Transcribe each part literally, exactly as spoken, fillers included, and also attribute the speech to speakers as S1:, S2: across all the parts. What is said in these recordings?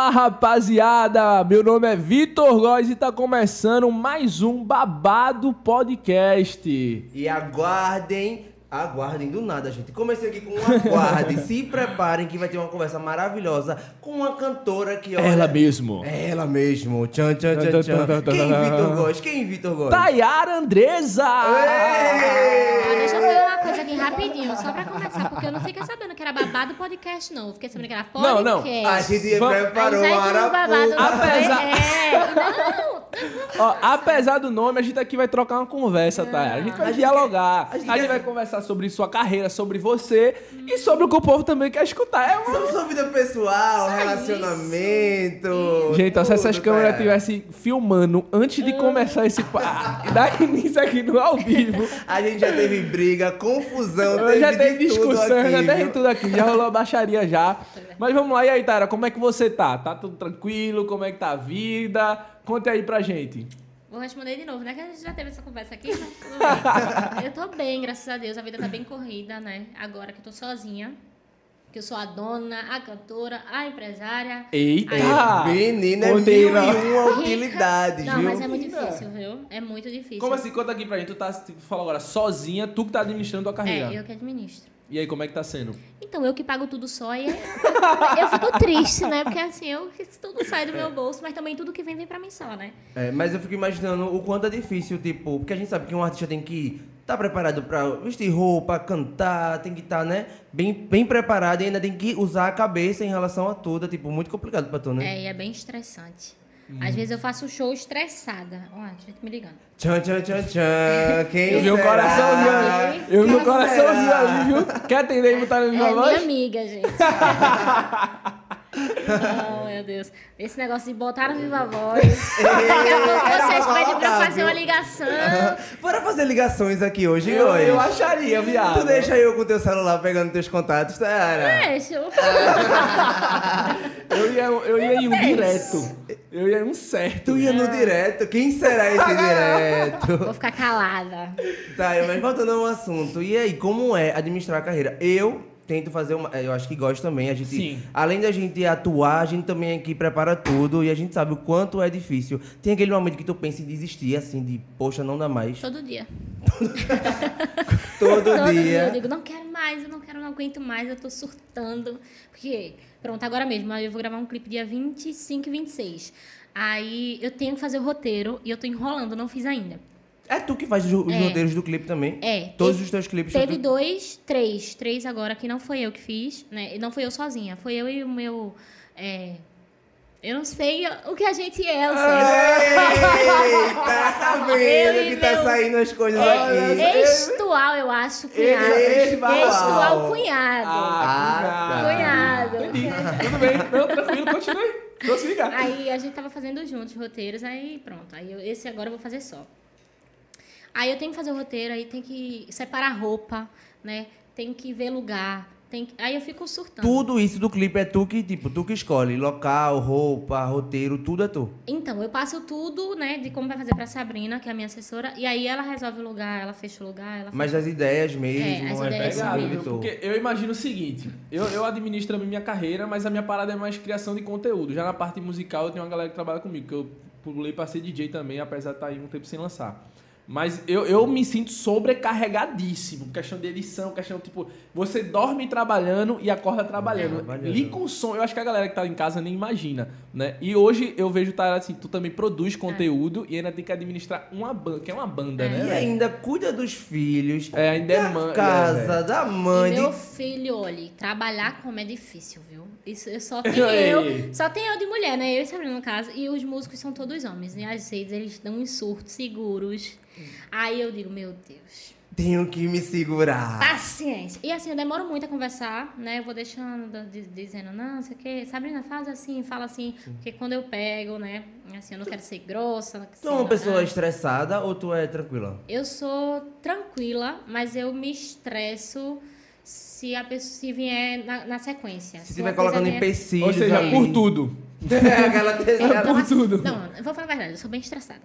S1: Fala, rapaziada! Meu nome é Vitor Góes e tá começando mais um Babado Podcast.
S2: E aguardem, aguardem do nada, gente. Comecei aqui com um aguarde. Se preparem que vai ter uma conversa maravilhosa com uma cantora que olha...
S1: Ela mesmo.
S2: Ela mesmo. Tchan, tchan, tchan, tchan. Quem Vitor Góes? Quem Vitor Góes?
S1: Tayara Andressa!
S3: Ah, deixa eu falar uma coisa aqui rapidinho, só pra começar, porque eu não fiquei sabendo que era Babado Podcast, não. Eu fiquei sabendo que era podcast.
S1: Não, não.
S2: A gente
S1: Vamos-
S2: preparou
S3: Aí
S2: um
S3: sai tudo babado.
S2: arapuca.
S1: Apesar-
S3: É, não.
S1: Ó, apesar do nome, a gente aqui vai trocar uma conversa, Tayara. A gente vai
S2: A gente
S1: dialogar.
S2: quer- a gente
S1: A gente
S2: quer-
S1: vai conversar sobre sua carreira, sobre você e sobre o que o povo também quer escutar. É uma...
S2: Sobre sua vida pessoal,
S3: Só
S2: relacionamento.
S1: Gente, ó, se essas
S2: tudo,
S1: câmeras
S2: cara.
S1: estivessem filmando antes de começar esse... pa- Dar início aqui no ao vivo...
S2: A gente já teve briga, confusão,
S1: Eu
S2: teve
S1: já
S2: de
S1: teve
S2: tudo
S1: discussão,
S2: aqui,
S1: já teve
S2: viu?
S1: tudo aqui, já rolou a baixaria já. Mas vamos lá, e aí, Tayara, como é que você tá? Tá tudo tranquilo? Como é que tá a vida? Conte aí pra gente.
S3: Vou responder de novo, né? Que a gente já teve essa conversa aqui, mas tudo bem. Eu tô bem, graças a Deus. A vida tá bem corrida, né? Agora que eu tô sozinha. Que eu sou a dona, a cantora, a empresária.
S1: Eita!
S2: Menina, é mil
S1: Conteira.
S2: e uma
S3: rica.
S2: utilidades,
S3: Não,
S2: viu?
S3: mas é muito difícil, viu? É muito difícil.
S1: Como assim? Conta aqui pra gente. Tu tá, tu falou agora, sozinha, tu que tá administrando tua carreira.
S3: É, eu que administro.
S1: E aí, como é que tá sendo?
S3: Então, eu que pago tudo só e eu, eu fico triste, né? Porque assim, eu tudo sai do meu bolso, mas também tudo que vem, vem pra mim só, né?
S2: É, mas eu fico imaginando o quanto é difícil, tipo, porque a gente sabe que um artista tem que estar preparado pra vestir roupa, cantar, tem que estar, né, bem, bem preparado e ainda tem que usar a cabeça em relação a tudo. É, tipo, muito complicado pra tu, né?
S3: É, e é bem estressante. Às vezes eu faço show estressada. Ó, a gente me ligando.
S2: Tchan, tchan, tchan, tchan. Quem
S1: Eu vi um
S2: será?
S1: coraçãozinho ali. Eu vi um
S2: Quem
S1: coraçãozinho
S2: será?
S1: ali, viu? Quer atender e botar no
S3: É
S1: viva
S3: minha
S1: voz?
S3: amiga, gente. Oh, meu Deus. Esse negócio de botar no Viva Voz. Daqui a pouco vocês pedem pra eu fazer uma ligação.
S2: Bora fazer ligações aqui hoje,
S1: Eu,
S2: hoje.
S1: eu acharia, viado.
S2: Tu deixa eu com teu celular pegando teus contatos, Tayara?
S3: Deixa eu...
S1: Eu ia, eu ia em um direto. Eu ia em um certo.
S2: Tu ia no direto. Quem será esse direto?
S3: Vou ficar calada.
S2: Tá, mas voltando ao assunto. E aí, como é administrar a carreira? Eu tento fazer uma... Eu acho que gosto também. A gente,
S1: Sim.
S2: Além da gente atuar, a gente também aqui prepara tudo. E a gente sabe o quanto é difícil. Tem aquele momento que tu pensa em desistir, assim, de... Poxa, não dá mais.
S3: Todo dia.
S2: Todo,
S3: Todo dia
S2: dia.
S3: eu digo, não quero mais, eu não quero, não aguento mais, eu tô surtando. Porque, pronto, agora mesmo, eu vou gravar um clipe dia vinte e cinco e vinte e seis. Aí eu tenho que fazer o roteiro e eu tô enrolando, não fiz ainda.
S2: É tu que faz os, os
S3: É.
S2: roteiros do clipe também?
S3: É.
S2: Todos
S3: Teve-
S2: os teus clipes.
S3: Teve
S2: tu...
S3: dois, três, três agora que não foi eu que fiz, né? E não foi eu sozinha, foi eu e o meu... é, Eu não sei o que a gente é, eu sei.
S2: Eita, tá vendo
S3: Eu e
S2: que tá
S3: meu-
S2: saindo as coisas aqui.
S3: É, Textual, eu acho, cunhado.
S2: Textual.
S3: Textual, cunhado.
S1: Ah,
S3: Cunhado.
S1: Entendi. Tudo bem. Não, tranquilo, continue. Prossiga.
S3: Aí a gente tava fazendo juntos roteiros, aí pronto. Aí eu- esse agora eu vou fazer só. Aí eu tenho que fazer o roteiro, aí tem que separar roupa, né? Tem que ver lugar. Tem que... Aí eu fico surtando.
S2: Tudo isso do clipe é tu que, tipo, tu que escolhe. Local, roupa, roteiro, tudo é tu.
S3: Então, eu passo tudo, né, de como vai fazer pra Sabrina, que é a minha assessora, e aí ela resolve o lugar, ela fecha o lugar, ela
S2: Mas
S3: fecha...
S2: as ideias mesmo,
S3: É, as
S2: é
S3: ideias
S2: pegado,
S3: são
S1: Viu?
S2: Vitor.
S1: Porque eu imagino o seguinte, eu, eu administro a minha carreira, mas a minha parada é mais criação de conteúdo. Já na parte musical eu tenho uma galera que trabalha comigo, que eu pulei pra ser D J também, apesar de estar aí um tempo sem lançar. Mas eu, eu me sinto sobrecarregadíssimo. Questão de edição, questão, tipo... Você dorme trabalhando e acorda trabalhando.
S2: Trabalhando.
S1: Li com som. Eu acho que a galera que tá em casa nem imagina, né? E hoje eu vejo, tá, assim, tu também produz conteúdo e ainda tem que administrar uma banda, que é uma banda,
S3: É.
S1: né?
S2: E
S1: velho?
S2: ainda cuida dos filhos,
S1: É, ainda é
S2: da
S1: mãe, é,
S2: casa,
S1: velho.
S2: da
S3: E
S2: mãe.
S3: meu
S2: de-
S3: filho, olha, trabalhar como é difícil, viu? Isso eu só tenho
S1: Ei.
S3: eu, só tem eu de mulher, né? Eu e Sabrina no caso, e os músicos são todos homens, e às vezes eles dão uns surtos seguros. Aí eu digo, meu Deus,
S2: Tenho que me segurar.
S3: paciência. E assim, eu demoro muito a conversar, né? Eu vou deixando, di- dizendo, não, não sei o quê, Sabrina, faz assim, fala assim, porque quando eu pego, né? Assim, eu não quero ser grossa.
S2: Tu é uma
S3: assim,
S2: pessoa
S3: ah,
S2: estressada ou tu é tranquila?
S3: Eu sou tranquila, mas eu me estresso se a pessoa se vier na, na sequência.
S2: Se
S3: uma
S2: tiver
S3: coisa
S2: colocando
S3: vier-
S2: empecilhos
S1: Ou seja,
S2: ali.
S1: por tudo.
S2: Aquela terceira...
S1: Por tudo.
S3: Não, eu vou falar a verdade, eu sou bem estressada.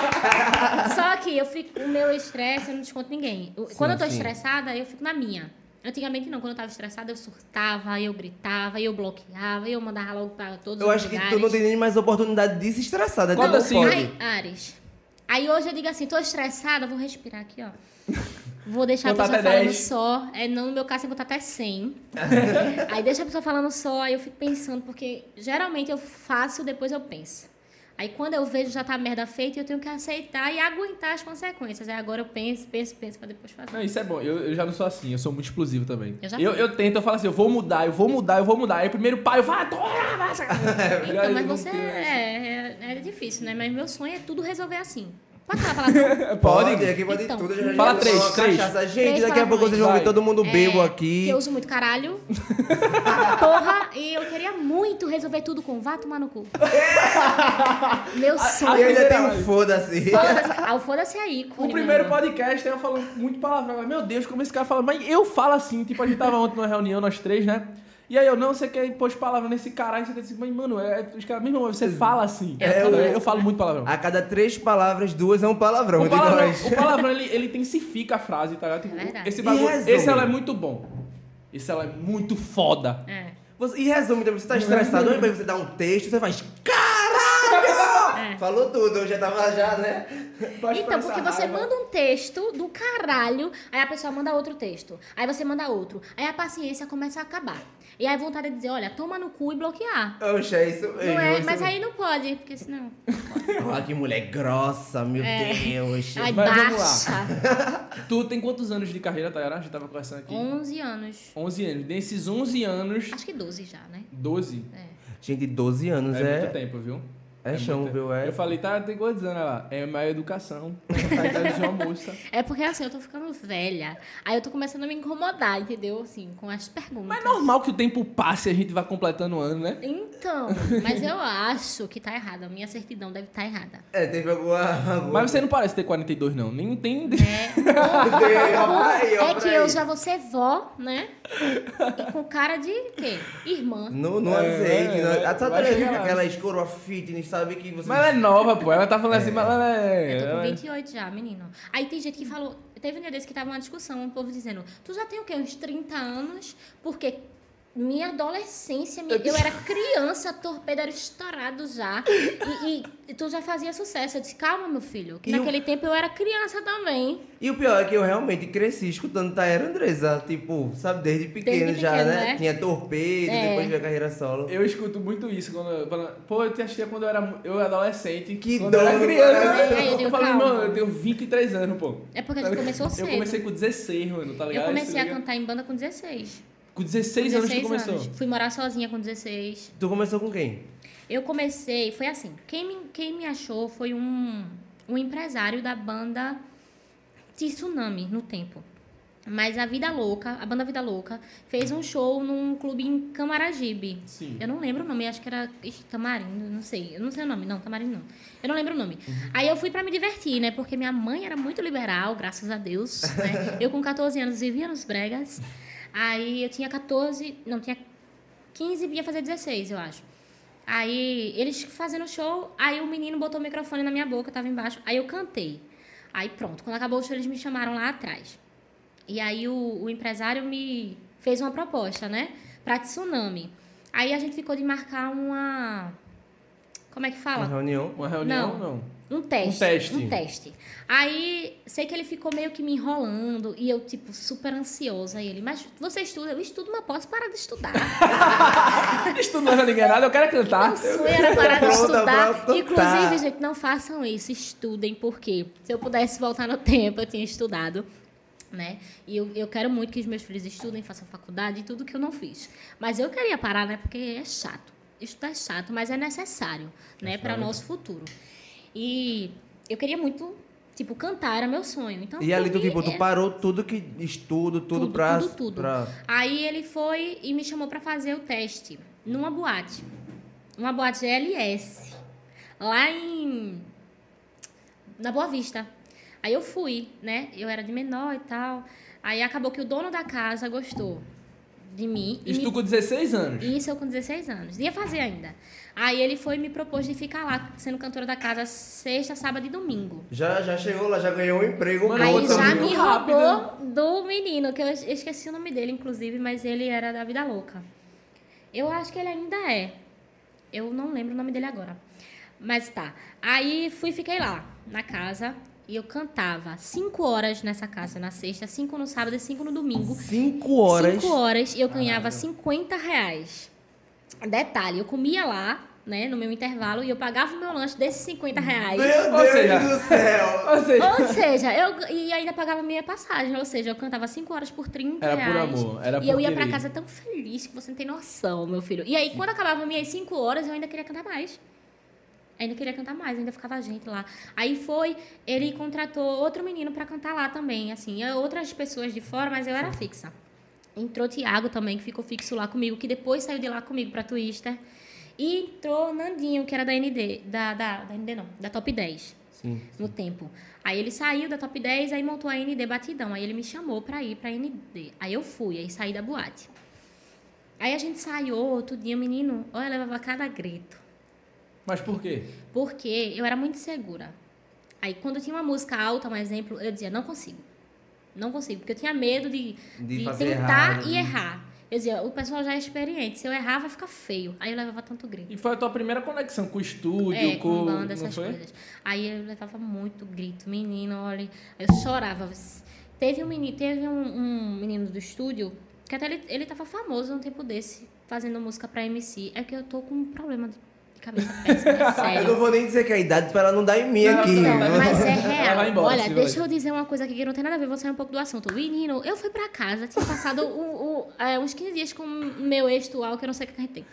S3: Só que eu fico, o meu estresse eu não desconto ninguém. Eu- Quando eu tô
S2: sim.
S3: estressada, eu fico na minha. Antigamente não, quando eu tava estressada, eu surtava, eu gritava, eu bloqueava, eu mandava logo pra todos
S2: Eu
S3: os
S2: acho que
S3: lugares.
S2: tu não tem nem mais oportunidade de se estressar, né? Tu
S1: Quando
S2: não
S1: assim,
S2: pode.
S3: Ai, Ares. Aí hoje eu digo assim, tô estressada, vou respirar aqui, ó. Vou deixar
S1: Contar
S3: a pessoa
S1: até
S3: falando
S1: dez.
S3: só. É, não, no meu caso, eu vou botar até cem. Aí deixa a pessoa falando só, aí eu fico pensando, porque geralmente eu faço, depois eu penso. Aí quando eu vejo já tá a merda feita, eu tenho que aceitar e aguentar as consequências. Aí agora eu penso, penso, penso pra depois fazer.
S1: Não, isso é bom. Eu, eu já não sou assim, eu sou muito explosivo também.
S3: Eu já
S1: eu,
S3: fui.
S1: eu tento, eu falo assim, eu vou mudar, eu vou mudar, eu vou mudar. Aí primeiro pai, eu falo, ah, toma, vai, saca. E
S3: Então,
S1: aí
S3: mas
S1: não
S3: você
S1: tem-
S3: é, é, é difícil, né? Mas meu sonho é tudo resolver assim. Pode falar palavrão?
S2: Pode, aqui pode
S3: Então.
S2: tudo. Já, já
S1: Fala
S2: já
S1: três,
S2: uma
S1: três.
S2: cachaça. Gente,
S3: Três
S2: daqui a pouco
S3: palavrões.
S2: vocês vão ver
S1: Vai.
S2: todo mundo bebo
S3: É,
S2: aqui.
S3: Que eu uso muito caralho. Porra, e eu queria muito resolver tudo com vá tomar no cu. Meu
S2: E
S3: sonho.
S2: ainda tem
S1: Ai.
S2: um foda-se.
S3: Foda-se, ah, o foda-se aí.
S1: O
S3: Cune,
S1: primeiro
S3: meu irmão.
S1: podcast, eu falando muito palavrão. Mas, meu Deus, como esse cara fala. Mas eu falo assim, tipo, a gente tava ontem numa reunião, nós três, né? E aí eu, não, você quer impor palavra nesse caralho, você quer dizer, mas, mano, é, os caras, meu irmão, você fala assim.
S3: É,
S1: eu,
S3: eu-
S1: eu falo muito palavrão.
S2: A cada três palavras, duas é um palavrão.
S1: O
S2: de
S1: palavrão,
S2: nós.
S1: o palavrão ele, ele intensifica a frase, tá ligado? Tipo,
S3: É verdade.
S1: esse
S2: E
S1: bagulho,
S2: resume.
S1: esse ela é muito bom. Esse ela é muito foda.
S3: É.
S2: Você- E resume também, você tá estressado, ao invés de você dar um texto, você faz caralho!
S3: É.
S2: Falou tudo, eu já tava já, né?
S1: Pode
S3: Então,
S1: passar
S3: porque você
S1: raiva.
S3: manda um texto do caralho, aí a pessoa manda outro texto. Aí você manda outro. Aí a paciência começa a acabar. E aí a vontade é dizer, olha, toma no cu e bloquear.
S2: Oxe, é isso mesmo.
S3: Não é?
S2: isso
S3: Mas
S2: mesmo.
S3: aí não pode, porque senão.
S2: Olha que mulher grossa, meu Deus.
S3: Ai,
S1: Mas vamos
S3: baixa.
S1: Tu tem quantos anos de carreira, Tayara? A gente tava conversando aqui.
S3: onze anos.
S1: onze anos. Desses onze anos,
S3: Acho que doze já, né?
S1: doze.
S3: É.
S2: Gente, doze anos
S1: É,
S2: é...
S1: muito tempo, viu?
S2: É chão,
S1: muito
S2: viu?
S1: tempo.
S2: É.
S1: Eu falei, tá, tem quantos anos? Ela, é mais educação. Tá idade de uma moça.
S3: É porque assim, eu tô ficando velha. Aí eu tô começando a me incomodar, entendeu? Assim, com as perguntas.
S1: Mas é normal que o tempo passe e a gente vá completando o ano, né?
S3: Então, mas eu acho que tá errada. A minha certidão deve estar errada.
S2: É, teve alguma... alguma...
S1: Mas você não parece ter quarenta e dois, não. Nem tem...
S3: É,
S2: Aí, ó,
S3: é
S2: pra
S3: que
S2: aí.
S3: eu já vou ser vó, né? E com cara de quê? Irmã.
S2: No, no
S1: É,
S2: azeite.
S1: é,
S2: no...
S1: é,
S2: A Tata
S1: vai chegar lá.
S2: aquela escoroa fitness, sabe que você...
S1: Mas ela é nova, pô. Ela tá falando assim, mas ela é...
S3: Eu tô com
S1: ela é-
S3: vinte e oito já, menino. Aí tem gente que falou... Teve um dia desse que tava uma discussão, um povo dizendo... Tu já tem o quê? Uns trinta anos? Porque... Minha adolescência, minha- eu era criança, torpedo era estourado já. E, e- e tu já fazia sucesso. Eu disse, calma, meu filho, que
S2: E o-
S3: naquele tempo eu era criança também.
S2: E o pior é que eu realmente cresci escutando Tayara Andressa, tipo, sabe, desde pequeno
S3: Desde
S2: já,
S3: pequeno,
S2: né?
S3: né?
S2: Tinha torpedo,
S3: É.
S2: depois veio a carreira solo.
S1: Eu escuto muito isso quando... eu- quando- Pô, eu te achei quando eu era, eu era adolescente.
S2: Que
S1: quando eu era
S2: dor no
S1: criança.
S2: coração.
S3: É, eu
S1: eu
S3: digo,
S1: falei,
S3: calma.
S1: mano, eu tenho vinte e três anos, pô.
S3: É porque a gente começou cedo.
S1: Eu comecei com dezesseis, mano, tá ligado?
S3: Eu comecei
S1: Se
S3: a
S1: liga?
S3: cantar em banda com dezesseis.
S1: Com dezesseis anos que começou.
S3: anos. Fui morar sozinha com dezesseis.
S2: Tu começou com quem?
S3: Eu comecei, foi assim, quem me, quem me achou foi um, um empresário da banda Tsunami, no tempo. Mas a Vida Louca, a banda Vida Louca, fez um show num clube em Camaragibe.
S1: Sim.
S3: Eu não lembro o nome, acho que era ixi, Tamarindo, não sei. Eu não sei o nome, não, Tamarindo não. Eu não lembro o nome.
S1: Uhum.
S3: Aí eu fui pra me divertir, né? Porque minha mãe era muito liberal, graças a Deus. Né? Eu com catorze anos vivia nos bregas. Aí eu tinha catorze, não, tinha quinze e ia fazer dezesseis, eu acho. Aí eles fazendo show, aí o menino botou o microfone na minha boca, eu tava embaixo, aí eu cantei. Aí pronto, quando acabou o show eles me chamaram lá atrás. E aí o, o empresário me fez uma proposta, né? Pra Tsunami. Aí a gente ficou de marcar uma... Como é que
S2: Uma
S3: fala?
S2: reunião?
S1: Uma reunião,
S3: Não.
S1: não.
S3: Um teste.
S1: Um teste.
S3: Um teste. Aí, sei que ele ficou meio que me enrolando e eu, tipo, super ansiosa. E ele, mas você estuda? Eu estudo, mas posso parar de estudar.
S1: Isso não é ninguém nada, eu quero é cantar.
S3: Meu sonho era parar de
S2: Pronta
S3: estudar.
S2: pra cantar.
S3: Inclusive, gente, não façam isso. Estudem, porque se eu pudesse voltar no tempo, eu tinha estudado. Né? E eu, eu quero muito que os meus filhos estudem, façam faculdade e tudo que eu não fiz. Mas eu queria parar, né? Porque é chato. Estudar é chato, mas é necessário, né? Para o nosso futuro. E eu queria muito, tipo, cantar, era meu sonho. Então,
S2: E ali
S3: por
S2: tu,
S3: mim,
S2: tipo, tu
S3: é-
S2: parou tudo que... Estudo, tudo,
S3: Tudo,
S2: pra...
S3: tudo, tudo.
S2: pra-
S3: Aí ele foi e me chamou pra fazer o teste numa boate. Uma boate G L S. Lá em... Na Boa Vista. Aí eu fui, né? Eu era de menor e tal. Aí acabou que o dono da casa gostou de mim.
S1: Isso
S3: e
S1: tu
S3: me...
S1: com dezesseis anos?
S3: Isso eu com dezesseis anos. Ia fazer ainda. Aí ele foi e me propôs de ficar lá, sendo cantora da casa sexta, sábado e domingo.
S2: Já, já chegou lá, já ganhou um emprego.
S1: Mano,
S3: Aí
S1: outro
S3: já
S1: muito
S3: me
S1: rápido.
S3: roubou do menino, que eu esqueci o nome dele, inclusive, mas ele era da Vida Louca. Eu acho que ele ainda é. Eu não lembro o nome dele agora. Mas tá. Aí fui e fiquei lá, na casa, e eu cantava cinco horas nessa casa, na sexta, cinco no sábado e cinco no domingo.
S2: Cinco horas.
S3: Cinco horas e eu ganhava cinquenta reais. Detalhe, eu comia lá, né, no meu intervalo, e eu pagava o meu lanche desses cinquenta reais.
S2: Meu
S1: Ou
S2: Deus
S1: seja-
S2: do céu.
S1: Ou seja,
S3: Ou seja, eu e ainda pagava minha passagem, ou seja, eu cantava cinco horas por trinta
S1: Era por
S3: reais.
S1: amor, era
S3: E
S1: por
S3: eu ia pra
S1: querer.
S3: casa tão feliz que você não tem noção, meu filho. E aí, quando acabava minhas cinco horas, eu ainda queria cantar mais. Ainda queria cantar mais, ainda ficava a gente lá. Aí foi, ele contratou outro menino pra cantar lá também, assim, eu- outras pessoas de fora, mas eu era fixa. Entrou o Thiago também, que ficou fixo lá comigo, que depois saiu de lá comigo pra Twister. E entrou Nandinho, que era da N D, da, da, da N D não, da Top dez.
S2: Sim.
S3: No tempo. Aí ele saiu da Top dez, aí montou a N D Batidão. Aí ele me chamou pra ir pra N D. Aí eu fui, aí saí da boate. Aí a gente saiu outro dia, menino, olha, eu levava cada grito.
S1: mas por quê?
S3: Porque eu era muito segura. Aí quando tinha uma música alta, um exemplo, eu dizia, não consigo. Não consigo, porque eu tinha medo de,
S2: De
S3: de
S2: fazer
S3: tentar
S2: errado,
S3: e
S2: né?
S3: errar. Eu dizia, o pessoal já é experiente, se eu errar vai ficar feio. Aí eu levava tanto grito.
S1: E foi a tua primeira conexão com o estúdio,
S3: É,
S1: com...
S3: com banda,
S1: não
S3: essas
S1: foi?
S3: coisas. Aí eu levava muito grito, menino, olha, eu chorava. Teve um menino, teve um, um menino do estúdio, que até ele, ele tava famoso um tempo desse, fazendo música pra M C. É que eu tô com um problema de cabeça péssima, é
S2: Eu não
S3: sério.
S2: vou nem dizer que é a idade pra ela não dar em mim
S1: Não,
S2: aqui.
S1: não,
S3: Não, mas é
S1: Ela
S3: real.
S1: vai embora,
S3: Olha,
S1: sim,
S3: deixa
S1: vai.
S3: eu dizer uma coisa aqui que não tem nada a ver, vou sair um pouco do assunto. Menino, eu fui pra casa, tinha passado o, o, é, uns quinze dias com o meu ex-tual, que eu não sei o que a gente tem.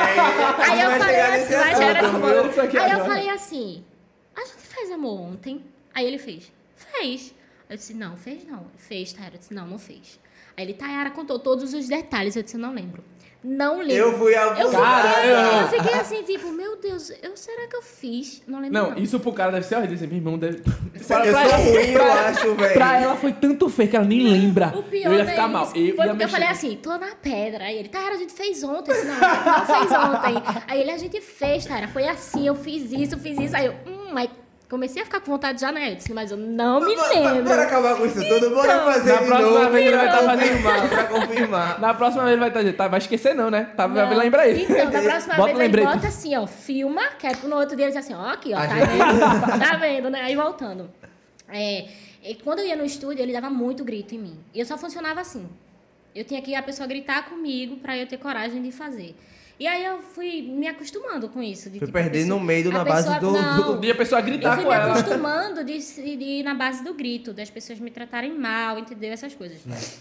S3: Aí eu falei assim, vai gerar
S2: assunto,
S3: esse
S2: viu?
S1: Isso aqui
S3: Aí eu
S1: agora.
S3: falei assim, a gente fez amor ontem? Aí ele fez, fez. Eu disse, não, fez não. Fez, Tayara. Eu disse, não, não fez. Aí ele, Tayara, contou todos os detalhes. Eu disse, não lembro. Não lembro.
S2: Eu fui a
S3: Eu
S1: Cara,
S3: fiquei,
S1: eu-
S3: eu fiquei assim, tipo, meu Deus, eu, será que eu fiz? Não lembro
S1: Não,
S3: não.
S1: isso pro cara deve ser horrível. Assim, meu irmão deve...
S2: Eu sou ruim, eu acho, velho.
S1: Pra ela foi tanto feio que ela nem lembra.
S3: O pior
S1: eu ia
S3: não é
S1: ficar
S3: isso.
S1: mal. Eu
S3: Foi
S1: ia
S3: porque eu
S1: mexer.
S3: falei assim, tô na pedra. Aí ele, Tayara, a gente fez ontem. Eu disse, não, não fez ontem. Aí ele, a gente fez, Tayara. Foi assim, eu fiz isso, fiz isso. Aí eu, hum, aí comecei a ficar com vontade já, né? Eu disse, mas eu não me
S2: Bora-
S3: lembro.
S2: Bora acabar com isso tudo, bora
S3: Então,
S2: fazer
S1: na
S2: de
S1: próxima
S2: novo.
S1: vez ele vai
S2: pra
S1: tá fazendo
S2: confirmar, pra confirmar.
S1: Na próxima vez ele vai estar dizendo, tá, vai esquecer não, né? Tá,
S3: Não.
S1: lembra aí.
S3: Então, da próxima
S1: Bota
S3: vez
S1: um
S3: ele
S1: lembrete.
S3: bota assim, ó, filma, que é no outro dia ele diz assim, ó, aqui, ó,
S2: A
S3: tá
S2: gente-
S3: vendo? Tá vendo, né? Aí voltando. É, e quando eu ia no estúdio, ele dava muito grito em mim. E eu só funcionava assim. Eu tinha que a pessoa gritar comigo pra eu ter coragem de fazer. E aí eu fui me acostumando com isso. De,
S2: Foi
S3: tipo, a
S2: perdendo
S3: pessoa-
S2: no meio
S3: a
S2: na base
S3: pessoa-
S2: do-
S3: Não,
S1: Um dia a pessoa
S3: eu
S1: gritar
S3: fui
S1: com
S3: me
S1: ela.
S3: acostumando de, se- de ir na base do grito, das pessoas me tratarem mal, entendeu? Essas coisas.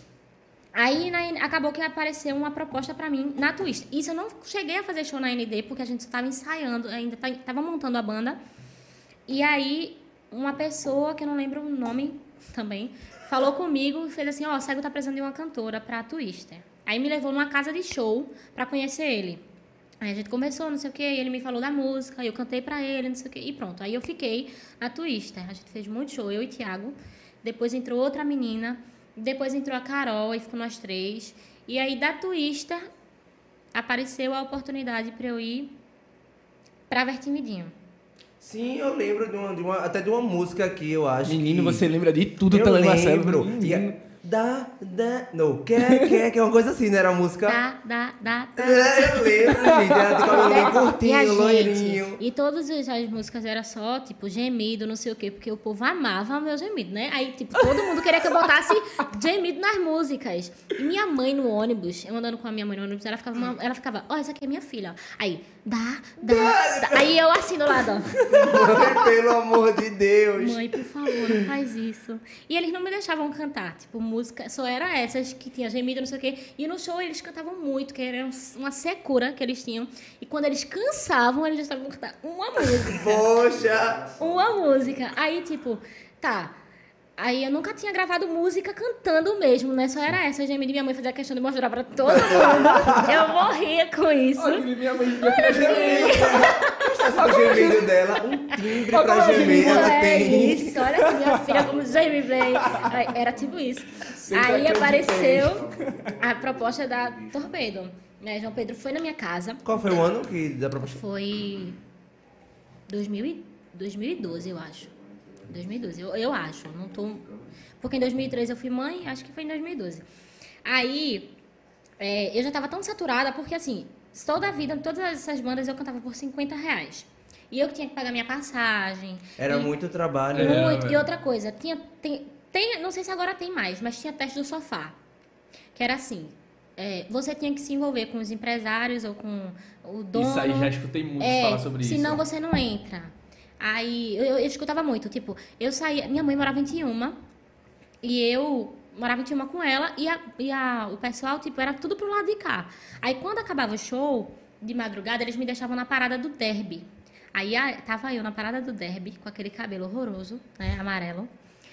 S3: Aí na- acabou que apareceu uma proposta pra mim na Twist. Isso eu não cheguei a fazer show na N D, porque a gente estava ensaiando, ainda estava montando a banda. E aí uma pessoa, que eu não lembro o nome também, falou comigo e fez assim, ó, o Cego tá precisando de uma cantora pra Twister. Aí me levou numa casa de show pra conhecer ele. Aí a gente conversou, não sei o quê, e ele me falou da música, eu cantei pra ele, não sei o quê, e pronto. Aí eu fiquei na Twister, a gente fez muito show, eu e Thiago. Depois entrou outra menina, depois entrou a Carol, e ficou nós três. E aí da Twister apareceu a oportunidade pra eu ir pra Vertimidinho.
S2: Sim, eu lembro de uma, de uma- até de uma música aqui, eu acho.
S1: Menino,
S2: que-
S1: você lembra de tudo
S2: eu
S1: também, Marcelo.
S2: lembro.
S1: Menino.
S2: E a- Da, da, não, quer, quer, que é uma coisa assim, não era a música?
S3: Dá, dá, dá, dá.
S2: É, eu lembro, gente, era de cabelo bem
S3: E a
S2: curtinho, loirinho.
S3: gente, e todas as as músicas era só, tipo, gemido, não sei o quê, porque o povo amava o meu gemido, né? Aí, tipo, todo mundo queria que eu botasse gemido nas músicas. E minha mãe no ônibus, eu andando com a minha mãe no ônibus, ela ficava, ela ficava, ó, essa aqui é minha filha, ó. Aí, dá, dá, dá. Aí eu assim do lado, ó.
S2: Mãe, pelo amor de Deus.
S3: Mãe, por favor, não faz isso. E eles não me deixavam cantar. Tipo, música só era essas que tinha gemido, não sei o quê. E no show eles cantavam muito, que era uma secura que eles tinham. E quando eles cansavam, eles já estavam cantar uma música.
S2: Poxa.
S3: Uma música. Aí, tipo, tá. Aí eu nunca tinha gravado música cantando mesmo, né? Só era essa. A gemido, minha mãe fazia questão de mostrar pra todo mundo. Eu morria com isso.
S1: Olha, minha mãe, minha filha gemendo.
S2: acesso ao Gmail dela, um timbre pra Gmail ela
S3: é
S2: tem.
S3: isso, olha que minha filha como geme bem. Era tipo isso.
S1: Sempre
S3: Aí
S1: acreditei.
S3: apareceu a proposta da Torpedo. Né? João Pedro foi na minha casa.
S2: Qual foi o ano que da proposta?
S3: Foi dois mil e dois mil e doze, eu acho. dois mil e doze, eu, eu acho. Não tô... Porque em dois mil e treze eu fui mãe, acho que foi em dois mil e doze. Aí, é, eu já tava tão saturada, porque assim, toda a vida, todas essas bandas eu cantava por cinquenta reais. E eu tinha que pagar minha passagem.
S2: Era
S3: e,
S2: muito trabalho.
S1: É,
S3: muito.
S1: velho.
S3: E outra coisa, tinha, tem, tem, não sei se agora tem mais, mas tinha teste do sofá. Que era assim, é, você tinha que se envolver com os empresários ou com o dono.
S1: Isso aí, já escutei muito
S3: É,
S1: falar sobre isso.
S3: senão você não entra. Aí, eu, eu escutava muito, tipo, eu saía, minha mãe morava em Tiúma, e eu morava em Tiúma com ela, e, a, e a, o pessoal, tipo, era tudo pro lado de cá. Aí, quando acabava o show, de madrugada, eles me deixavam na parada do derby. Aí, a, tava eu na parada do derby, com aquele cabelo horroroso, né, amarelo.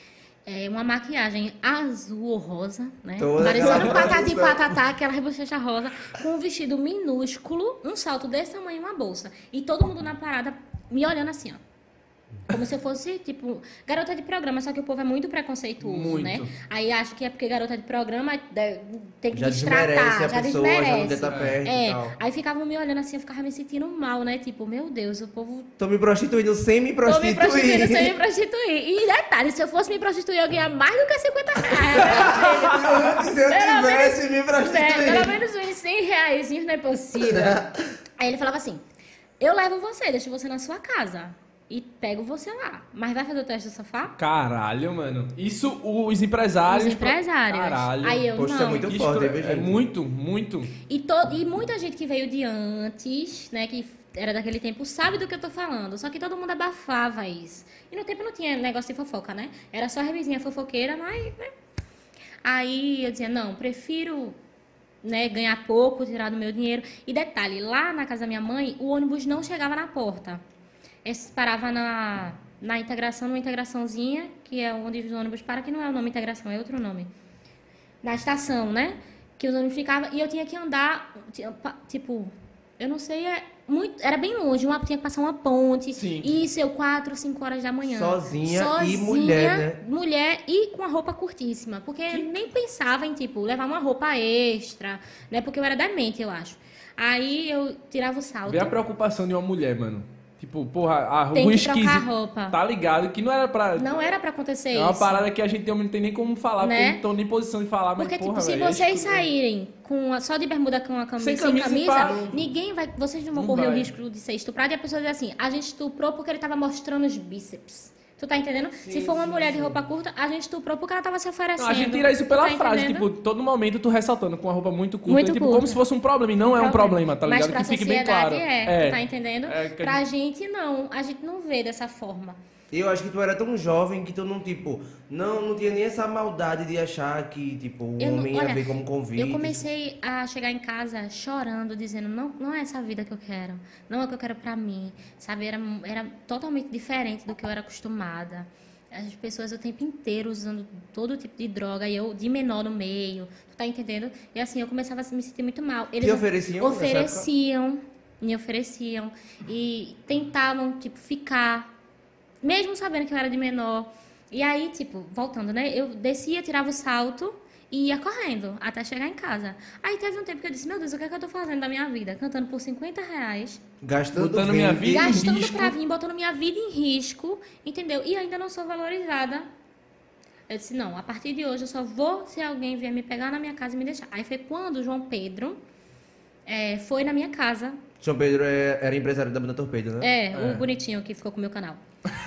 S3: É, uma maquiagem azul ou rosa, né?
S2: Toda
S3: Parecendo
S2: aquela
S3: um patati
S2: bagunça.
S3: patatá, aquela bochecha rosa, com um vestido minúsculo, um salto desse tamanho e uma bolsa. E todo mundo na parada me olhando assim, ó. Como se eu fosse, tipo, garota de programa, só que o povo é muito preconceituoso,
S1: Muito.
S3: né? Aí acha que é porque garota de programa de- tem que
S2: Já
S3: destratar,
S2: desmerece a
S3: já
S2: pessoa, já não
S3: desmerece.
S2: quer estar perto e
S3: É,
S2: tal.
S3: aí ficavam me olhando assim, eu ficava me sentindo mal, né? Tipo, meu Deus, o povo
S2: Tô me prostituindo sem me
S3: Tô me
S2: prostituir.
S3: prostituindo sem me prostituir. E detalhe, se eu fosse me prostituir, eu ia ganhar mais do que cinquenta reais.
S2: Se eu
S3: Pelo
S2: tivesse me
S3: É, pelo
S2: prostituído.
S3: menos uns cem reais não é possível. Aí ele falava assim, eu levo você, deixo você na sua casa. E pego você lá. Mas vai fazer o teste do sofá?
S1: Caralho, mano. Isso, os empresários...
S3: Os empresários.
S1: Caralho.
S3: Aí eu,
S2: Poxa, isso é
S3: não.
S2: muito
S1: Que
S2: forte,
S1: estranho.
S2: viu,
S1: É
S2: gente?
S1: muito, muito.
S3: E, to... e muita gente que veio de antes, né, que era daquele tempo, sabe do que eu tô falando. Só que todo mundo abafava isso. E no tempo não tinha negócio de fofoca, né? Era só a revizinha fofoqueira, mas... Né? Aí eu dizia, não, prefiro... Né, ganhar pouco, tirar do meu dinheiro. E detalhe, lá na casa da minha mãe, o ônibus não chegava na porta. Esse parava na, na integração, numa integraçãozinha, que é onde os ônibus param, que não é o nome integração, é outro nome. Na estação, né? Que os ônibus ficavam, e eu tinha que andar, tipo, eu não sei, é muito, era bem longe, uma, tinha que passar uma ponte,
S1: Sim.
S3: e isso eu quatro, cinco horas da manhã.
S2: Sozinha e
S3: Sozinha,
S2: mulher, né?
S3: Mulher e com a roupa curtíssima, porque nem pensava em, tipo, levar uma roupa extra, né? Porque eu era demente, eu acho. Aí eu tirava o salto.
S1: Vê a preocupação de uma mulher, mano. Tipo, porra, a
S3: Tem
S1: rua
S3: que trocar
S1: esquisita.
S3: roupa.
S1: Tá ligado? Que não era pra...
S3: Não era pra acontecer
S1: É
S3: isso.
S1: uma parada que a gente não tem nem como falar,
S3: Né?
S1: porque não estão nem em posição de falar, mas
S3: Porque,
S1: porra,
S3: tipo, se
S1: velho, é
S3: vocês
S1: escuro.
S3: saírem com a- só de bermuda com a camisa,
S1: Sem
S3: sem
S1: camisa e
S3: camisa,
S1: pá, não-
S3: ninguém vai. Vocês não vão
S1: não
S3: correr
S1: vai.
S3: o risco de ser estuprado e a pessoa diz assim: a gente estuprou porque ele tava mostrando os bíceps. Tu tá entendendo? se for uma mulher de roupa curta, a gente estuprou porque ela tava se oferecendo.
S1: Não, a gente tira isso
S3: Tu
S1: pela
S3: tá
S1: frase,
S3: entendendo?
S1: tipo, todo momento tu ressaltando com a roupa muito curta,
S3: Muito
S1: tipo,
S3: curta.
S1: como se fosse um problema, e não é um problema, tá ligado?
S3: Mas pra
S1: Que fique bem
S3: sociedade
S1: claro.
S3: é, tu tá entendendo?
S1: É que a
S3: pra gente... não, a gente não vê dessa forma.
S2: Eu acho que tu era tão jovem que tu não, tipo, não, não tinha nem essa maldade de achar que, tipo, o
S3: Eu não-
S2: homem ia
S3: olha,
S2: ver como convite.
S3: Eu comecei a chegar em casa chorando, dizendo, não, não é essa vida que eu quero, não é o que eu quero pra mim, sabe? Era, era totalmente diferente do que eu era acostumada. As pessoas o tempo inteiro usando todo tipo de droga, e eu de menor no meio, tu tá entendendo? E assim, eu começava a me sentir muito mal. Eles
S2: Te ofereciam nessa época?
S3: Ofereciam, me ofereciam, e tentavam, tipo, ficar, mesmo sabendo que eu era de menor. E aí, tipo, voltando, né? Eu descia, tirava o salto e ia correndo até chegar em casa. Aí teve um tempo que eu disse, meu Deus, o que é que eu tô fazendo da minha vida? Cantando por cinquenta reais,
S2: Gastando
S1: Botando minha
S2: vinte.
S1: vida em
S3: gastando
S1: risco.
S3: pra vir, botando minha vida em risco, entendeu? E ainda não sou valorizada. Eu disse, não, a partir de hoje eu só vou se alguém vier me pegar na minha casa e me deixar. Aí foi quando o João Pedro é, foi na minha casa.
S2: João Pedro é- era empresário da banda Torpedo, né?
S3: É,
S1: É.
S3: o bonitinho que ficou com o meu canal.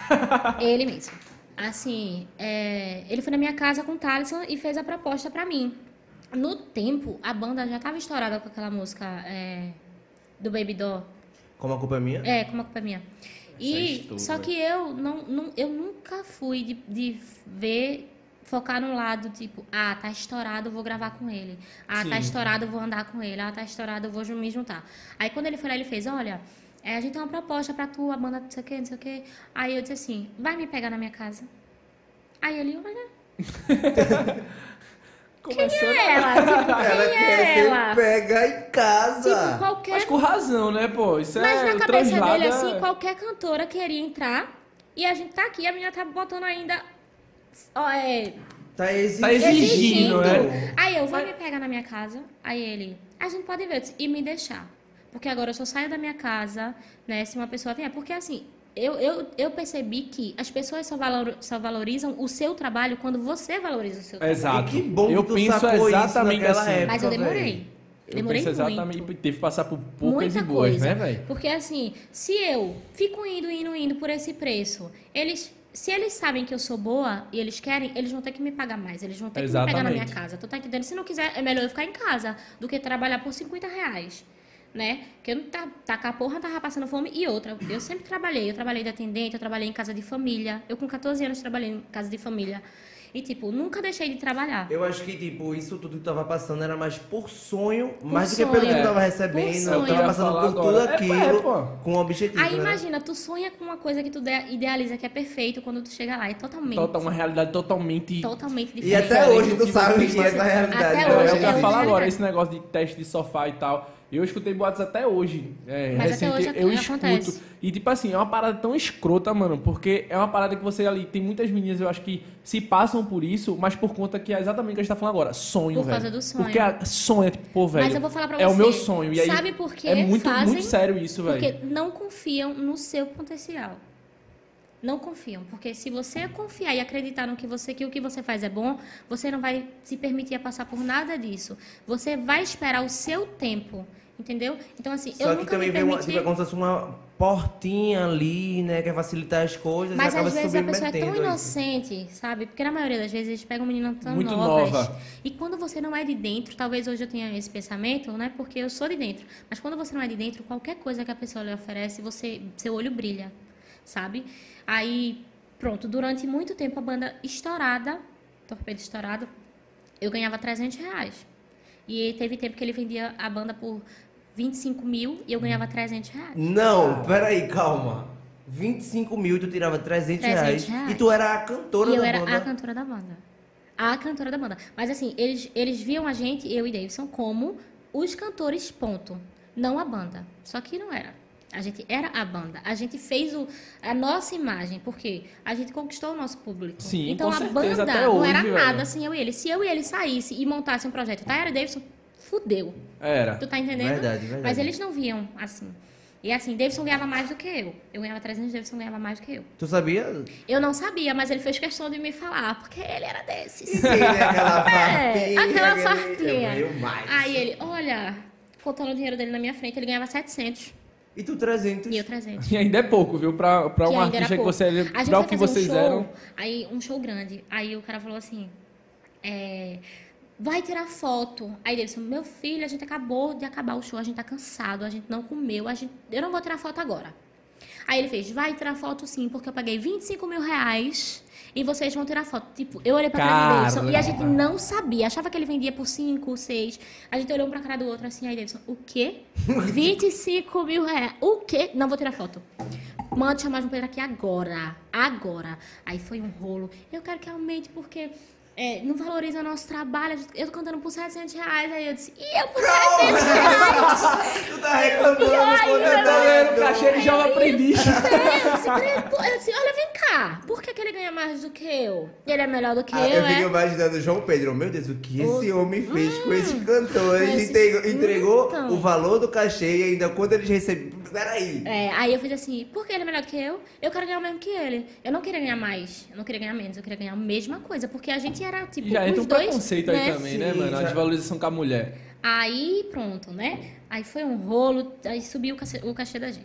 S3: Ele mesmo. Assim, é, ele foi na minha casa com o Thaleson e fez a proposta pra mim. No tempo, a banda já tava estourada com aquela música é, do Baby Doll.
S2: Como a culpa é minha?
S3: É, como a culpa é minha.
S1: é
S3: E,
S1: estouro,
S3: só que eu, não, não, eu nunca fui de, de ver, focar num lado, tipo, ah, tá estourado, eu vou gravar com ele. Ah, tá
S1: Sim.
S3: estourado, eu vou andar com ele. Ah, tá estourado, eu vou ju- me juntar. Aí, quando ele foi lá, ele fez, olha, é, a gente tem uma proposta pra tu, a banda não sei o que, não sei o que. Aí eu disse assim, vai me pegar na minha casa. Aí ele, olha...
S1: Começando
S3: Quem é ela? Tipo,
S2: Ela
S3: quem
S2: quer
S3: é
S2: ser
S3: ela?
S2: pega em casa.
S3: Tipo, qualquer...
S1: Mas com razão, né, pô? Isso
S3: Mas
S1: é
S3: na cabeça
S1: translada...
S3: dele, assim, qualquer cantora queria entrar. E a gente tá aqui, a menina tá botando ainda... Ó, é...
S2: Tá exigindo.
S1: Tá exigindo,
S2: né?
S3: Aí eu, vai me pegar na minha casa. Aí ele, a gente pode ver. Eu disse, e me deixar. Porque agora eu só saio da minha casa, né, se uma pessoa vier. Porque assim, eu, eu, eu percebi que as pessoas só, valor, só valorizam o seu trabalho quando você valoriza o seu trabalho.
S1: Exato.
S2: E que bom
S1: eu
S2: que tu
S1: penso
S2: sacou
S1: exatamente
S2: isso naquela
S1: assim.
S2: época.
S3: Mas eu demorei.
S2: velho.
S1: Eu
S3: Demorei
S1: penso exatamente
S3: muito.
S1: e teve que passar por poucas
S3: Muita
S1: e boas,
S3: coisa.
S1: né, velho?
S3: Porque assim, se eu fico indo, indo, indo por esse preço, eles... Se eles sabem que eu sou boa e eles querem, eles vão ter que me pagar mais. Eles vão ter que me pegar na minha
S1: Exatamente.
S3: casa. Tu tá entendendo? Se não quiser, é melhor eu ficar em casa do que trabalhar por cinquenta reais. Né? Porque eu não tá, tá com a porra, tava passando fome. E outra, eu sempre trabalhei. Eu trabalhei de atendente, eu trabalhei em casa de família. Eu com catorze anos trabalhei em casa de família. E, tipo, nunca deixei de trabalhar.
S2: Eu acho que, tipo, isso tudo que tava passando era mais por sonho, mais do
S3: sonho.
S2: que pelo que
S1: É.
S2: tu tava
S3: Por
S2: recebendo.
S3: sonho.
S2: Eu tava passando
S1: falar
S2: por tudo
S1: agora. É,
S2: aquilo
S1: é, pô.
S2: com um objetivo.
S3: Aí
S2: né?
S3: imagina, tu sonha com uma coisa que tu de- idealiza que é perfeito, quando tu chega lá é totalmente,
S1: Tota- Uma realidade totalmente...
S3: totalmente
S2: E
S3: diferente.
S2: até hoje tu
S1: do que
S2: sabe
S1: você
S2: que essa é a realidade.
S3: Até
S2: né?
S1: É,
S3: hoje
S1: eu quero
S3: é
S1: falar
S3: realidade.
S1: agora, esse negócio de teste de sofá e tal. Eu escutei boatos até hoje. É,
S3: Mas até
S1: recente,
S3: hoje
S1: eu
S3: acontece.
S1: escuto. E tipo assim, é uma parada tão escrota, mano. Porque é uma parada que você ali. Tem muitas meninas, eu acho que se passam por isso, mas por conta que é exatamente o que a gente tá falando agora. Sonho,
S3: Por
S1: velho.
S3: causa do sonho.
S1: Porque a sonha, tipo, pô, velho.
S3: Mas eu vou falar pra você.
S1: É o meu sonho. E aí,
S3: sabe por que
S1: é muito,
S3: fazem?
S1: muito sério isso, velho.
S3: Porque não confiam no seu potencial. Não confiam, porque se você confiar e acreditar no que você que o que você faz é bom, você não vai se permitir a passar por nada disso. Você vai esperar o seu tempo, entendeu? Então assim,
S2: Só
S3: eu
S2: que
S3: nunca
S2: também
S3: me
S2: vem uma,
S3: permiti.
S2: tipo, é como se fosse uma portinha ali, né? Que é facilitar as coisas
S3: Mas
S2: e acaba
S3: às
S2: se
S3: vezes a pessoa é tão
S2: submetendo a isso.
S3: inocente, sabe? Porque na maioria das vezes eles pegam meninas tão
S1: Muito
S3: novas.
S1: nova.
S3: E quando você não é de dentro, talvez hoje eu tenha esse pensamento, né? Porque eu sou de dentro. Mas quando você não é de dentro, qualquer coisa que a pessoa lhe oferece, você, seu olho brilha, sabe? Aí, pronto, durante muito tempo a banda estourada, Torpedo estourado, eu ganhava trezentos reais. E teve tempo que ele vendia a banda por vinte e cinco mil e eu ganhava trezentos reais.
S2: Não, peraí, calma. vinte e cinco mil e tu tirava trezentos reais,
S3: trezentos reais.
S2: e tu era a cantora
S3: E eu
S2: da
S3: era
S2: banda.
S3: a cantora da banda. A cantora da banda. Mas assim, eles, eles viam a gente, eu e Davidson, como os cantores, ponto. Não a banda. Só que não era. A gente era a banda. A gente fez o, a nossa imagem, porque a gente conquistou o nosso público.
S1: Sim,
S3: então
S1: com
S3: a
S1: certeza,
S3: banda
S1: até
S3: não
S1: hoje,
S3: era
S1: velho.
S3: nada sem eu e ele. Se eu e ele saísse e montasse um projeto, tá? Era Davidson, fudeu.
S1: Era.
S3: Tu tá entendendo?
S2: Verdade, verdade.
S3: Mas eles não viam assim. E assim, Davidson ganhava mais do que eu. Eu ganhava trezentos, Davidson ganhava mais do que eu.
S2: Tu sabia?
S3: Eu não sabia, mas ele fez questão de me falar, porque ele era desses.
S2: Sim, né? Aquela
S3: É,
S2: farpinha.
S3: aquela
S2: aquele-
S3: farpinha.
S2: Eu ganho mais.
S3: Aí ele, olha, contando o dinheiro dele na minha frente, ele ganhava setecentos
S2: E tu trezentos.
S3: e eu trezentos.
S1: E ainda é pouco, viu? Pra, pra
S3: Que
S1: um
S3: ainda era
S1: artista que
S3: pouco.
S1: você...
S3: A gente
S1: Pra
S3: foi
S1: o que
S3: fazer
S1: vocês
S3: um show,
S1: eram...
S3: aí um show grande. Aí o cara falou assim, é, vai tirar foto. Aí ele disse, meu filho, a gente acabou de acabar o show, a gente tá cansado, a gente não comeu, a gente, eu não vou tirar foto agora. Aí ele fez, vai tirar foto sim, porque eu paguei vinte e cinco mil reais e vocês vão tirar foto. Tipo, eu olhei pra cara de Davidson e a gente
S1: Caramba.
S3: não sabia. Achava que ele vendia por cinco, seis. A gente olhou um pra cara do outro assim, aí Davidson, o quê? vinte e cinco mil reais. O quê? Não vou tirar foto. Manda chamar o João Pedro aqui agora. Agora. Aí foi um rolo. Eu quero que aumente porque... é, não valoriza o nosso trabalho. Eu tô cantando por setecentos reais. Aí eu disse, e eu por setecentos reais?
S2: Tu tá reclamando
S3: Ai,
S2: quando
S3: meu
S2: eu tô
S1: Tá vendo? O
S2: lendo.
S1: cachê de jovem aprendiz.
S3: Eu disse, pô, eu disse, olha, vem cá. Por que, que ele ganha mais do que eu? Ele é melhor do que
S2: Ah,
S3: eu,
S2: eu fico
S3: é?
S2: imaginando o João Pedro. Meu Deus, o que esse homem fez com esse
S3: Hum,
S2: cantor? Ele
S3: esse-
S2: entregou, entregou
S3: Então.
S2: o valor do cachê e ainda quando eles receberam... Peraí.
S3: É, aí eu fiz assim, por que ele é melhor do que eu? Eu quero ganhar o mesmo que ele. Eu não queria ganhar mais, eu não queria ganhar menos, eu queria ganhar a mesma coisa, porque a gente era, tipo,
S1: Já entra
S3: os
S1: um
S3: dois,
S1: preconceito aí
S3: né?
S1: também, né,
S2: Sim,
S1: mano? A
S2: já.
S1: desvalorização com a mulher.
S3: Aí, pronto, né? Aí foi um rolo, aí subiu o cachê, o cachê da gente.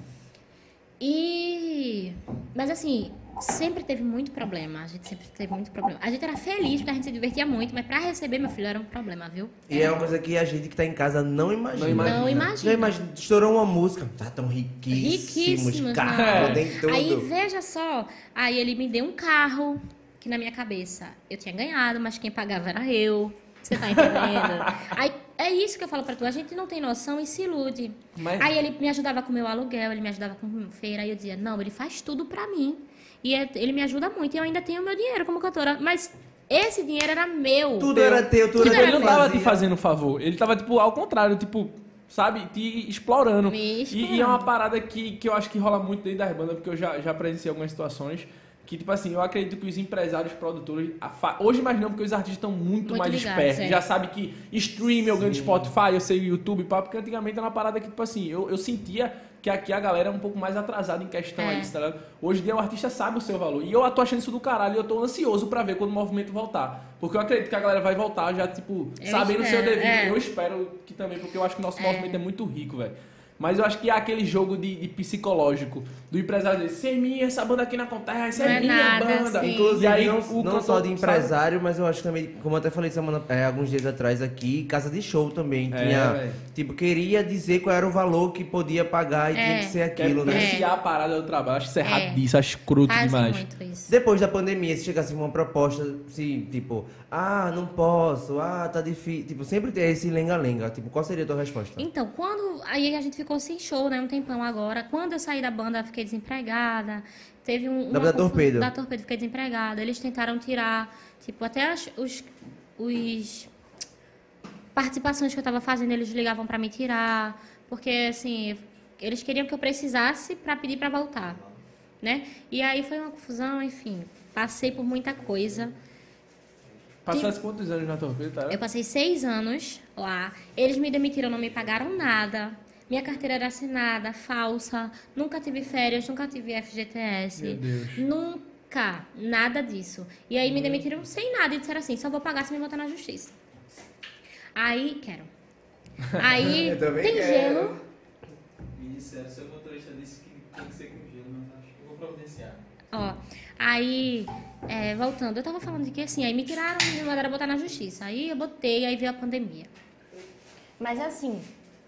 S3: E... Mas assim, sempre teve muito problema, a gente sempre teve muito problema. A gente era feliz porque a gente se divertia muito, mas pra receber, meu filho, era um problema, viu?
S2: E é uma coisa que a gente que tá em casa não imagina.
S1: Não imagina.
S3: Não imagina.
S2: Não imagina. Estourou uma música. Tá tão riquíssimos.
S3: Riquíssimos,
S2: Carro,
S1: não.
S2: tem tudo.
S3: Aí, veja só, aí ele me deu um carro, que na minha cabeça eu tinha ganhado, mas quem pagava era eu. Você tá entendendo? Aí, é isso que eu falo pra tu, a gente não tem noção e se ilude.
S1: Mas-
S3: Aí ele me ajudava com o meu aluguel, ele me ajudava com feira, aí eu dizia, não, ele faz tudo pra mim. E é- ele me ajuda muito, e eu ainda tenho o meu dinheiro como cantora, mas Esse dinheiro era meu.
S2: Tudo era teu, tudo,
S3: Tudo
S2: era
S1: Tipo, ele
S2: teu.
S1: não tava
S2: fazia.
S1: te fazendo um favor. Ele tava, tipo, ao contrário, tipo, sabe, te explorando.
S3: Me
S1: E,
S3: explorando.
S1: e é uma parada que, que eu acho que rola muito dentro das bandas, porque eu já, já presenciei algumas situações que, tipo assim, eu acredito que os empresários, produtores, a fa... hoje mais não, porque os artistas estão muito,
S3: Muito
S1: mais
S3: ligados,
S1: espertos.
S3: é.
S1: Já sabe que stream eu ganho de Spotify, eu sei o YouTube, pá, porque antigamente era uma parada que, tipo assim, eu, eu sentia que aqui a galera é um pouco mais atrasada em questão
S3: É.
S1: a isso, tá ligado? Hoje em dia o artista sabe o seu valor. E eu tô achando isso do caralho e eu tô ansioso pra ver quando o movimento voltar. Porque eu acredito que a galera vai voltar já, tipo,
S3: Eu
S1: sabendo o seu
S3: espero,
S1: devido.
S3: é.
S1: Eu espero que também, porque eu acho que o nosso movimento é muito rico, velho. Mas eu acho que é aquele jogo de, de psicológico do empresário dizer, sem mim essa banda aqui não acontece, é
S3: Não é
S1: minha
S3: nada,
S1: banda.
S3: sim.
S2: Inclusive,
S1: E aí,
S2: não,
S1: o
S2: não
S1: cantor,
S2: só de
S1: sabe?
S2: empresário, mas eu acho que também, como eu até falei semana, é, alguns dias atrás aqui, casa de show também.
S1: É,
S2: Tinha,
S1: velho.
S2: tipo, queria dizer qual era o valor que podia pagar e
S3: É.
S2: tinha que ser
S1: Quer
S2: aquilo, né?
S1: apreciar a parada do trabalho. Acho isso é
S3: É.
S1: erradiço, acho escroto
S3: Fazem
S1: demais.
S3: muito isso.
S2: Depois da pandemia, se chegasse uma proposta, assim, tipo, ah, não posso, ah, tá difícil. Tipo, sempre tem esse lenga-lenga. Tipo, qual seria a tua resposta?
S3: Então, quando... Aí a gente ficou sem show, né? Um tempão agora. Quando eu saí da banda, eu fiquei desempregada. Teve um...
S2: Da-
S3: uma
S2: da
S3: confu-
S2: Torpedo.
S3: Da Torpedo, fiquei desempregada. Eles tentaram tirar, tipo, até as- os... os participações que eu tava fazendo, eles ligavam pra me tirar. Porque, assim, eles queriam que eu precisasse pra pedir pra voltar, né? E aí foi uma confusão, enfim. Passei por muita coisa.
S1: Passasse quantos anos na Torpedo, tá?
S3: Eu passei seis anos lá. Eles me demitiram, não me pagaram nada. Minha carteira era assinada, falsa. Nunca tive férias, nunca tive F G T S.
S1: Meu Deus.
S3: Nunca. Nada disso. E aí me demitiram sem nada e disseram assim, só vou pagar se me botar na justiça. Aí, quero. Aí,
S2: Eu também
S3: tem
S2: quero.
S3: gelo.
S4: Me disseram, seu motorista disse que tem que ser com gelo, mas acho que eu vou providenciar.
S3: Ó, aí, é, voltando, eu tava falando de que assim, aí me tiraram e me mandaram botar na justiça. Aí eu botei, aí veio a pandemia. Mas assim,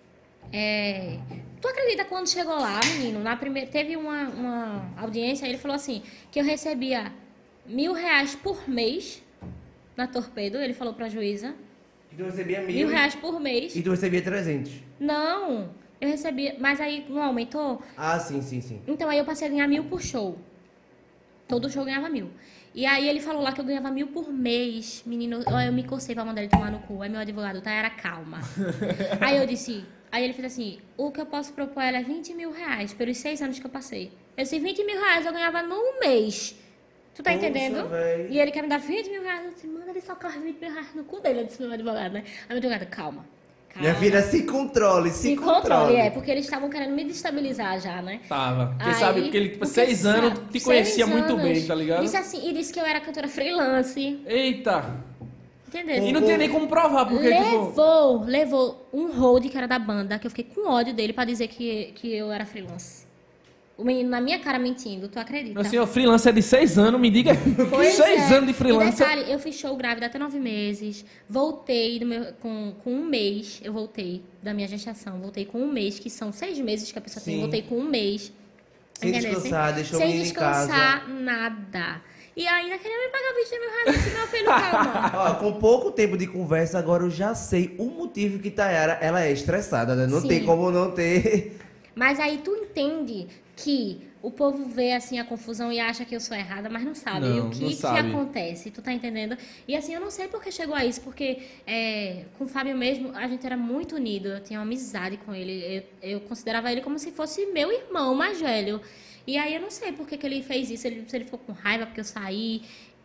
S3: é, tu acredita quando chegou lá, menino, na primeira, teve uma, uma audiência, aí ele falou assim, que eu recebia mil reais por mês na Torpedo, ele falou pra juíza,
S2: E tu recebia mil,
S3: mil reais por mês.
S2: e tu recebia trezentos.
S3: Não, eu recebia, mas aí não aumentou?
S2: Ah, sim, sim, sim.
S3: Então aí eu passei a ganhar mil por show. Todo show eu ganhava mil. E aí ele falou lá que eu ganhava mil por mês. Menino, ó, eu me cocei pra mandar ele tomar no cu. Aí meu advogado, tá, era calma. Aí eu disse, aí ele fez assim, o que eu posso propor ela é vinte mil reais pelos seis anos que eu passei. Eu disse, vinte mil reais eu ganhava num mês. Tu tá
S2: Poxa,
S3: entendendo?
S2: véi.
S3: E ele quer me dar vinte mil reais. Eu disse, manda ele socar vinte mil reais no cu dele. Eu disse, meu advogado, né? Aí meu advogado, calma. calma.
S2: Minha filha, se controle, se,
S3: Se
S2: controle.
S3: controle, é, porque eles estavam querendo me destabilizar já, né?
S1: Tava. Porque
S3: Aí,
S1: sabe, porque ele, tipo,
S3: porque
S1: seis
S3: sa-
S1: anos te
S3: seis
S1: conhecia muito
S3: anos.
S1: bem, tá ligado?
S3: Disse assim, e disse que eu era cantora freelance.
S1: Eita!
S3: Entendeu?
S1: E não tinha nem como provar, porque, tipo...
S3: levou, levou um hold que era da banda, que eu fiquei com ódio dele pra dizer que, que eu era freelance. O menino na minha cara mentindo, tu acredita?
S1: Meu senhor, freelancer de seis anos, me diga.
S3: Pois
S1: seis
S3: é.
S1: anos de
S3: E
S1: freelancer.
S3: detalhe, eu fiz show grávida até nove meses. Voltei do meu, com, com um mês. Eu voltei da minha gestação. Voltei com um mês, que são seis meses que a pessoa tem.
S2: Sim.
S3: Voltei com um mês.
S2: Sem
S3: Entendeu?
S2: descansar, deixou o
S3: Sem
S2: menino em casa.
S3: descansar nada. E ainda queria me pagar vinte mil reais. Eu disse, meu filho, calma.
S2: Ó, com pouco tempo de conversa, agora eu já sei o motivo que Tayara, ela é estressada, né? Não
S3: Sim.
S2: tem como não ter.
S3: Mas aí tu entende que o povo vê assim a confusão e acha que eu sou errada, mas não sabe
S1: Não,
S3: o que,
S1: não
S3: que
S1: sabe.
S3: acontece. Tu tá entendendo? E assim, eu não sei por que chegou a isso, porque é, com o Fábio mesmo, a gente era muito unido, eu tinha uma amizade com ele, eu, eu considerava ele como se fosse meu irmão mais velho. E aí eu não sei por que, que ele fez isso, ele, se ele ficou com raiva porque eu saí,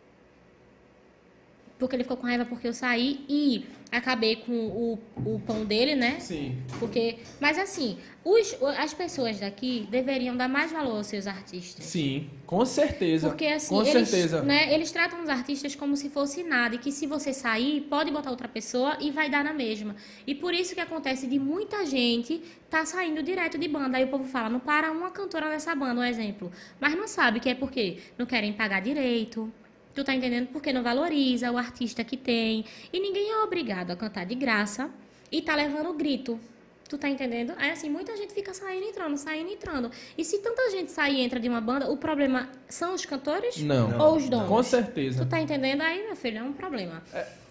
S3: porque ele ficou com raiva porque eu saí e acabei com o, o pão dele, né?
S1: Sim.
S3: Porque, mas assim, os, as pessoas daqui deveriam dar mais valor aos seus artistas.
S1: Sim, com certeza.
S3: Porque assim,
S1: com
S3: eles,
S1: certeza.
S3: né, eles tratam os artistas como se fosse nada. E que se você sair, pode botar outra pessoa e vai dar na mesma. E por isso que acontece de muita gente tá saindo direto de banda. Aí o povo fala, não para uma cantora nessa banda, um exemplo. Mas não sabe que é porque não querem pagar direito. Tu tá entendendo? Porque não valoriza o artista que tem. E ninguém é obrigado a cantar de graça e tá levando o grito. Tu tá entendendo? Aí assim, muita gente fica saindo e entrando, saindo e entrando. E se tanta gente sai e entra de uma banda, o problema são os cantores?
S1: Não.
S3: Ou os donos?
S1: Com certeza.
S3: Tu tá entendendo? Aí, meu filho, é um problema.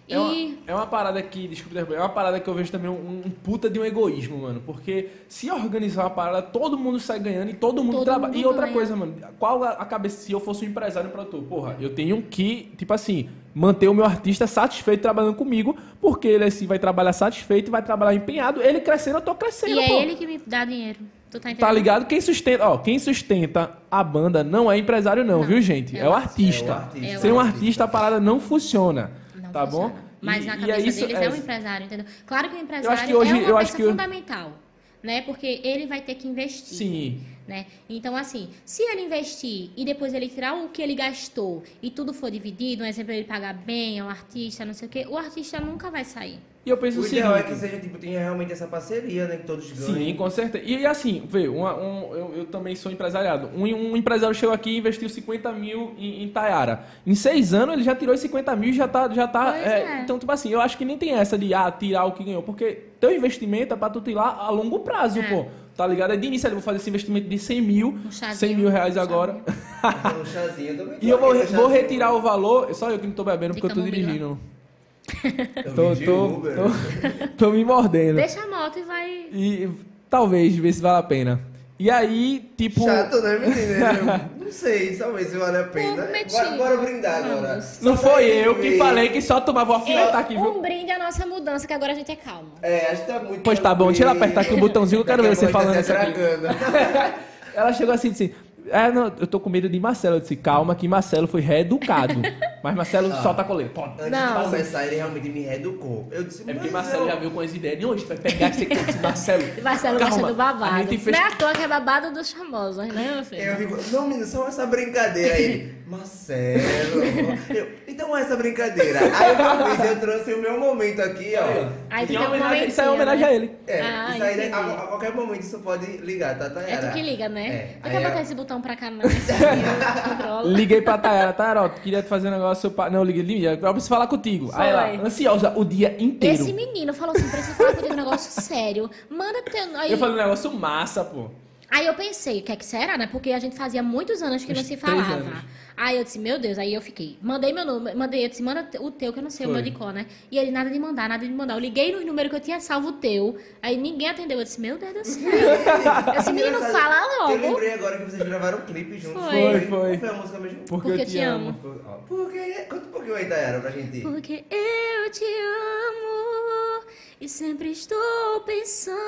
S1: É,
S3: E
S1: uma, é uma parada que, desculpa, é uma parada que eu vejo também um, um puta de um egoísmo, mano. Porque se organizar uma parada, todo mundo sai ganhando e todo mundo
S3: Todo
S1: trabalha.
S3: mundo
S1: E outra
S3: ganha.
S1: coisa, mano, qual a, a cabeça, se eu fosse um empresário pra tu? Porra, eu tenho que, tipo assim, manter o meu artista satisfeito trabalhando comigo, porque ele assim vai trabalhar satisfeito, vai trabalhar empenhado, ele crescendo, eu tô crescendo,
S3: E é
S1: pô.
S3: ele que me dá dinheiro. Tu tá entendendo?
S1: Tá ligado? Quem sustenta, ó, quem sustenta a banda não é empresário não,
S3: Não,
S1: viu, gente?
S3: é
S1: É, o
S3: o
S1: artista.
S2: É o artista.
S3: É o
S1: Sem um
S2: artista.
S1: artista a parada não funciona.
S3: Não
S1: tá
S3: funciona.
S1: bom?
S3: Mas
S1: E-
S3: na
S1: e
S3: cabeça
S1: é isso,
S3: deles
S1: é-
S3: é um empresário, entendeu? Claro que o empresário
S1: Eu acho que hoje-
S3: é uma
S1: eu
S3: peça
S1: acho que-
S3: fundamental, né? Porque ele vai ter que investir.
S1: Sim.
S3: Né? Então, assim, se ele investir e depois ele tirar o que ele gastou e tudo for dividido, um exemplo, ele pagar bem ao artista, não sei o quê, o artista nunca vai sair.
S1: E eu penso
S2: O
S1: o
S2: ideal é que
S1: seguinte...
S2: seja, tipo, tenha realmente essa parceria, né? Que todos ganhem.
S1: Sim, com certeza. E, e assim, vê, uma- um, eu, eu também sou empresariado. Um, um empresário chegou aqui e investiu cinquenta mil em, em Tayara. Em seis anos ele já tirou os cinquenta mil e já tá. Já tá
S3: Pois
S1: é,
S3: é.
S1: Então, tipo assim, eu acho que nem tem essa de ah, tirar o que ganhou. Porque teu investimento é pra tu tirar a longo prazo,
S3: É.
S1: pô. Tá ligado? É de início, eu vou fazer esse investimento de cem mil,
S3: Um chazinho,
S1: cem mil reais
S3: um
S1: agora.
S2: Um chazinho, eu também tô
S1: E eu vou,
S2: aqui no
S1: vou
S2: chazinho.
S1: retirar o valor. Só eu que não tô bebendo
S3: De
S1: porque eu tô
S3: camomila.
S1: dirigindo.
S2: Eu
S1: Tô,
S2: vim de
S1: tô,
S2: Uber.
S1: tô, tô me mordendo.
S3: Deixa a moto e vai...
S1: E talvez, ver se vale a pena. E aí, tipo.
S2: Chato, né, menina? Eu não sei, talvez se vale a pena.
S3: Pouco metido.
S2: Bora, bora brindar agora.
S3: Vamos.
S1: Não
S2: Só
S1: foi
S2: pra
S1: eu que
S2: ver.
S1: falei que só tomava uma alfinetar aqui, viu?
S3: Um brinde à nossa mudança, que agora a gente é calmo.
S2: É, acho que tá muito
S1: Pois tá bom, deixa eu apertar aqui o botãozinho, eu quero ver
S2: Daqui a
S1: você
S2: pouco
S1: falando
S2: tá
S1: isso
S2: se
S1: aqui.
S2: atragando.
S1: Ela chegou assim e disse: é, não, eu tô com medo de Marcelo. Eu disse: calma, que Marcelo foi reeducado. Mas Marcelo
S2: Ah.
S1: solta a coleira. Pô.
S2: Antes
S3: Não.
S2: de começar, ele realmente me reeducou. Eu disse,
S1: É porque
S2: mas
S1: Marcelo
S2: eu-
S1: já viu com as ideias. Não, a gente vai pegar esse aqui. Eu disse: Marcelo.
S3: Marcelo
S1: calma,
S3: gosta do
S1: A
S3: babado.
S1: gente fez.
S3: Não é à toa que é babado dos famosos, né, meu filho?
S2: Eu digo, não, menino, só essa brincadeira aí. Marcelo. Eu, então essa brincadeira. Aí uma vez eu trouxe o meu momento aqui, ó.
S3: Aí
S1: Em
S3: fica um
S1: homenagem- isso é
S3: momentinho,
S1: homenagem
S3: né?
S1: a ele.
S2: É,
S3: Ah,
S2: isso aí
S3: entendi.
S2: a, a qualquer momento isso pode ligar, tá,
S3: É
S2: Tayara?
S3: tu que liga, né?
S2: É,
S3: Tu
S2: aí
S3: quer
S2: é-
S3: botar esse botão pra cá, não? Esse aqui, ó, controla.
S1: Liguei pra Tayara. Tayara, ó, queria te fazer um negócio. Pra... Não, eu liguei. Liguei, eu preciso falar contigo. Aí
S3: Foi.
S1: ela, ansiosa o dia inteiro.
S3: Esse menino falou assim, preciso falar contigo um negócio sério. Manda teu... Aí,
S1: Eu falei um negócio massa, pô.
S3: aí eu pensei, o que é que será, né? Porque a gente fazia muitos anos que
S1: Uns
S3: não se
S1: três
S3: falava.
S1: anos.
S3: Aí eu disse, meu Deus, aí eu fiquei. Mandei meu número, mandei, eu disse, manda o teu, que eu não sei
S1: Foi.
S3: o meu de cor, né? E ele, nada de mandar, nada de mandar. Eu liguei nos números que eu tinha salvo o teu, aí ninguém atendeu. Eu disse, meu Deus do céu. Esse menino
S2: Engraçado,
S3: fala
S2: Eu
S3: logo.
S2: lembrei agora que vocês gravaram um clipe juntos.
S3: Foi.
S1: Foi, foi.
S2: Qual foi a música mesmo?
S1: Porque,
S3: Porque
S1: eu te amo.
S2: Por- ó, Porque... Conta um pouquinho aí, Tayara, pra gente.
S3: Porque eu te amo e sempre estou pensando.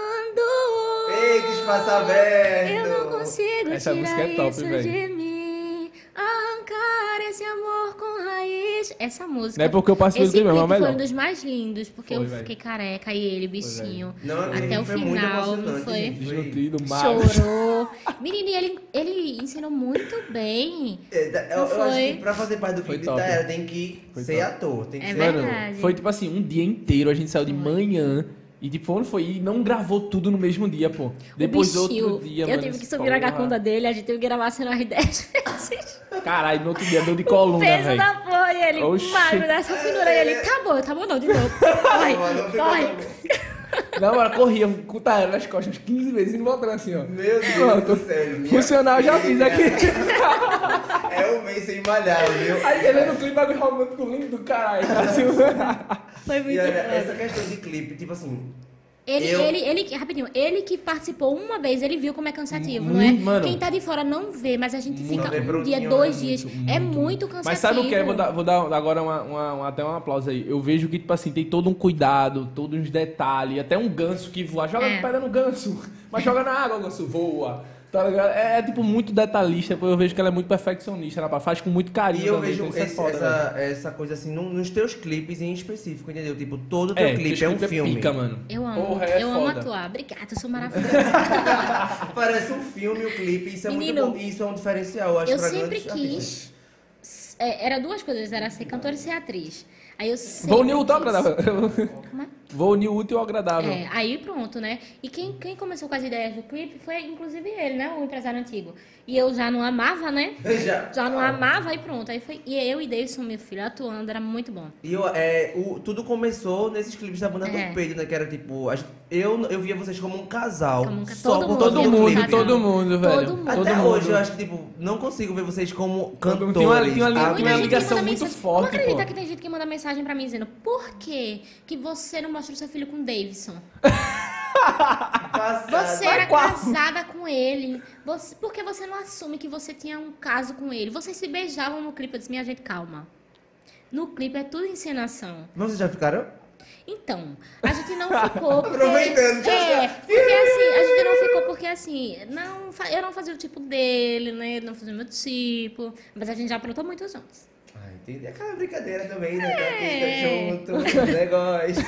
S2: Eita, espaço aberto.
S3: Eu não consigo
S1: Essa
S3: tirar
S1: música é top,
S3: isso
S1: velho.
S3: de mim. Arrancar esse amor com raiz. Essa música.
S1: Não é porque eu participei do
S3: esse
S1: clipe, mas é o
S3: clipe foi
S1: melhor.
S3: um dos mais lindos, porque
S1: Foi,
S3: eu
S1: velho.
S3: fiquei careca e ele, bichinho.
S2: Não, aquele
S3: Até o
S2: clipe foi muito
S3: final, não
S2: emocionante,
S3: foi?
S2: gente.
S1: Desnutrido, magro.
S3: Chorou. Menino, e ele, ele ensinou muito bem.
S2: É, da- eu,
S3: Não
S2: eu acho
S3: foi?
S2: que pra fazer parte do
S1: Foi
S2: clipe,
S1: top.
S2: Tayara tem que
S1: Foi
S2: ser
S1: top.
S2: ator. Tem que
S3: É
S2: ser
S1: Mano,
S3: verdade.
S1: foi tipo assim, um dia inteiro, a gente saiu de manhã e tipo, onde foi? E não gravou tudo no mesmo dia, pô. Depois
S3: o bichinho,
S1: outro dia,
S3: eu
S1: mano.
S3: tive que
S1: esse
S3: subir na
S1: porra.
S3: cacunda dele, a gente teve que gravar cena umas dez vezes.
S1: Caralho, no outro dia deu de coluna,
S3: Peso
S1: velho.
S3: da porra, e ele,
S1: Oxi.
S3: magro dessa finura, e ele, tá bom, tá bom não, de novo. Corre,
S2: Não, não ficou
S3: corre.
S2: tão bom.
S1: Não, ela corria com o Tayara nas costas quinze vezes e voltando assim, ó.
S2: Meu Deus
S1: Pronto.
S2: do céu. minha
S1: Funcional, eu já fiz
S2: filha.
S1: aqui.
S2: É um mês sem malhar, viu?
S1: Aí ele no clipe, bagulho romântico lindo do caralho. Assim,
S3: Foi muito
S2: E olha,
S3: foda.
S2: essa questão de clipe, tipo assim...
S3: Ele,
S2: eu-
S3: ele, ele, rapidinho, ele que participou uma vez, ele viu como é cansativo, não
S1: Muito,
S3: é?
S1: mano.
S3: Quem tá de fora não vê, mas a gente
S2: Não
S3: fica
S2: vê
S3: um
S2: prontinho,
S3: dia,
S2: né?
S3: dois
S2: Muito,
S3: dias. É muito cansativo.
S1: Mas sabe o que é? Vou dar, vou dar agora uma, uma- uma- até um aplauso aí. Eu vejo que, tipo assim, tem todo um cuidado, todos uns detalhes, até um ganso que voa. Joga
S3: É.
S1: pedra no ganso, mas joga na água, o ganso voa. Tá ligado? É, é, tipo muito detalhista, eu vejo que ela é muito perfeccionista, ela faz com muito carinho.
S2: E eu
S1: também,
S2: vejo
S1: então isso é
S2: esse-
S1: foda, velho.
S2: essa, essa coisa assim num- nos teus clipes em específico, entendeu? Tipo, todo teu
S1: É,
S2: clipe é um
S1: clipe
S2: filme.
S1: pica, mano.
S3: Eu amo,
S1: Porra, é
S3: eu amo
S1: foda.
S3: atuar. Obrigada, eu sou maravilhosa.
S2: Parece um filme o clipe, isso é
S3: Menino,
S2: muito bom. E isso é um diferencial, eu acho,
S3: Eu
S2: pra
S3: sempre
S2: grandes artistas.
S3: quis. É, era duas coisas, era ser cantora e ser atriz. Aí eu sempre
S1: Vou unir o
S3: quis.
S1: pra dar.
S3: Como é?
S1: Vou unir o útil ao agradável.
S3: É, aí pronto, né? E quem, quem começou com as ideias do clipe foi, inclusive, ele, né? O empresário antigo. E eu já não amava, né?
S2: Já.
S3: Já não amava e pronto. Aí foi, e eu e Davidson, meu filho, atuando, era muito bom.
S2: E eu, é, o, tudo começou nesses clipes da banda
S3: É.
S2: Torpedo, né? Que era tipo. a gente- eu, eu via vocês como um casal.
S3: Como um ca-
S2: só
S3: todo
S2: por
S3: mundo
S2: todo
S1: Todo
S3: via
S2: o
S3: como um
S1: mundo,
S2: clipe.
S3: casal.
S1: todo mundo, velho.
S3: Todo mundo.
S2: Até
S1: Todo
S2: hoje
S1: mundo.
S2: eu acho que, tipo, não consigo ver vocês como cantores.
S1: Tem uma- tem uma linha-
S2: Ah,
S1: tem uma
S3: Muita gente
S1: ligação
S3: manda
S1: muito
S3: mensagem.
S1: forte,
S3: Não acredita
S1: pô.
S3: que tem gente que manda mensagem pra mim dizendo: por que que você não mostra o seu filho com o Davidson?
S2: passado.
S3: Você
S1: Vai
S3: era
S1: qual?
S3: casada com ele. Você, por que você não assume que você tinha um caso com ele? Vocês se beijavam no clipe. Eu disse: minha gente, calma. No clipe é tudo encenação.
S2: Mas vocês já ficaram?
S3: Então, a gente não ficou porque...
S2: Aproveitando, já
S3: É,
S2: tá.
S3: porque assim, a gente não ficou porque assim, não, fa- eu não fazia o tipo dele, né? Ele não fazia o meu tipo. Mas a gente já aprontou muito juntos.
S2: Ah, entendi. Aquela brincadeira também, né? Tá
S3: É.
S2: aqui, tá junto, negócio.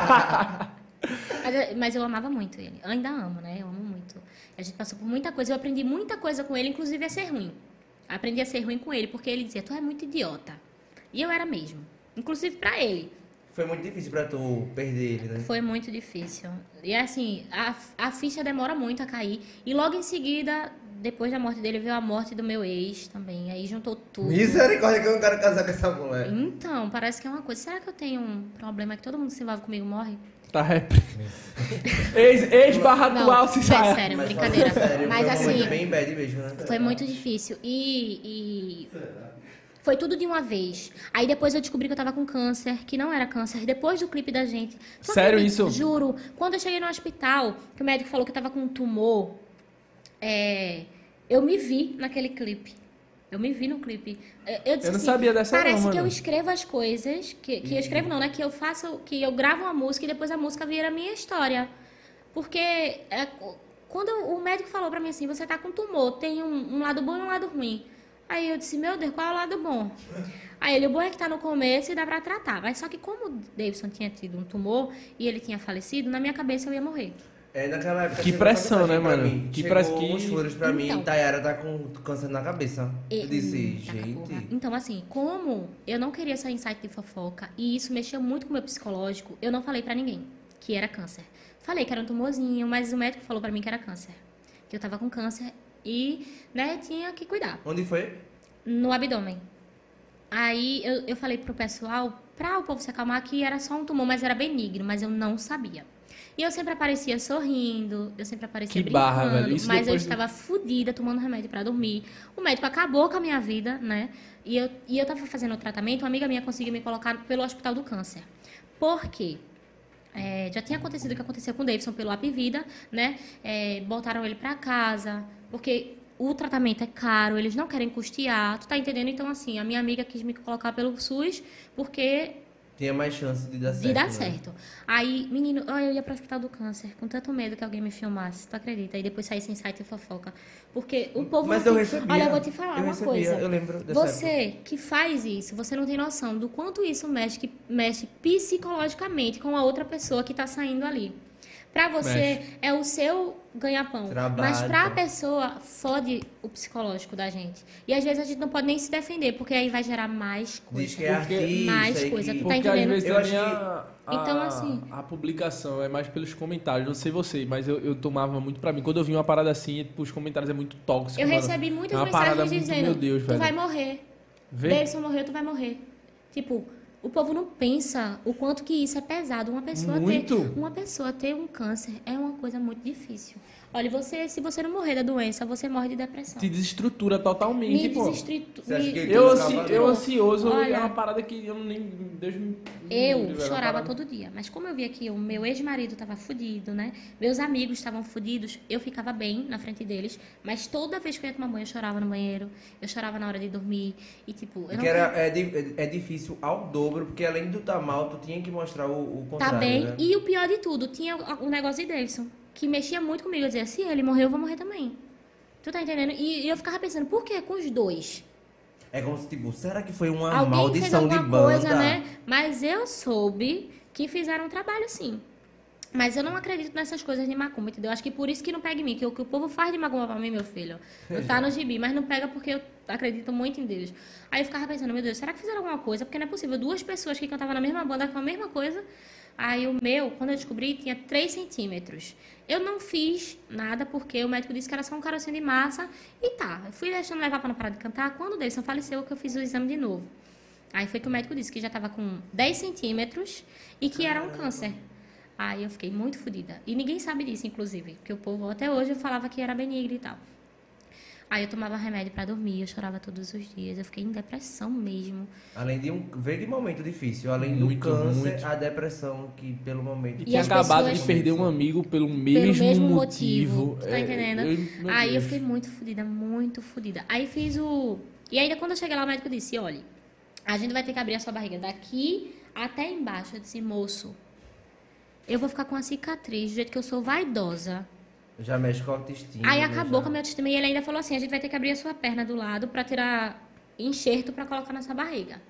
S3: Mas eu, mas eu amava muito ele. Eu ainda amo, né? Eu amo muito. A gente passou por muita coisa. Eu aprendi muita coisa com ele, inclusive a ser ruim. Aprendi a ser ruim com ele, porque ele dizia: tu é muito idiota. E eu era mesmo. Inclusive pra ele.
S2: Foi muito difícil pra tu perder ele, né?
S3: Foi muito difícil. E assim, a, a ficha demora muito a cair. E logo em seguida, depois da morte dele, veio a morte do meu ex também. Aí juntou tudo.
S2: Misericórdia que eu não quero casar com essa mulher.
S3: Então, parece que é uma coisa. Será que eu tenho um problema que todo mundo que se envolve comigo morre?
S1: Tá rap. Ex, ex barra
S3: Não,
S1: atual, se
S3: é
S1: sai.
S3: sério,
S2: Mas
S3: brincadeira.
S2: falando sério,
S3: Mas
S2: foi um
S3: assim,
S2: momento bem bad mesmo, né?
S3: foi muito difícil. E, e foi tudo de uma vez. Aí depois eu descobri que eu tava com câncer, que não era câncer, depois do clipe da gente. Só que,
S1: Sério isso?
S3: Juro. Quando eu cheguei no hospital, que o médico falou que eu tava com um tumor, é, eu me vi naquele clipe. Eu me vi no clipe. Eu, eu, disse
S1: Eu não
S3: assim,
S1: sabia dessa não,
S3: Parece que
S1: mano.
S3: eu escrevo as coisas, que, que eu escrevo não, né? Que eu faço, que eu gravo uma música e depois a música vira a minha história. Porque é, quando o médico falou pra mim assim, você tá com tumor, tem um, um lado bom e um lado ruim. Aí eu disse, meu Deus, qual é o lado bom? Aí ele, o bom é que tá no começo e dá pra tratar. Mas só que como o Davidson tinha tido um tumor e ele tinha falecido, na minha cabeça eu ia morrer.
S2: É, naquela época...
S1: Que
S2: chegou
S1: pressão,
S2: uma mensagem
S1: né,
S2: pra
S1: mano?
S2: mim.
S1: Que
S2: Chegou
S1: parece que-
S2: uns flores pra mim,
S3: Então.
S2: Tayara tá com câncer na cabeça.
S3: E-
S2: Eu disse,
S3: Eita,
S2: gente...
S3: porra. Então, assim, como eu não queria sair em site de fofoca e isso mexeu muito com o meu psicológico, eu não falei pra ninguém que era câncer. Falei que era um tumorzinho, mas o médico falou pra mim que era câncer. Que eu tava com câncer e, né, tinha que cuidar.
S2: Onde foi?
S3: No abdômen. Aí eu, eu falei pro pessoal, pra o povo se acalmar, que era só um tumor, mas era benigno, mas eu não sabia. E eu sempre aparecia sorrindo, eu sempre aparecia
S1: Que
S3: brincando,
S1: barra, velho. Isso
S3: mas eu
S1: depois do-
S3: estava fodida, tomando remédio pra dormir. O médico acabou com a minha vida, né? E eu, e eu tava fazendo o tratamento, uma amiga minha conseguiu me colocar pelo Hospital do Câncer. Por quê? É, já tinha acontecido o que aconteceu com o Davidson pelo Apivida, né? É, botaram ele pra casa, porque o tratamento é caro, eles não querem custear, tu tá entendendo? Então, assim, a minha amiga quis me colocar pelo SUS, porque
S2: Tinha mais chance de dar certo,
S3: de dar
S2: né?
S3: certo. Aí, menino, ó, eu ia pro Hospital do Câncer, com tanto medo que alguém me filmasse, tu acredita? Aí depois saísse em site e fofoca. Porque o povo...
S2: Mas
S3: não
S2: eu
S3: tem-
S2: recebia.
S3: Olha, eu vou te falar
S2: eu
S3: uma
S2: recebia,
S3: coisa.
S2: Eu lembro dessa época.
S3: Você que faz isso, você não tem noção do quanto isso mexe, que mexe psicologicamente com a outra pessoa que tá saindo ali. Pra você,
S1: Mexe.
S3: é o seu ganha-pão.
S2: Trabalho.
S3: Mas pra pessoa, fode o psicológico da gente. E às vezes a gente não pode nem se defender, porque aí vai gerar mais coisa.
S2: Diz que é
S1: Porque-
S2: artista
S3: mais
S2: e
S3: coisa,
S2: que-
S3: tu tá
S1: Porque às
S3: entendendo?
S1: vezes
S2: Eu
S1: também
S2: acho
S1: a, a,
S3: Então, assim-
S1: a publicação é mais pelos comentários. Não sei você, mas eu, eu tomava muito pra mim. Quando eu vi uma parada assim, tipo, os comentários é muito tóxico.
S3: Eu
S1: mano.
S3: recebi muitas
S1: É uma parada
S3: mensagens
S1: muito,
S3: dizendo,
S1: meu Deus,
S3: tu
S1: velho.
S3: vai morrer.
S1: Vê?
S3: Davidson morreu, tu vai morrer. Tipo, o povo não pensa o quanto que isso é pesado. Uma pessoa
S1: Muito.
S3: ter uma pessoa ter um câncer é uma coisa muito difícil. Olha, você, se você não morrer da doença, você morre de depressão.
S1: Te desestrutura totalmente,
S3: Me
S1: pô.
S3: desestritu...
S2: Você acha
S3: me
S2: que ele
S1: Eu,
S2: Deus
S1: ansi,
S2: acaba-
S1: eu ansioso
S3: Olha.
S1: é uma parada que eu nem. Deus me. me
S3: Eu
S1: livre, velho, é uma
S3: chorava
S1: parada-
S3: todo dia, mas como eu via que o meu ex-marido estava fudido, né? Meus amigos estavam fudidos, eu ficava bem na frente deles, mas toda vez que eu ia tomar banho, eu chorava no banheiro, eu chorava na hora de dormir, e tipo, eu não
S2: Que era, é, di- é difícil ao dobro, porque além do tá mal, tu tinha que mostrar o, o
S3: tá
S2: contrário,
S3: bem.
S2: né?
S3: E o pior de tudo, tinha um negócio de Davidson, que mexia muito comigo, eu dizia, se ele morrer, eu vou morrer também. Tu tá entendendo? E, e eu ficava pensando, por que com os dois?
S2: É como se, tipo, será que foi uma
S3: Alguém fez
S2: maldição de
S3: alguma
S2: banda?
S3: coisa, né? Mas eu soube que fizeram um trabalho, sim. Mas eu não acredito nessas coisas de macumba, entendeu? Acho que por isso que não pega em mim, que o que o povo faz de macumba pra mim, meu filho, não tá no gibi, mas não pega porque eu acredito muito em Deus. Aí eu ficava pensando, meu Deus, será que fizeram alguma coisa? Porque não é possível, duas pessoas que cantavam na mesma banda com a mesma coisa, Aí o meu, quando eu descobri, tinha três centímetros. Eu não fiz nada porque o médico disse que era só um carocinho de massa. E tá, eu fui deixando levar para não parar de cantar. Quando o Davidson faleceu, que eu fiz o exame de novo. Aí foi que o médico disse que já estava com dez centímetros e que era um câncer. Aí eu fiquei muito fodida. E ninguém sabe disso, inclusive. Porque o povo, até hoje, eu falava que era benigno e tal. Aí eu tomava remédio pra dormir, eu chorava todos os dias. Eu fiquei em depressão mesmo.
S2: Além de um... Veio de momento difícil. Além
S1: Muito,
S2: do câncer,
S1: muito.
S2: a depressão que, pelo momento...
S1: E
S3: E
S1: tinha
S3: as
S1: acabado
S3: pessoas-
S1: de perder um amigo pelo mesmo,
S3: Pelo mesmo
S1: motivo.
S3: motivo. Tu tá
S1: É,
S3: entendendo?
S1: eu- meu
S3: Aí eu
S1: Deus.
S3: fiquei muito fodida, muito fodida. Aí fiz o... E ainda quando eu cheguei lá, o médico disse, olha, a gente vai ter que abrir a sua barriga daqui até embaixo. Eu disse, moço, eu vou ficar com a cicatriz do jeito que eu sou vaidosa.
S2: Já mexe com a autoestima.
S3: Aí
S2: né,
S3: acabou
S2: já.
S3: com a minha autoestima e ele ainda falou assim, a gente vai ter que abrir a sua perna do lado pra tirar enxerto pra colocar na sua barriga.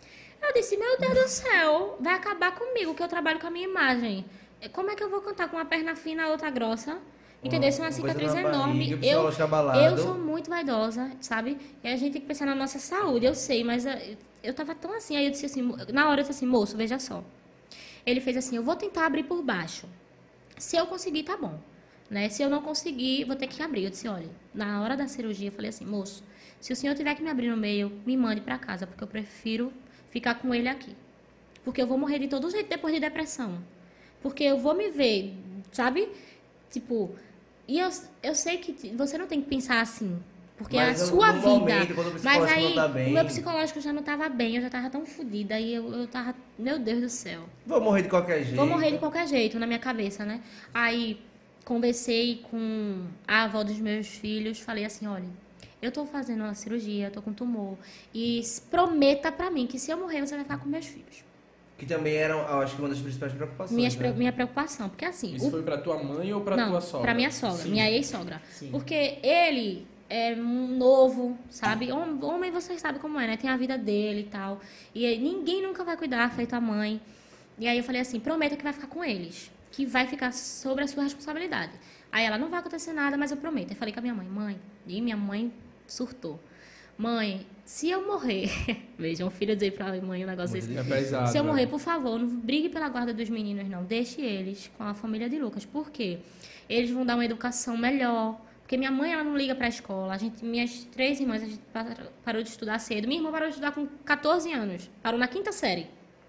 S3: Eu disse, meu Deus do céu, vai acabar comigo que eu trabalho com a minha imagem. Como é que eu vou cantar com uma perna fina e a outra grossa? Entendeu? Isso é uma
S2: Uma coisa
S3: cicatriz
S2: na
S3: enorme.
S2: barriga,
S3: Eu,
S2: psicológico abalado.
S3: eu sou muito vaidosa, sabe? E a gente tem que pensar na nossa saúde, eu sei, mas eu, eu tava tão assim. Aí eu disse assim, na hora eu disse assim, moço, veja só. Ele fez assim, eu vou tentar abrir por baixo. Se eu conseguir, tá bom. Né? Se eu não conseguir, vou ter que abrir. Eu disse, olha, na hora da cirurgia, eu falei assim, moço, se o senhor tiver que me abrir no meio, me mande pra casa, porque eu prefiro ficar com ele aqui. Porque eu vou morrer de todo jeito depois de depressão. Porque eu vou me ver, sabe? Tipo, e eu, eu sei que você não tem que pensar assim, porque
S2: Mas
S3: é a
S2: no-
S3: sua
S2: no
S3: vida.
S2: momento, quando o
S3: Mas
S2: psicológico
S3: aí,
S2: não tá bem-
S3: o meu psicológico já não tava bem, eu já tava tão fodida, e eu, eu tava, meu Deus do céu.
S2: Vou morrer de qualquer jeito.
S3: Vou morrer de qualquer jeito, na minha cabeça, né? Aí, conversei com a avó dos meus filhos, falei assim, olha, eu tô fazendo uma cirurgia, eu tô com tumor, e s- prometa pra mim que se eu morrer, você vai ficar com meus filhos.
S2: Que também era, eu acho que uma das principais preocupações.
S3: Minhas,
S2: né?
S3: pre- minha preocupação, porque assim...
S1: Isso
S3: o-
S1: foi pra tua mãe ou pra
S3: não,
S1: tua sogra?
S3: pra minha sogra,
S1: Sim.
S3: minha ex-sogra.
S1: Sim.
S3: Porque ele é um novo, sabe? Hom- Homem, vocês sabem como é, né? Tem a vida dele e tal. E aí, ninguém nunca vai cuidar, feito a mãe. E aí eu falei assim, prometa que vai ficar com eles. Que vai ficar sobre a sua responsabilidade. Aí ela, não vai acontecer nada, mas eu prometo. Eu falei com a minha mãe, mãe. E minha mãe surtou. Mãe, se eu morrer... Vejam, o filho dizer pra mãe um negócio desse.
S1: É pesado.
S3: Se eu morrer,
S1: velho.
S3: por favor, não brigue pela guarda dos meninos, não. Deixe eles com a família de Lucas. Por quê? Eles vão dar uma educação melhor. Porque minha mãe, ela não liga pra escola. A gente, minhas três irmãs, a gente pa- parou de estudar cedo. Minha irmã parou de estudar com catorze anos. Parou na quinta série.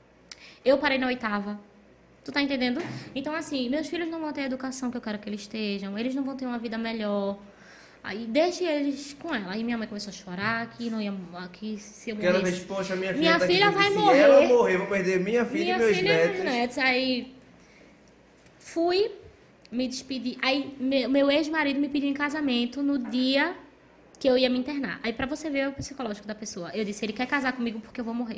S3: Eu parei na oitava. Tu tá entendendo? Então, assim, meus filhos não vão ter a educação que eu quero que eles estejam. Eles não vão ter uma vida melhor. Aí, deixe eles com ela. Aí minha mãe começou a chorar que não ia... Que se eu
S2: Porque ela
S3: morresse...
S2: fez, poxa, minha filha
S3: Minha
S2: tá aqui,
S3: filha
S2: porque
S3: vai
S2: se
S3: morrer.
S2: ela morrer, eu vou perder minha filha
S3: Minha
S2: e meus
S3: filha e
S2: netos.
S3: meus netos. Aí fui, me despedi. Aí meu, meu ex-marido me pediu em casamento no dia que eu ia me internar. Aí pra você ver o psicológico da pessoa, eu disse, ele quer casar comigo porque eu vou morrer.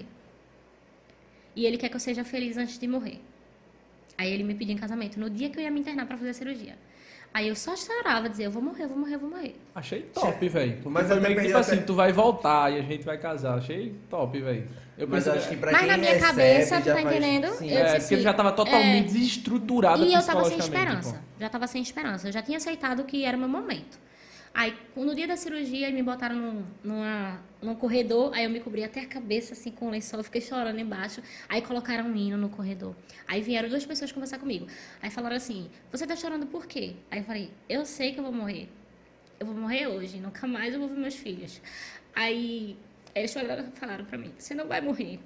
S3: E ele quer que eu seja feliz antes de morrer. Aí ele me pediu em casamento no dia que eu ia me internar pra fazer a cirurgia. Aí eu só chorava, dizia, eu vou morrer, eu vou morrer, eu vou morrer.
S1: Achei top, velho.
S2: Mas
S1: Mas foi
S2: até
S1: meio que tipo
S2: perdeu
S1: assim,
S2: até-
S1: tu vai voltar e a gente vai casar. Achei top, velho. Eu
S2: Mas
S1: pensei-
S2: acho que pra
S3: Mas
S2: quem
S3: na minha
S2: recebe,
S3: cabeça, tu
S2: já
S3: tá
S2: faz-
S3: entendendo?
S2: Sim.
S3: Eu
S1: É,
S3: disse
S1: porque
S3: assim,
S1: já tava totalmente
S3: é,
S1: desestruturada
S3: E eu tava sem
S1: psicologicamente,
S3: esperança.
S1: pô.
S3: Já tava sem esperança. Eu já tinha aceitado que era o meu momento. Aí, no dia da cirurgia, me botaram num, numa, num corredor. Aí eu me cobri até a cabeça, assim, com o lençol. Eu fiquei chorando embaixo. Aí colocaram um hino no corredor. Aí vieram duas pessoas conversar comigo. Aí falaram assim, você tá chorando por quê? Aí eu falei, eu sei que eu vou morrer. Eu vou morrer hoje. Nunca mais eu vou ver meus filhos. Aí eles falaram, falaram pra mim, você não vai morrer.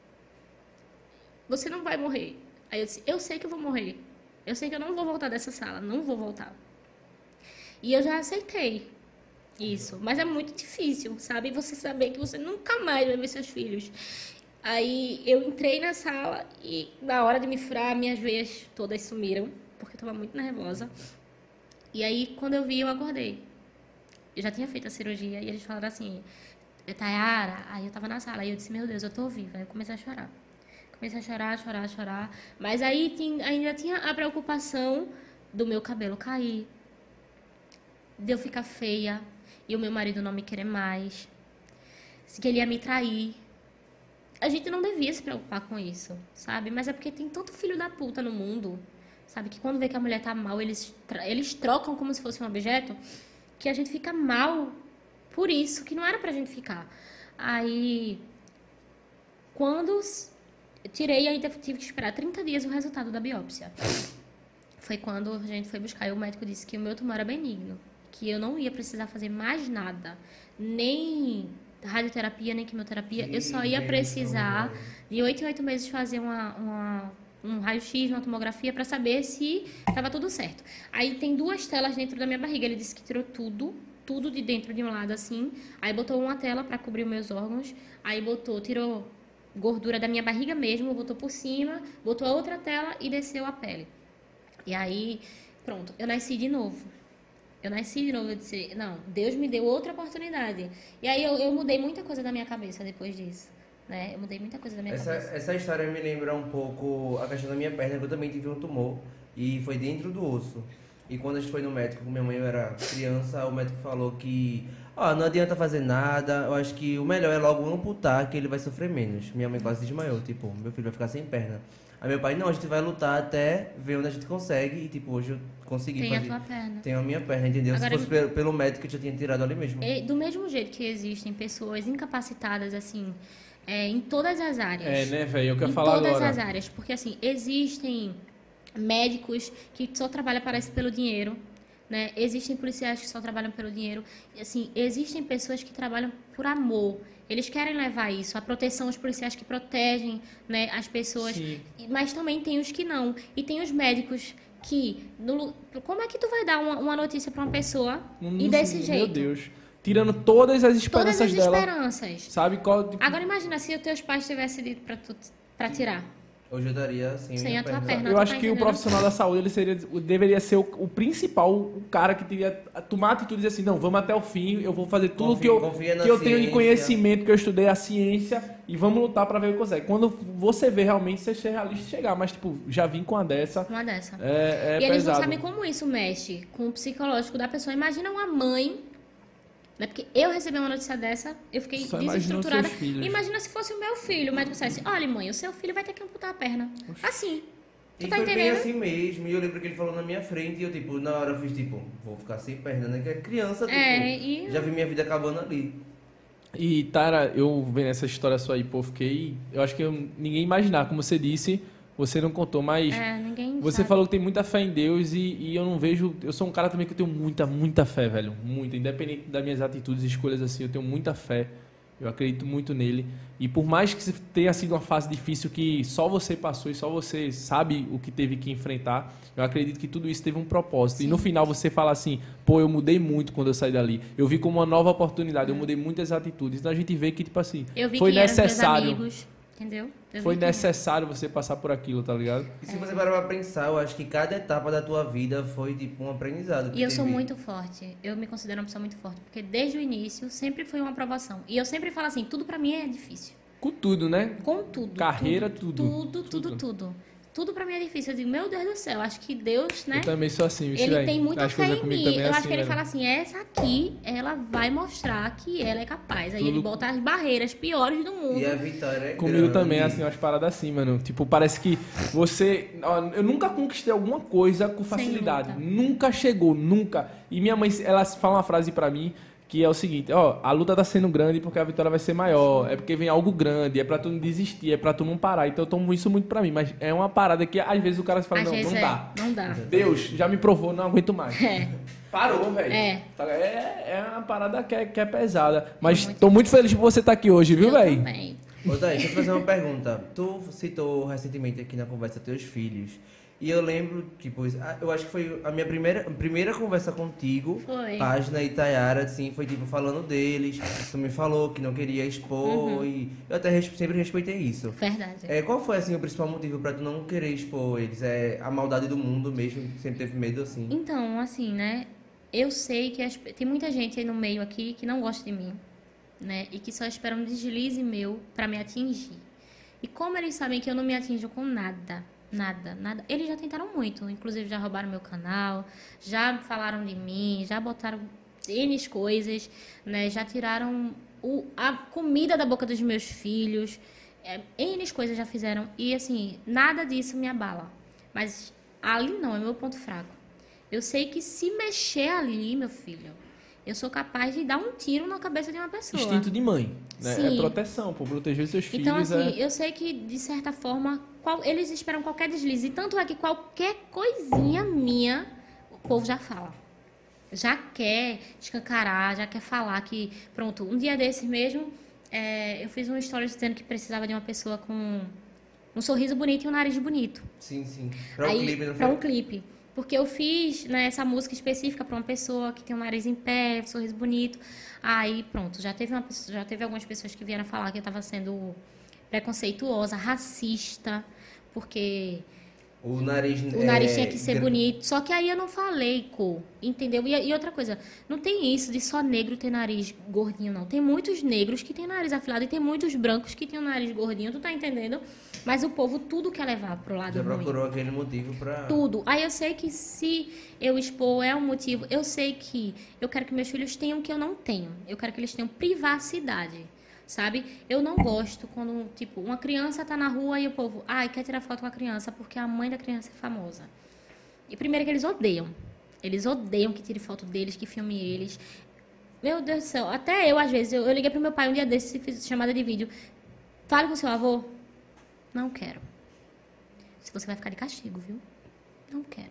S3: Você não vai morrer. Aí eu disse, eu sei que eu vou morrer. Eu sei que eu não vou voltar dessa sala. Não vou voltar. E eu já aceitei isso. Mas é muito difícil, sabe? Você saber que você nunca mais vai ver seus filhos. Aí eu entrei na sala e na hora de me furar, minhas veias todas sumiram. Porque eu tava muito nervosa. E aí, quando eu vi, eu acordei. Eu já tinha feito a cirurgia e eles falaram assim, Tayara, aí eu tava na sala. Aí eu disse, meu Deus, eu tô viva. Aí eu comecei a chorar. Comecei a chorar, chorar, chorar. Mas aí tinha, ainda tinha a preocupação do meu cabelo cair. De eu ficar feia. E o meu marido não me querer mais. Que ele ia me trair. A gente não devia se preocupar com isso, sabe? Mas é porque tem tanto filho da puta no mundo, sabe? Que quando vê que a mulher tá mal, eles, eles trocam como se fosse um objeto. Que a gente fica mal por isso, que não era pra gente ficar. Aí, quando Eu tirei e ainda tive que esperar trinta dias o resultado da biópsia. Foi quando a gente foi buscar e o médico disse que o meu tumor era benigno, que eu não ia precisar fazer mais nada, nem radioterapia, nem quimioterapia.
S2: Sim,
S3: eu só ia precisar
S2: bem,
S3: de oito em oito meses fazer uma, uma, um raio-x, uma tomografia para saber se estava tudo certo. Aí tem duas telas dentro da minha barriga. Ele disse que tirou tudo, tudo de dentro de um lado assim. Aí botou uma tela para cobrir os meus órgãos. Aí botou, tirou gordura da minha barriga mesmo, botou por cima, botou a outra tela e desceu a pele. E aí, pronto, eu nasci de novo. Eu nasci de novo, eu disse, não, Deus me deu outra oportunidade. E aí eu, eu mudei muita coisa da minha cabeça depois disso, né? Eu mudei muita coisa da minha
S2: Essa,
S3: cabeça.
S2: essa história me lembra um pouco a questão da minha perna, que eu também tive um tumor e foi dentro do osso. E quando a gente foi no médico, com minha mãe, eu era criança, o médico falou que, ó, não adianta fazer nada, eu acho que o melhor é logo amputar, que ele vai sofrer menos. Minha mãe quase desmaiou, tipo, meu filho vai ficar sem perna. Aí meu pai, não, a gente vai lutar até ver onde a gente consegue. E tipo, hoje eu consegui
S3: Tem
S2: fazer.
S3: a tua perna.
S2: Tenho a minha perna, entendeu?
S3: Agora,
S2: Se fosse pelo, pelo médico que eu já tinha tirado ali mesmo.
S3: E do mesmo jeito que existem pessoas incapacitadas, assim, é, em todas as áreas.
S1: É, né, velho? Eu quero
S3: Em
S1: falar
S3: todas
S1: agora.
S3: as áreas. Porque, assim, existem médicos que só trabalham, parece, pelo dinheiro. Né? Existem policiais que só trabalham pelo dinheiro. Assim, existem pessoas que trabalham por amor. Eles querem levar isso, a proteção, os policiais que protegem, né, as pessoas.
S1: Sim.
S3: Mas também tem os que não. E tem os médicos que... No, como é que tu vai dar uma, uma notícia para uma pessoa
S1: Não-
S3: e
S1: não-
S3: desse
S1: meu
S3: jeito?
S1: Deus. Tirando todas as
S3: Todas
S1: esperanças
S3: as
S1: dela.
S3: esperanças.
S1: Sabe qual? Tipo,
S3: Agora imagina se os teus pais tivessem dito para tu pra tirar.
S2: Hoje eu daria assim.
S3: Sem
S2: minha
S3: a tua perna.
S1: eu
S3: tu
S1: acho
S3: tá
S1: que o
S3: entendendo?
S1: profissional da saúde ele seria, deveria ser o, o principal, o cara que teria tomar a atitude e dizer assim, não, vamos até o fim, eu vou fazer tudo
S2: Confia-
S1: que eu,
S2: confia na
S1: que eu tenho de
S2: ciência.
S1: conhecimento, que eu estudei a ciência e vamos lutar pra ver o que consegue. Quando você vê realmente, você ser realista e chegar, mas tipo, já vim com a dessa,
S3: Uma dessa.
S1: é, é
S3: e eles
S1: pesado.
S3: não sabem como isso mexe com o psicológico da pessoa. Imagina uma mãe, né? Porque eu recebi uma notícia dessa, eu fiquei
S1: Só imagina os
S3: desestruturada.
S1: seus filhos.
S3: Imagina se fosse o meu filho, o médico dissesse, olha mãe, o seu filho vai ter que amputar a perna. Assim. Tu
S2: E
S3: tá
S2: foi bem
S3: entendendo?
S2: assim mesmo. E eu lembro que ele falou na minha frente e eu, tipo, na hora eu fiz, tipo, vou ficar sem perna, né? Que é criança, tipo,
S3: É, e-
S2: já vi minha vida acabando ali.
S1: E, Tara, eu vendo essa história sua aí, pô, fiquei... Eu acho que eu, ninguém imaginar, como você disse, você não contou, mas...
S3: É, ninguém
S1: Você
S3: sabe.
S1: falou que tem muita fé em Deus e, e eu não vejo... Eu sou um cara também que eu tenho muita, muita fé, velho. Muita. Independente das minhas atitudes e escolhas assim, eu tenho muita fé. Eu acredito muito nele. E por mais que tenha sido uma fase difícil que só você passou e só você sabe o que teve que enfrentar, eu acredito que tudo isso teve um propósito.
S3: Sim.
S1: E no final você fala assim, pô, eu mudei muito quando eu saí dali. Eu vi como uma nova oportunidade, eu mudei muitas atitudes. Então a gente vê que, tipo assim,
S3: Eu vi
S1: foi
S3: que eram meus
S1: necessário.
S3: amigos, entendeu? Eu
S1: Foi
S3: vi que-
S1: necessário você passar por aquilo, tá ligado?
S2: E se você parar pra pensar, eu acho que cada etapa da tua vida foi, tipo, um aprendizado. que
S3: E eu sou
S2: teve.
S3: muito forte. Eu me considero uma pessoa muito forte. Porque desde o início sempre foi uma aprovação. E eu sempre falo assim, tudo pra mim é difícil.
S1: Com tudo, né?
S3: Com tudo.
S1: Carreira,
S3: tudo.
S1: tudo.
S3: Tudo, tudo, tudo. Tudo pra mim é difícil. Eu digo, meu Deus do céu, acho que Deus, né?
S1: Eu também sou assim, isso
S3: Ele
S1: daí.
S3: tem muita
S1: As
S3: fé
S1: coisas
S3: em
S1: comigo
S3: mim.
S1: também é
S3: Eu acho
S1: assim,
S3: que ele
S1: velho.
S3: fala assim, essa aqui, ela vai mostrar que ela é capaz. Aí
S1: Tudo-
S3: ele bota as barreiras piores do mundo.
S2: E a vitória é
S1: Comigo
S2: grande.
S1: também, assim, umas paradas assim, mano. Tipo, parece que você... ó, eu nunca conquistei alguma coisa com facilidade.
S3: luta.
S1: Nunca chegou, nunca. E minha mãe, ela fala uma frase pra mim que é o seguinte, ó, a luta tá sendo grande porque a vitória vai ser maior, é porque vem algo grande, é pra tu não desistir, é pra tu não parar. Então eu tomo isso muito pra mim, mas é uma parada que às vezes o cara fala,
S3: Às
S1: não,
S3: vezes
S1: não
S3: é,
S1: dá.
S3: Não dá.
S1: Deus já me provou, não aguento mais.
S3: É.
S1: Parou, velho.
S3: É.
S1: Tá- É, é uma parada que é, que é pesada. Mas
S3: muito
S1: tô muito feliz por você estar aqui hoje, viu,
S3: Eu
S1: velho?
S3: também.
S2: Ô, Thaís, deixa eu te fazer uma pergunta. Tu citou recentemente aqui na conversa teus filhos. E eu lembro, tipo, eu acho que foi a minha primeira, primeira conversa contigo.
S3: Foi.
S2: Página Itaiara, assim, foi tipo falando deles. Tu me falou que não queria expor.
S3: Uhum.
S2: E eu até res- sempre respeitei isso.
S3: Verdade.
S2: É, qual foi, assim, o principal motivo pra tu não querer expor eles? É a maldade do mundo mesmo, que sempre teve medo, assim?
S3: Então, assim, né? Eu sei que as- tem muita gente aí no meio aqui que não gosta de mim, né? E que só espera um deslize meu pra me atingir. E como eles sabem que eu não me atinjo com nada, nada, nada. Eles já tentaram muito, inclusive já roubaram meu canal, já falaram de mim, já botaram N coisas, né? Já tiraram o, a comida da boca dos meus filhos, é, N coisas já fizeram. E, assim, nada disso me abala. Mas ali não, é meu ponto fraco. Eu sei que se mexer ali, meu filho, eu sou capaz de dar um tiro na cabeça de uma pessoa.
S1: Instinto de mãe, né?
S3: Sim.
S1: É proteção, por proteger seus filhos.
S3: Então, assim,
S1: é...
S3: eu sei que, de certa forma, qual, eles esperam qualquer deslize. E tanto é que qualquer coisinha minha, o povo já fala. Já quer escancarar, já quer falar que... Pronto, um dia desses mesmo, é, eu fiz uma história dizendo que precisava de uma pessoa com um sorriso bonito e um nariz bonito.
S2: Sim, sim. Pra
S3: Aí,
S2: um clipe, não
S3: pra
S2: foi?
S3: um clipe. Porque eu fiz, né, essa música específica para uma pessoa que tem um nariz em pé, um sorriso bonito. Aí, pronto, já teve, uma, pessoa- já teve algumas pessoas que vieram falar que eu estava sendo preconceituosa, racista, porque
S2: O nariz...
S3: o nariz
S2: é,
S3: tinha que ser
S2: gra-
S3: bonito. Só que aí eu não falei cor, entendeu? E, e outra coisa, não tem isso de só negro ter nariz gordinho, não. Tem muitos negros que têm nariz afilado e tem muitos brancos que têm o nariz gordinho, tu tá entendendo? Mas o povo tudo quer levar pro lado
S2: Já
S3: ruim.
S2: procurou aquele motivo pra...
S3: Tudo. Aí eu sei que se eu expor é um motivo, eu sei que eu quero que meus filhos tenham o que eu não tenho. Eu quero que eles tenham privacidade, sabe? Eu não gosto quando, tipo, uma criança tá na rua e o povo, ai, quer tirar foto com a criança porque a mãe da criança é famosa. E primeiro que eles odeiam. Eles odeiam que tire foto deles, que filme eles. Meu Deus do céu. Até eu, às vezes, eu, eu liguei pro meu pai um dia desses e fiz chamada de vídeo. Fale com seu avô. Não quero. Se você vai ficar de castigo, viu? Não quero.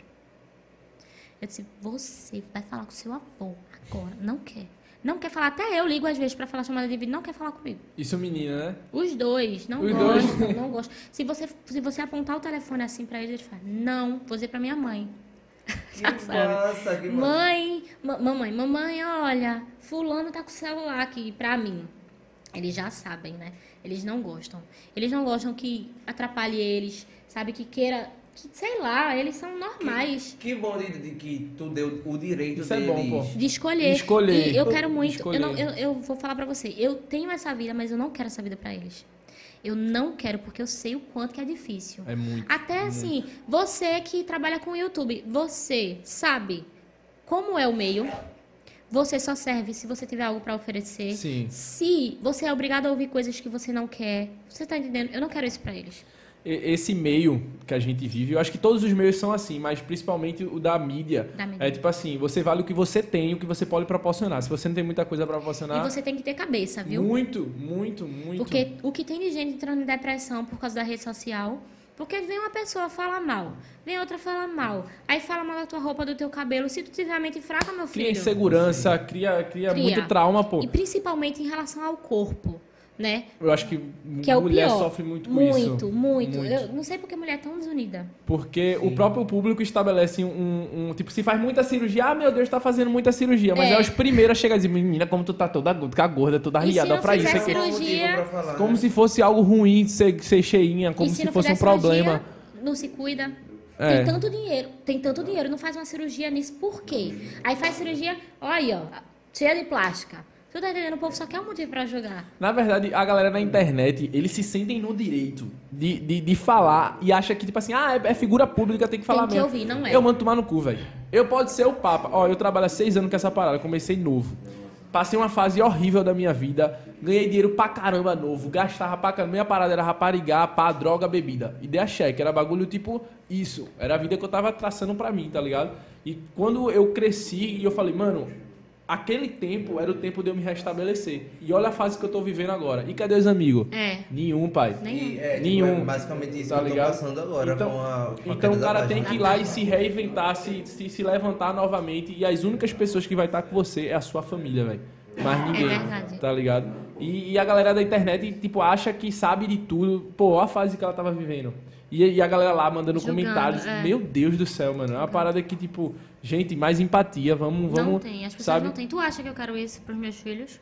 S3: Eu disse, você vai falar com seu avô agora. Não quer. Não quer falar. Até eu ligo às vezes pra falar chamada de vídeo. Não quer falar comigo.
S1: Isso menina, né?
S3: Os dois. Não
S1: Os
S3: gostam.
S1: dois.
S3: Não gostam. Se você, se você apontar o telefone assim pra eles, eles falam, não. Vou dizer pra minha mãe.
S2: Que
S3: Já sabe.
S2: massa, que massa.
S3: Mãe, ma- mamãe, mamãe, olha, fulano tá com o celular aqui pra mim. Eles já sabem, né? Eles não gostam. Eles não gostam que atrapalhe eles, sabe? Que queira, que, sei lá, eles são normais.
S2: Que bom de, de que tu deu o direito
S1: Isso é
S2: deles.
S1: bom, pô.
S3: De escolher.
S1: De escolher.
S3: E eu quero muito.
S1: Escolher.
S3: Eu, não, eu, eu vou falar pra você. Eu tenho essa vida, mas eu não quero essa vida pra eles. Eu não quero, porque eu sei o quanto que é difícil.
S1: É muito.
S3: Até assim, você que trabalha com o YouTube, você sabe como é o meio. Você só serve se você tiver algo pra oferecer.
S1: Sim.
S3: Se você é obrigado a ouvir coisas que você não quer. Você tá entendendo? Eu não quero isso pra eles.
S1: E- Esse meio que a gente vive, eu acho que todos os meios são assim, mas principalmente o da mídia.
S3: Da mídia.
S1: É tipo assim, você vale o que você tem, o que você pode proporcionar. Se você não tem muita coisa pra proporcionar,
S3: E você tem que ter cabeça, viu?
S1: muito, muito, muito.
S3: Porque o que tem de gente entrando em depressão por causa da rede social, porque vem uma pessoa falar mal, vem outra falar mal, aí fala mal da tua roupa, do teu cabelo. Se tu tiver a mente fraca, meu
S1: Cria
S3: filho.
S1: insegurança, cria, cria,
S3: Cria.
S1: muito trauma, pô.
S3: E principalmente em relação ao corpo, né?
S1: Eu acho que,
S3: Que é o
S1: mulher
S3: pior.
S1: sofre muito com
S3: muito,
S1: isso.
S3: Muito, muito. Eu não sei porque mulher é tão desunida.
S1: Porque
S2: Sim.
S1: o próprio público estabelece um, um- Tipo, se faz muita cirurgia, ah, meu Deus, tá fazendo muita cirurgia. Mas é,
S3: É.
S1: os primeiros a chegar e dizer, menina, como tu tá toda ficar gorda, toda
S3: E se
S1: riada
S3: não
S1: pra isso
S3: fizer
S1: aqui.
S2: Qual o
S3: cirurgia-
S2: motivo pra falar,
S1: Como
S2: né?
S1: se fosse algo ruim ser, ser cheinha, como
S3: e
S1: se,
S3: se não
S1: fosse
S3: fizer
S1: um problema.
S3: cirurgia, não se cuida.
S1: É.
S3: Tem tanto dinheiro, tem tanto dinheiro, não faz uma cirurgia nisso, por quê? Aí faz cirurgia, olha, ó, cheia de plástica. Tu tá entendendo? O povo só quer um motivo pra jogar.
S1: Na verdade, a galera na internet, eles se sentem no direito de, de, de falar e acha que, tipo assim, ah, é, é figura pública, tem que falar
S3: que
S1: mesmo.
S3: ouvir, não é.
S1: Eu mando tomar no cu, velho. Eu pode ser o Papa. Ó, eu trabalho há seis anos com essa parada, comecei novo. Passei uma fase horrível da minha vida, ganhei dinheiro pra caramba novo, gastava pra caramba. Minha parada era raparigar, pá, droga, bebida. Ideia cheque, era bagulho tipo isso. Era a vida que eu tava traçando pra mim, tá ligado? E quando eu cresci e eu falei, mano, aquele tempo era o tempo de eu me restabelecer. E olha a fase que eu tô vivendo agora. E cadê os amigos?
S3: É.
S1: Nenhum, pai.
S3: Nenhum.
S2: E, é, tipo,
S1: Nenhum.
S2: é basicamente isso
S1: Tá
S2: que eu tô
S1: ligado?
S2: passando agora
S1: Então-
S2: com a, com a
S1: Então
S2: queda
S1: o
S2: da
S1: cara tem
S2: página.
S1: que ir lá e se reinventar, se, se, se levantar novamente. E as únicas pessoas que vai estar com você é a sua família, velho. Mais ninguém.
S3: verdade.
S1: Tá ligado? E, e a galera da internet, tipo, acha que sabe de tudo. Pô, olha a fase que ela tava vivendo. E, e a galera lá mandando
S3: Julgando,
S1: comentários.
S3: é.
S1: Meu Deus do céu, mano. É uma parada que, tipo, gente, mais empatia. Vamos, vamos.
S3: Não tem, as pessoas
S1: sabe?
S3: não têm. Tu acha que eu quero isso pros meus filhos?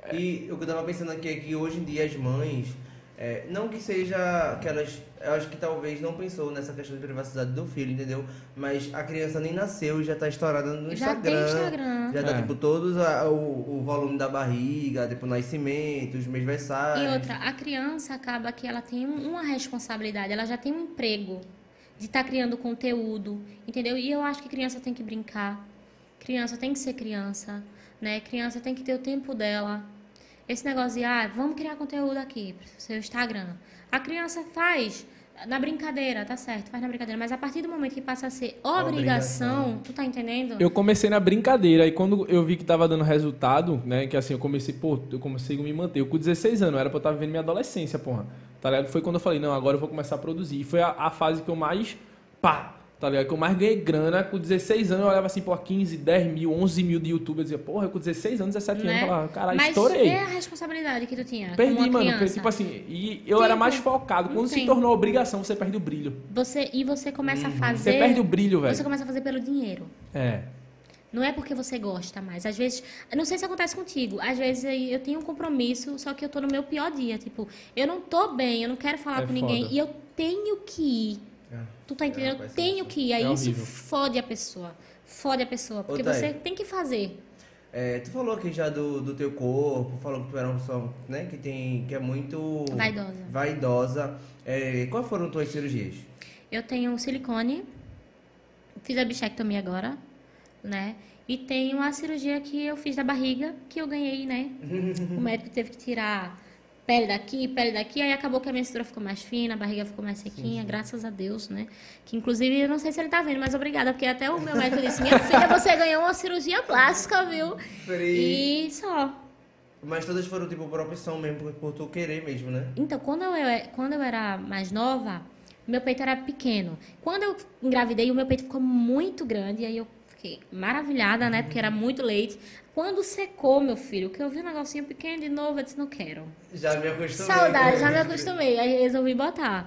S2: E o que eu tava pensando aqui é que hoje em dia as mães, é, não que seja que elas, eu acho que talvez não pensou nessa questão de privacidade do filho, entendeu? Mas a criança nem nasceu e já tá estourada no
S3: Já tem
S2: Instagram.
S3: Instagram.
S2: Já tá,
S1: É.
S2: tipo, todos a- o, o volume da barriga, tipo, nascimento, os mês versais.
S3: E outra, a criança acaba que ela tem um- uma responsabilidade, ela já tem um emprego de estar criando conteúdo, entendeu? E eu acho que criança tem que brincar, criança tem que ser criança, né? Criança tem que ter o tempo dela. Esse negócio de, ah, vamos criar conteúdo aqui pro seu Instagram. A criança faz Na brincadeira, tá certo, faz na brincadeira. Mas a partir do momento que passa a ser
S2: Obrigação.
S3: obrigação, tu tá entendendo?
S1: Eu comecei na brincadeira e quando eu vi que tava dando resultado, né? Que assim, eu comecei, pô, eu comecei a me manter. Eu com dezesseis anos, era pra eu estar vivendo minha adolescência, porra. Tá ligado? Foi quando eu falei, não, agora eu vou começar a produzir. E foi a, a fase que eu mais, pá, tá ligado? Que eu mais ganhei grana. Com dezesseis anos eu olhava assim, pô, quinze, dez mil, onze mil de YouTube. Eu dizia, porra, eu com dezesseis anos, dezessete anos,
S3: Né?
S1: eu falava, caralho,
S3: Mas
S1: estourei.
S3: vê a responsabilidade que tu tinha.
S1: Perdi,
S3: como uma
S1: mano.
S3: criança.
S1: Porque, tipo assim, e eu
S3: Tipo,
S1: era mais focado.
S3: não
S1: Quando se
S3: tem.
S1: tornou obrigação, você perde o brilho.
S3: Você, e você começa a fazer.
S1: Você perde o brilho, velho.
S3: Você começa a fazer pelo dinheiro.
S1: É.
S3: Não é porque você gosta mais. Às vezes, eu não sei se acontece contigo. Às vezes eu tenho um compromisso, só que eu tô no meu pior dia. Tipo, eu não tô bem, eu não quero falar
S1: É
S3: com ninguém.
S1: foda.
S3: E eu tenho que ir.
S2: É.
S3: Tu tá entendendo?
S2: vai
S3: Eu
S2: ser
S3: tenho
S2: isso.
S3: que ir. Aí
S1: É
S3: isso
S1: horrível.
S3: fode a pessoa. Fode a pessoa. Porque
S2: Ô, Thay.
S3: você tem que fazer.
S2: É, tu falou aqui já do, do teu corpo, falou que tu era uma pessoa, né, que, tem, que é muito...
S3: Vaidosa.
S2: Vaidosa. É, quais foram tuas cirurgias?
S3: Eu tenho silicone. Fiz a bichectomia agora, né? E tenho a cirurgia que eu fiz da barriga, que eu ganhei, né? O médico teve que tirar pele daqui, pele daqui, aí acabou que a minha cintura ficou mais fina, a barriga ficou mais sequinha, graças a Deus, né? Que inclusive, eu não sei se ele tá vendo, mas obrigada, porque até o meu médico disse, minha filha, você ganhou uma cirurgia plástica, viu?
S2: Free.
S3: E só.
S2: Mas todas foram, tipo, por opção mesmo, por, por tu querer mesmo, né?
S3: Então, quando eu, quando eu era mais nova, meu peito era pequeno. Quando eu engravidei, o meu peito ficou muito grande, aí eu fiquei maravilhada, né? Porque era muito leite. Quando secou, meu filho, que eu vi um negocinho pequeno de novo, eu disse, não quero.
S2: Já me acostumei.
S3: Saudade, já me acostumei. Aí resolvi botar.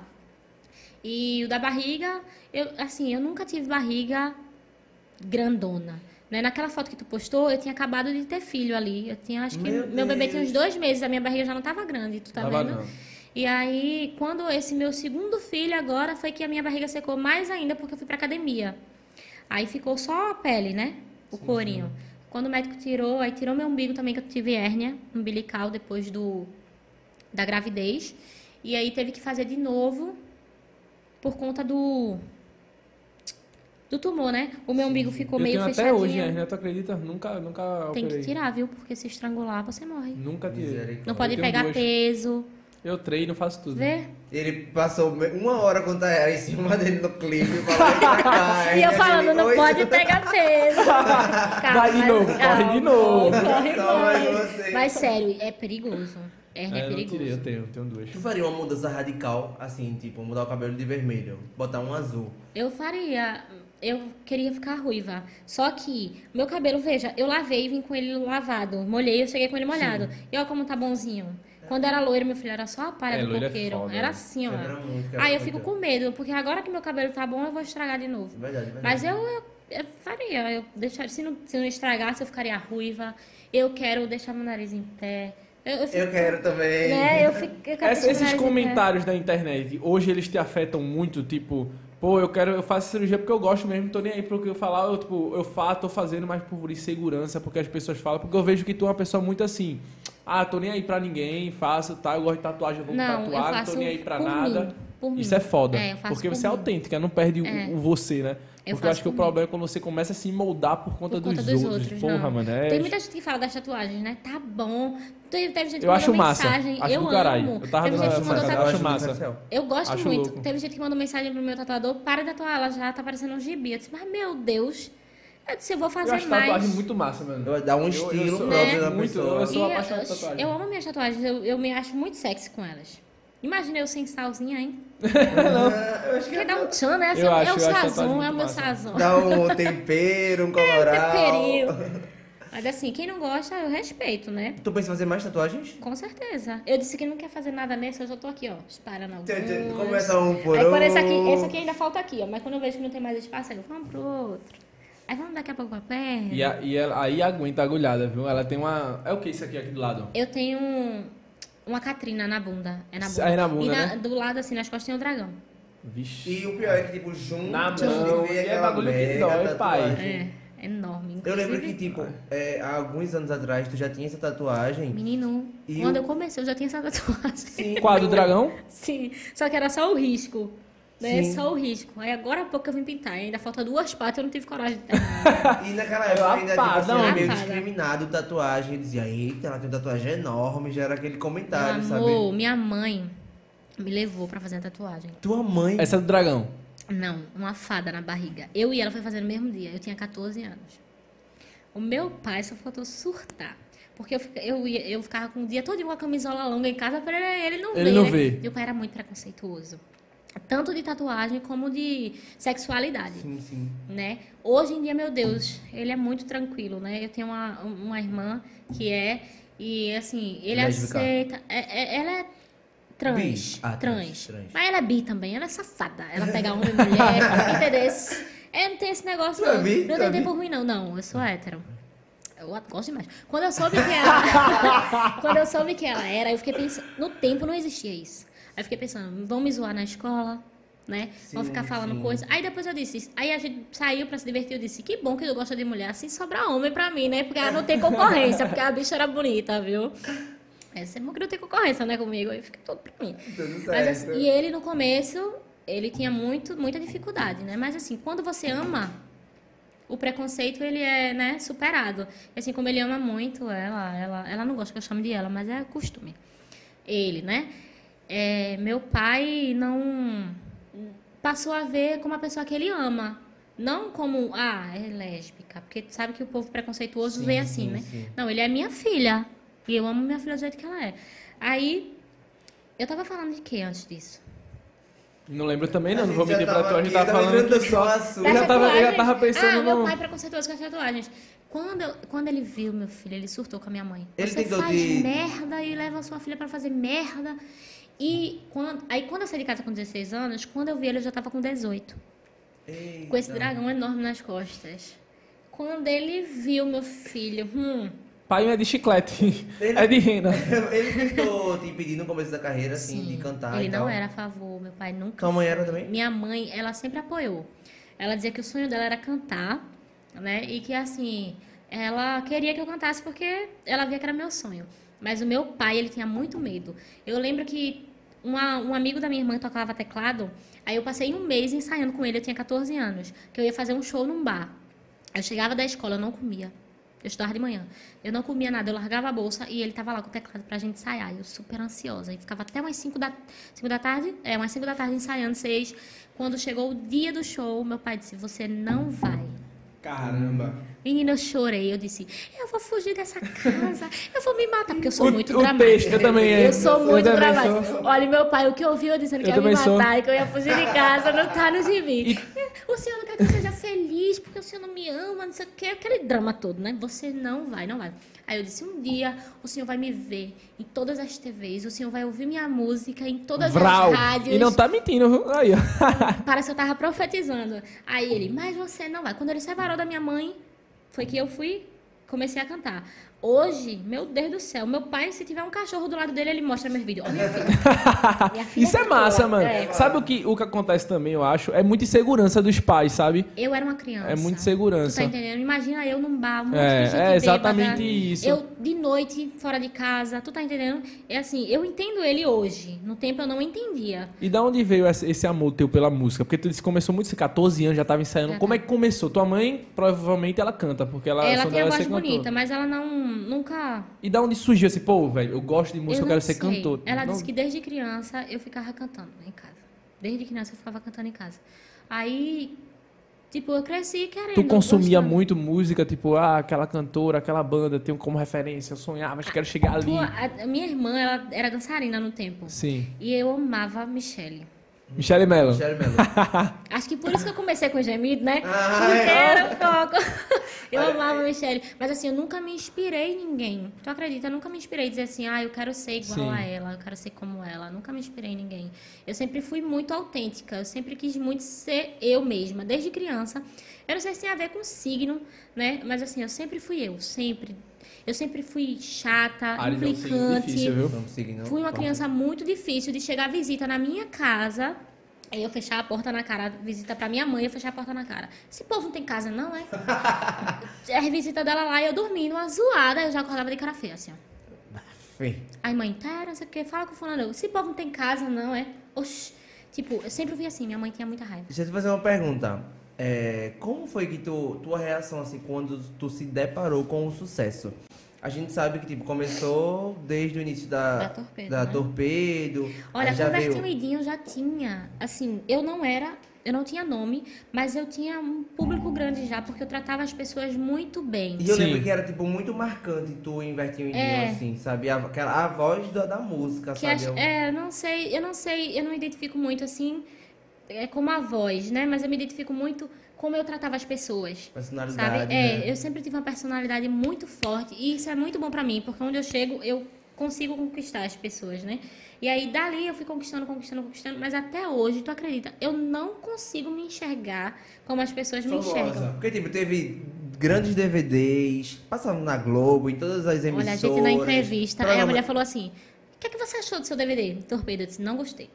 S3: E o da barriga, eu, assim, eu nunca tive barriga grandona. Né? Naquela foto que tu postou, eu tinha acabado de ter filho ali. Eu tinha, acho que
S2: Meu
S3: meu bebê
S2: Deus.
S3: tinha uns dois meses, a minha barriga já não tava grande, tu tá
S1: Tava
S3: vendo?
S1: não.
S3: E aí, quando esse meu segundo filho agora, foi que a minha barriga secou mais ainda, porque eu fui pra academia. Aí ficou só a pele, né? O corinho. Quando o médico tirou, aí tirou meu umbigo também, que eu tive hérnia umbilical depois do, da gravidez. E aí teve que fazer de novo por conta do, do tumor, né? O meu umbigo ficou
S1: Eu
S3: meio
S1: tenho até
S3: fechadinho.
S1: hoje, né? Tu acredita? Nunca, nunca
S3: Tem
S1: operei.
S3: que tirar, viu? Porque se estrangular, você morre.
S1: Nunca tirei.
S2: Misericórdia.
S3: Não pode
S1: Eu tenho
S3: pegar
S1: duas.
S3: peso.
S1: Eu treino, faço tudo.
S3: Vê?
S2: Ele passou uma hora com a era em cima dele no clipe, falando pra cá.
S3: E eu
S2: aí
S3: falando,
S2: ele,
S3: não
S2: "Oi,
S3: pode
S2: você tá-"
S3: pegar peso. Calma,
S1: Vai de
S3: mas-
S1: novo, corre de novo.
S3: Corre
S2: Só mais
S3: mais.
S2: você.
S3: Mas sério, é perigoso. Hérnia
S1: É,
S3: é
S1: eu não
S3: perigoso.
S1: tirei, eu tenho, eu tenho duas.
S2: Tu faria uma mudança radical, assim, tipo, mudar o cabelo de vermelho, botar um azul.
S3: Eu faria. Eu queria ficar ruiva. Só que, meu cabelo, veja, eu lavei e vim com ele lavado. Molhei, eu cheguei com ele molhado. E olha como tá bonzinho. Quando era loiro, meu filho, era só a palha
S1: É,
S3: do
S1: loiro é
S3: coqueiro.
S1: foda,
S3: Era
S1: né?
S3: assim, ó.
S2: Quebra muito, quebra
S3: Aí eu
S2: muito.
S3: fico com medo, porque agora que meu cabelo tá bom, eu vou estragar de novo.
S2: Verdade, verdade.
S3: Mas eu, eu, eu faria, eu deixaria, se não, se não estragasse, eu ficaria ruiva. Eu quero deixar meu nariz em pé. Eu, eu, fico-
S2: Eu quero também.
S3: Né, eu, fico, eu quero
S1: Essa-
S3: deixar
S1: esses
S3: meu nariz em pé.
S1: comentários da internet, hoje eles te afetam muito, tipo, pô, eu quero, eu faço cirurgia porque eu gosto mesmo, não tô nem aí pro que eu falar, eu, tipo, eu faço, tô fazendo, mas por insegurança, porque as pessoas falam, porque eu vejo que tu é uma pessoa muito assim, ah, tô nem aí pra ninguém, faço, tá, eu gosto de tatuagem, eu vou
S3: Não, eu
S1: tatuar, não
S3: faço
S1: tô nem aí pra
S3: por
S1: nada.
S3: mim, por mim.
S1: Isso é foda,
S3: É, eu faço
S1: porque
S3: por
S1: você é
S3: mim.
S1: autêntica, não perde o-
S3: É.
S1: o você, né?
S3: Eu
S1: Porque eu acho
S3: faço
S1: que o
S3: por mim.
S1: problema é quando você começa a se moldar por conta,
S3: Por conta
S1: dos,
S3: dos
S1: outros.
S3: outros,
S1: Porra,
S3: não.
S1: mano, é...
S3: Tem muita gente que fala das tatuagens, né? Tá bom. Teve, teve gente que
S1: Eu
S3: mandou
S1: acho massa.
S3: mensagem.
S1: Acho
S3: eu
S1: do caralho.
S3: amo.
S1: Eu tava
S3: Teve
S1: dando
S3: gente que
S1: essa
S3: mandou
S1: mensagem,
S3: tatuagem.
S1: eu acho
S2: muito
S1: massa.
S3: Eu gosto
S1: Acho
S3: muito.
S1: louco.
S3: Teve gente que mandou mensagem pro meu tatuador, para de tatuar, ela já tá parecendo um gibi. Eu disse, mas meu Deus, eu disse, eu vou
S1: Eu
S3: fazer
S1: acho
S3: mais.
S1: tatuagem muito massa, mano.
S2: Eu- Dá um
S1: Eu- eu
S2: estilo
S1: sou-
S2: próprio da
S1: muito,
S2: pessoa.
S1: eu sou
S3: E
S1: apaixonado por
S3: eu,
S1: tatuagem.
S3: eu amo minhas tatuagens, eu, eu me acho muito sexy com elas. Imagina eu sem salzinha, hein?
S2: Ah, eu acho que
S3: Porque dá um tchan, né? Assim,
S1: Eu
S3: é
S1: acho-
S3: o
S1: eu acho tatuagem
S3: sazon, é
S1: muito
S3: o meu
S1: massa.
S3: sazon.
S2: dá um tempero, um coloral.
S3: Temperinho. Mas assim, quem não gosta, eu respeito, né?
S2: Tu pensa em fazer mais tatuagens?
S3: Com certeza. Eu disse que não quer fazer nada nesse, eu já tô aqui, ó, disparando
S2: Tchau, tchau.
S3: algumas.
S2: Começa um por
S3: Aí
S2: um.
S3: quando esse aqui, esse aqui ainda falta aqui, ó. Mas quando eu vejo que não tem mais espaço, aí eu vamos pro outro. Aí vamos daqui a pouco pra perna.
S1: E, a- e ela, aí aguenta a agulhada, viu? Ela tem uma... É o que isso aqui, aqui do lado?
S3: Eu tenho um- uma Catrina na bunda. É na bunda.
S1: Aí na bunda,
S3: e na-
S1: né?
S3: do lado, assim, nas costas tem o dragão.
S1: Vixe.
S2: E o pior é que, tipo, junto
S1: Na
S2: de
S1: mão,
S2: ver
S1: e é
S2: aquela
S1: bagulho que
S2: mega
S1: dói, pai.
S2: tatuagem.
S3: É, enorme.
S2: Eu lembro que,
S3: Inclusive,
S2: tipo, é, há alguns anos atrás, tu já tinha essa tatuagem.
S3: Menino,
S2: E
S3: quando
S2: o-
S3: eu comecei, eu já tinha essa tatuagem.
S2: Sim.
S1: Quadro do dragão?
S3: Sim, só que era só o risco. Né?
S2: Sim.
S3: Só o risco. Aí agora há pouco eu vim pintar. Ainda falta duas patas, eu não tive coragem de terminar.
S2: E naquela época ainda tipo, assim,
S1: Lapada,
S2: era meio
S3: lapada.
S2: discriminado tatuagem. Dizia, eita, ela tem uma tatuagem enorme. Já era aquele comentário,
S3: Meu
S2: sabe?
S3: amor, minha mãe, me levou pra fazer a tatuagem.
S2: Tua mãe...
S1: Essa é do dragão.
S3: Não, uma fada na barriga. Eu e ela foi fazer no mesmo dia. Eu tinha catorze anos. O meu pai só faltou surtar. Porque eu, fica- eu, ia- eu ficava com o dia todo com a camisola longa em casa pra ele não ver.
S1: Ele não
S3: né?
S1: vê.
S3: Meu pai era muito preconceituoso. Tanto de tatuagem como de sexualidade.
S2: Sim, sim.
S3: Né? Hoje em dia, meu Deus, ele é muito tranquilo, né? Eu tenho uma, uma irmã que é, e assim, ele
S2: Lésbica.
S3: aceita. é- é- ela é trans,
S2: Bi. Ah, trans,
S3: trans.
S2: trans.
S3: Mas ela é bi também, ela é safada. Ela pega homem e mulher, entendeu? É, não tem esse negócio,
S2: Tu é
S3: não.
S2: bi?
S3: Não
S2: Tu é
S3: tem
S2: bi?
S3: tempo ruim, não. Não, eu sou hétero. Eu gosto demais. Quando eu soube que ela. Quando eu soube que ela era, eu fiquei pensando. No tempo não existia isso. Aí eu fiquei pensando, vão me zoar na escola, né? Vão
S2: Sim,
S3: ficar falando
S2: sim.
S3: coisas. Aí depois eu disse, aí a gente saiu pra se divertir. Eu disse, que bom que tu gosta de mulher, assim sobra homem pra mim, né? Porque ela não tem concorrência, porque a bicha era bonita, viu? Essa é bom que não tem concorrência, né, comigo. Aí fica todo pra mim.
S2: Tudo
S3: Mas,
S2: certo.
S3: assim, e ele no começo, ele tinha muito, muita dificuldade, né? Mas assim, quando você ama, o preconceito ele é, né, superado. E, assim, como ele ama muito ela, ela, ela não gosta que eu chame de ela, mas é costume. Ele, né? É, meu pai não passou a ver como a pessoa que ele ama. Não como, ah, é lésbica. Porque tu sabe que o povo preconceituoso
S2: Sim,
S3: vê assim,
S2: sim,
S3: né?
S2: sim.
S3: Não, ele é minha filha. E eu amo minha filha do jeito que ela é. Aí, eu tava falando de quê antes disso?
S1: Não lembro também, não.
S2: A
S1: Não
S2: gente
S1: vou
S2: já
S1: mentir pra
S2: tava
S1: tu. A gente
S2: aqui,
S1: tava
S2: tava
S1: falando
S2: entrando
S1: que
S2: só
S1: só...
S2: assunto.
S1: Eu já tava, eu já tava pensando
S3: Ah, meu
S1: no...
S3: pai é preconceituoso com as tatuagens. Quando, eu- quando ele viu meu filho, ele surtou com a minha mãe.
S2: Ele
S3: Você
S2: tentou
S3: faz
S2: de-
S3: merda e leva a sua filha pra fazer merda. E quando, aí quando eu saí de casa com dezesseis anos, quando eu vi ele, eu já tava com dezoito.
S2: Eita.
S3: Com esse dragão enorme nas costas. Quando ele viu meu filho, hum,
S1: Pai não é de chiclete.
S2: Ele-
S1: É de renda.
S2: Ele tentou te impedir no começo da carreira, assim, de cantar
S3: ele
S2: e
S3: não
S2: tal.
S3: era a favor, meu pai nunca.
S2: Tua mãe era
S3: foi.
S2: também?
S3: Minha mãe, ela sempre apoiou. Ela dizia que o sonho dela era cantar, né? E que assim, ela queria que eu cantasse porque ela via que era meu sonho. Mas o meu pai, ele tinha muito medo. Eu lembro que uma- um amigo da minha irmã tocava teclado, aí eu passei um mês ensaiando com ele, eu tinha catorze anos, que eu ia fazer um show num bar. Eu chegava da escola, eu não comia. Eu estudava de manhã. Eu não comia nada, eu largava a bolsa e ele tava lá com o teclado pra gente ensaiar. Eu super ansiosa. E ficava até umas cinco da, cinco da tarde, é, umas cinco da tarde ensaiando, seis. Quando chegou o dia do show, meu pai disse, você não vai.
S2: Caramba.
S3: Menina, eu chorei. Eu disse, eu vou fugir dessa casa, eu vou me matar, porque eu sou
S1: O-
S3: muito
S1: o
S3: dramática.
S1: texto, eu também é.
S3: Eu sou
S1: Eu
S3: muito
S1: também
S3: dramática.
S1: sou.
S3: Olha, meu pai, o que eu ouvi eu dizendo que
S1: Eu
S3: ia me
S1: também sou.
S3: matar e que eu ia fugir de casa, não tá no gibi. O senhor não quer que eu seja feliz, porque o senhor não me ama, não sei o que, aquele drama todo, né? Você não vai, não vai. Aí eu disse, um dia o senhor vai me ver em todas as T Vs, o senhor vai ouvir minha música em todas
S1: Vral.
S3: as rádios.
S1: E não tá mentindo, viu? Aí, ó.
S3: Parece que eu tava profetizando. Aí ele, mas você não vai. Quando ele separou da minha mãe, foi que eu fui, comecei a cantar. Hoje, meu Deus do céu, meu pai, se tiver um cachorro do lado dele, ele mostra meus vídeos. Olha minha filha. Minha filha
S1: Isso é
S3: cantora.
S1: massa, mano.
S3: É.
S1: Sabe o que, o que acontece também, eu acho? É muita insegurança dos pais, sabe?
S3: Eu era uma criança.
S1: É muita segurança.
S3: Tu tá entendendo? Imagina eu num bar, um monte
S1: É,
S3: de gente
S1: é exatamente
S3: bêbada,
S1: isso.
S3: Eu de noite, fora de casa. Tu tá entendendo? É assim, eu entendo ele hoje. No tempo eu não entendia.
S1: E da onde veio esse, esse amor teu pela música? Porque tu disse que começou muito, com catorze anos, já tava ensaiando.
S3: Já
S1: Como
S3: tá.
S1: é que começou? Tua mãe, provavelmente, ela canta, porque ela,
S3: Ela
S1: sonho
S3: tem a
S1: dela é
S3: voz
S1: ser cantora.
S3: bonita, mas ela não, nunca...
S1: E da onde surgiu esse, pô, velho, eu gosto de música, eu,
S3: não
S1: quero ser
S3: sei.
S1: cantor.
S3: Ela
S1: Não-
S3: disse que desde criança eu ficava cantando em casa. Desde criança eu ficava cantando em casa. Aí, tipo, eu cresci querendo.
S1: Tu consumia
S3: gostando.
S1: muito música, tipo, ah, aquela cantora, aquela banda, tenho como referência, eu sonhava, acho que quero chegar ali.
S3: Pô, a, a minha irmã, ela era dançarina no tempo.
S1: Sim.
S3: E eu amava a Michelle.
S1: Michele Mello.
S2: Michele Mello.
S3: Acho que por isso que eu comecei com o gemido, né?
S2: Ah,
S3: Porque
S2: é.
S3: era o foco. Eu amava a Michelle. Mas assim, eu nunca me inspirei em ninguém. Tu acredita? Eu nunca me inspirei em dizer assim, ah, eu quero ser igual
S1: Sim.
S3: a ela, eu quero ser como ela. Nunca me inspirei em ninguém. Eu sempre fui muito autêntica. Eu sempre quis muito ser eu mesma, desde criança. Eu não sei se tem a ver com signo, né? Mas assim, eu sempre fui eu, sempre. Eu sempre fui chata,
S1: Ares é um signo
S3: implicante.
S1: difícil, viu?
S2: Vamos seguir, não?
S3: Fui uma
S2: Vamos.
S3: criança muito difícil de chegar à visita na minha casa. Aí eu fechar a porta na cara, visita pra minha mãe, eu fechar a porta na cara. Esse povo não tem casa, não, é? A visita dela lá, eu dormindo, uma zoada, eu já acordava de cara feia, assim, ó.
S2: Fê.
S3: Aí, mãe, tá, não sei o que, fala com o fulano. Esse povo não tem casa, não, é? Oxi. Tipo, eu sempre fui assim, minha mãe tinha muita raiva.
S2: Deixa eu te fazer uma pergunta. É, como foi que tu, tua reação, assim, quando tu se deparou com o sucesso? a gente sabe que tipo, começou desde o início da,
S3: Da Torpedo,
S2: da
S3: né?
S2: Torpedo.
S3: Olha,
S2: aí já
S3: Convertido
S2: veio...
S3: em Idinho já tinha, assim, eu não era, eu não tinha nome, mas eu tinha um público grande já, porque eu tratava as pessoas muito bem.
S2: E eu
S1: Sim.
S2: lembro que era, tipo, muito marcante tu em Vertinho e Dinho,
S3: É.
S2: assim, sabe? A, aquela, a voz da, da música,
S3: Que
S2: sabe?
S3: acho-
S2: Eu-
S3: é, eu não sei, eu não sei, eu não identifico muito assim, é como a voz, né? Mas eu me identifico muito como eu tratava as pessoas.
S2: Personalidade,
S3: Sabe? É,
S2: né?
S3: eu sempre tive uma personalidade muito forte e isso é muito bom pra mim, porque onde eu chego, eu consigo conquistar as pessoas, né? E aí dali eu fui conquistando, conquistando, conquistando, mas até hoje, tu acredita, eu não consigo me enxergar como as pessoas me enxergam.
S2: Porque, tipo, teve grandes D V Ds, passavam na Globo, em todas as emissoras.
S3: Olha, a gente na entrevista, aí a
S2: programa-
S3: mulher falou assim: o que é que você achou do seu D V D? Torpedo, eu disse, não gostei.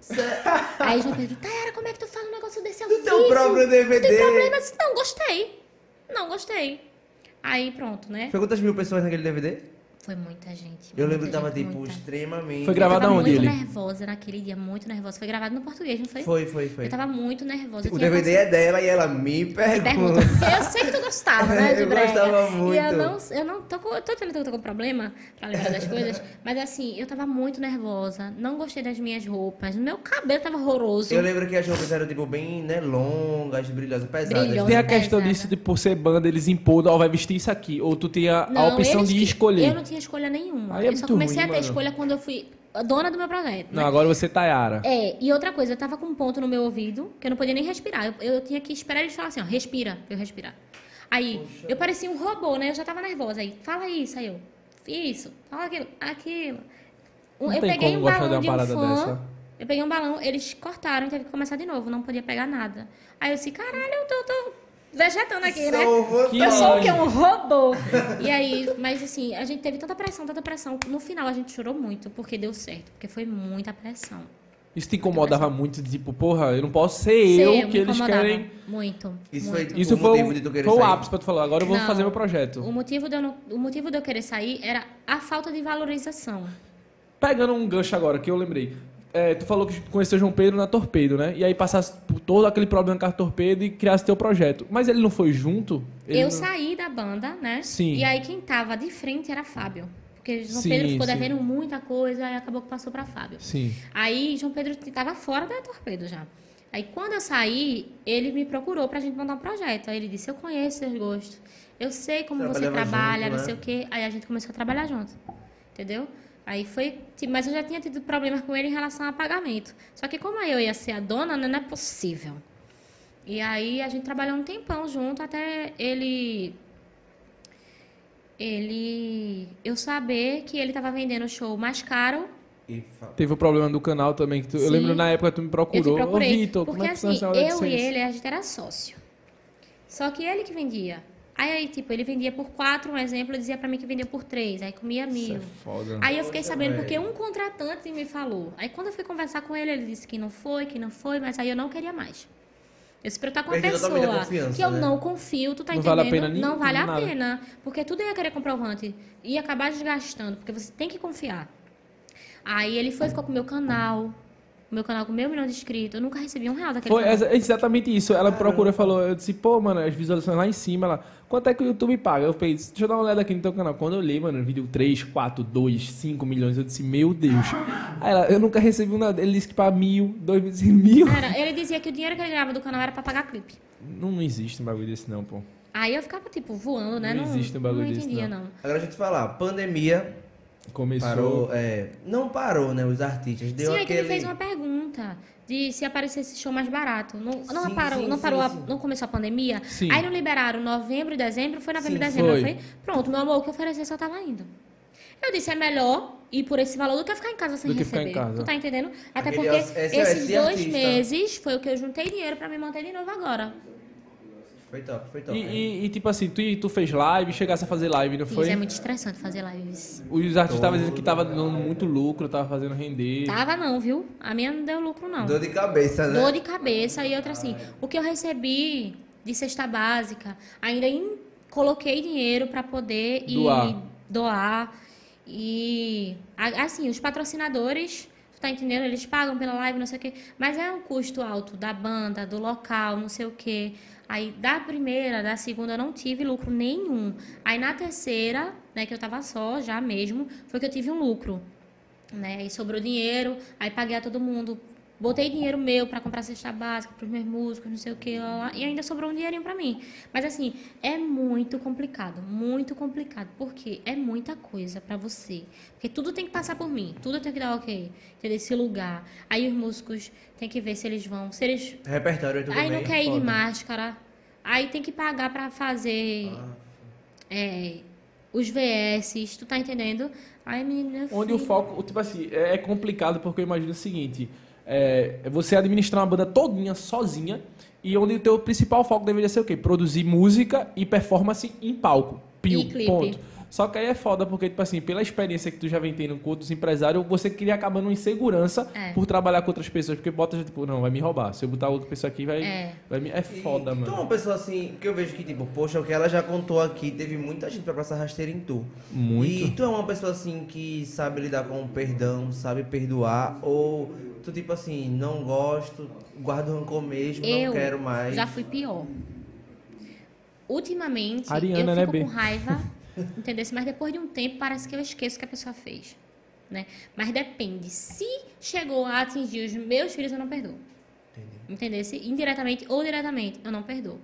S3: Aí João Pedro, Tayara, como é que tu fala um negócio desse ao
S2: Do
S3: vivo?
S2: teu próprio D V D.
S3: Não tem problema, eu disse, não gostei. Não gostei. Aí pronto, né?
S2: Foi quantas mil pessoas naquele D V D?
S3: Foi muita gente.
S2: Eu
S3: muita
S2: lembro que tava,
S3: gente,
S2: tipo,
S3: muita.
S2: extremamente...
S1: Foi gravado
S3: Eu tava
S1: aonde
S3: muito
S1: ele?
S3: nervosa naquele dia, muito nervosa. Foi gravado no português, não foi?
S2: Foi, foi, foi.
S3: Eu tava muito nervosa. eu
S2: O
S3: tinha
S2: D V D é dela e ela me pergunta.
S3: pergunta. Eu sei que tu gostava, né, de
S2: Eu
S3: brega.
S2: gostava muito.
S3: E eu não, eu não tô com, eu tô dizendo que eu tô com problema pra lembrar das coisas, mas assim, eu tava muito nervosa, não gostei das minhas roupas, meu cabelo tava horroroso.
S2: Eu lembro que as roupas eram, tipo, bem, né, longas, brilhosas, pesadas.
S3: Brilhosas.
S1: Tem a questão
S3: pesada.
S1: disso de por ser banda, eles impor, ó, vai vestir isso aqui. Ou tu tinha a
S3: Não,
S1: opção
S3: eles
S1: de
S3: que-
S1: escolher.
S3: Eu não tinha escolha nenhuma.
S1: Aí é
S3: eu só
S1: muito
S3: comecei
S1: ruim,
S3: a ter
S1: mano.
S3: escolha quando eu fui a dona do meu projeto.
S1: Não,
S3: né?
S1: agora você tá Yara.
S3: É, e outra coisa, eu tava com um ponto no meu ouvido que eu não podia nem respirar. Eu, eu tinha que esperar eles falarem assim, ó, respira, pra eu respirar. Aí, eu parecia um robô, né? Eu já tava nervosa. Aí, fala isso, aí eu, isso, fala aquilo, aquilo. Um-
S1: Não
S3: eu
S1: tem
S3: peguei
S1: como
S3: um
S1: gostar de
S3: balão
S1: uma
S3: de um
S1: parada
S3: fã,
S1: dessa.
S3: eu peguei um balão, eles cortaram, teve que começar de novo, não podia pegar nada. Aí eu disse, caralho, eu tô, tô vegetando aqui, né?
S2: Sou
S1: Que
S3: Eu sou o quê?
S1: Ai.
S3: Um robô. E aí, mas assim, a gente teve tanta pressão, tanta pressão. No final a gente chorou muito, porque deu certo. Porque foi muita pressão.
S1: Isso te incomodava muito, tipo, porra, eu não posso ser
S3: Sei,
S1: eu
S3: me
S1: que eles
S3: incomodava
S1: querem.
S3: Muito.
S2: Isso
S3: muito.
S2: foi-
S1: Isso
S2: O
S1: foi,
S2: motivo
S1: o-
S2: de tu querer
S1: foi o
S2: sair?
S1: ápice pra tu falar, agora eu vou
S3: Não,
S1: fazer meu projeto.
S3: O motivo, de eu não, o motivo de eu querer sair era a falta de valorização.
S1: Pegando um gancho agora, que eu lembrei. É, tu falou que conheceu o João Pedro na Torpedo, né? E aí passasse por todo aquele problema com a Torpedo e criasse teu projeto. Mas ele não foi junto? Ele
S3: eu
S1: não-
S3: saí da banda, né?
S1: Sim.
S3: E aí quem tava de frente era Fábio. Porque João
S1: Sim,
S3: Pedro ficou
S1: sim.
S3: devendo muita coisa e acabou que passou pra Fábio.
S1: Sim.
S3: Aí João Pedro estava fora da Torpedo já. Aí quando eu saí, ele me procurou pra gente montar um projeto. Aí ele disse, eu conheço seus gostos. Eu sei como você
S2: Trabalhava
S3: trabalha,
S2: junto,
S3: não
S2: né?
S3: sei o quê. Aí a gente começou a trabalhar junto. Entendeu? Aí foi... tipo, mas eu já tinha tido problemas com ele em relação a pagamento. Só que como eu ia ser a dona, né, não é possível. E aí a gente trabalhou um tempão junto até ele... Ele... Eu saber que ele tava vendendo o show mais caro.
S2: E fa-
S1: Teve o problema do canal também, que tu- eu
S3: Sim.
S1: lembro na época que tu me
S3: Eu te
S1: procurou. Ô,
S3: procurei.
S1: Vitor,
S3: porque
S1: como é que
S3: assim,
S1: funciona essa
S3: eu e
S1: AdSense?
S3: ele, a gente era sócio. Só que ele que vendia. Aí, aí, tipo, ele vendia por quatro, um exemplo, ele dizia pra mim que vendia por três. Aí comia
S1: Isso
S3: mil.
S1: é foda.
S3: Aí eu fiquei
S2: Poxa,
S3: sabendo
S2: velho.
S3: porque um contratante me falou. Aí quando eu fui conversar com ele, ele disse que não foi, que não foi, mas aí eu não queria mais. Eu disse pra eu estar com uma
S2: Perdeu totalmente a
S3: pessoa
S2: confiança,
S3: que eu
S2: né?
S3: não confio, tu tá
S1: Não vale a
S3: entendendo?
S1: pena nem-
S3: não vale a
S1: nada.
S3: pena. Porque tudo ia querer comprovante. Ia acabar desgastando, porque você tem que confiar. Aí ele foi, ficou com o meu canal. O meu canal com meio milhão de inscritos. Eu nunca recebi um real daquele
S1: Foi
S3: canal.
S1: exa- exatamente isso. Ela me procurou e falou, eu disse, pô, mano, as visualizações lá em cima, ela, quanto é que o YouTube paga? Eu pensei, deixa eu dar uma olhada aqui no teu canal. Quando eu olhei, mano, vídeo três, quatro, dois, cinco milhões, eu disse, meu Deus. Aí ela, eu nunca recebi um nada. Ele disse que para mil, dois mil, cinco mil.
S3: Era, ele dizia que o dinheiro que ele ganhava do canal era pra pagar clipe.
S1: Não, não existe um bagulho desse não, pô.
S3: Aí eu ficava, tipo, voando, né?
S1: Não existe um bagulho
S3: não
S1: desse,
S3: entendia,
S1: não.
S3: não.
S2: Agora deixa eu te falar, pandemia
S1: Começou...
S2: parou, é, não parou, né, os artistas, deu
S3: Sim, aí que
S2: aquele...
S3: ele fez uma pergunta de se aparecesse show mais barato. Não, não
S2: Sim,
S3: parou,
S2: sim,
S3: não,
S2: sim,
S3: parou a-
S2: sim.
S3: não começou a pandemia?
S1: Sim.
S3: Aí não liberaram novembro e dezembro, foi novembro e
S2: Sim,
S3: dezembro,
S1: foi.
S3: não foi? Pronto, meu amor, o que oferecer só tava indo. Eu disse, é melhor ir por esse valor do que ficar em casa sem
S1: Do que ficar
S3: receber.
S1: em casa.
S3: Tu tá entendendo? Até
S2: Aquele
S3: porque
S2: S O S
S3: esses
S2: de
S3: dois
S2: artista.
S3: meses foi o que eu juntei dinheiro pra me manter de novo agora.
S2: Foi top, foi top.
S1: E, e- e, tipo assim, tu, tu fez live, chegasse a fazer live, não
S3: Fiz,
S1: foi?
S3: é muito estressante fazer lives.
S1: Os artistas estavam dizendo que tava dando muito lucro, tava fazendo render.
S3: Tava não, viu? A minha não deu lucro, não.
S2: Dor de cabeça, né?
S3: Dor de cabeça e outra assim. O que eu recebi de cesta básica, ainda em- coloquei dinheiro para poder ir
S1: Doar.
S3: doar. E a- assim, os patrocinadores Tá entendendo? Eles pagam pela live, não sei o quê. Mas é um custo alto da banda, do local, não sei o quê. Aí, da primeira, da segunda, eu não tive lucro nenhum. Aí, na terceira, né, que eu tava só já mesmo, foi que eu tive um lucro. Né? Aí, sobrou dinheiro, aí paguei a todo mundo. Botei dinheiro meu pra comprar cesta básica pros meus músicos, não sei o que, lá, lá, e ainda sobrou um dinheirinho pra mim. Mas assim, é muito complicado, muito complicado, porque é muita coisa pra você. Porque tudo tem que passar por mim, tudo tem que dar ok, entendeu? Esse lugar. Aí os músicos tem que ver se eles vão, se eles...
S2: Repertório é tudo
S3: Aí
S2: bem,
S3: não quer ir de
S2: foda.
S3: máscara, aí tem que pagar pra fazer
S2: Ah.
S3: é, os V S, tu tá entendendo? Aí, menina...
S1: Onde o
S3: fica-
S1: foco, tipo assim, é é complicado porque eu imagino o seguinte, é, você administrar uma banda todinha sozinha e onde o teu principal foco deveria ser o quê? Produzir música e performance em palco. Pio,
S3: E clipe.
S1: ponto. Só que aí é foda porque, tipo assim, pela experiência que tu já vem tendo com outros empresários, você cria acabando em insegurança
S3: É.
S1: por trabalhar com outras pessoas, porque bota, tipo, não, vai me roubar. Se eu botar outra pessoa aqui, vai,
S3: É.
S1: vai me... É foda,
S2: e,
S1: mano.
S2: Tu é uma pessoa assim, que eu vejo que, tipo, poxa, o que ela já contou aqui, teve muita gente pra passar rasteira em tu.
S1: Muito.
S2: E tu é uma pessoa assim que sabe lidar com o perdão, sabe perdoar, ou tu, tipo assim, não gosto, guardo rancor mesmo,
S3: Eu
S2: não quero mais.
S3: já fui pior. Ultimamente,
S1: Ariana,
S3: eu
S1: né,
S3: fico
S1: B?
S3: com raiva, entendeu? Mas depois de um tempo, parece que eu esqueço o que a pessoa fez, né? Mas depende. Se chegou a atingir os meus filhos, eu não perdoo. Entendeu? Se indiretamente ou diretamente, eu não perdoo.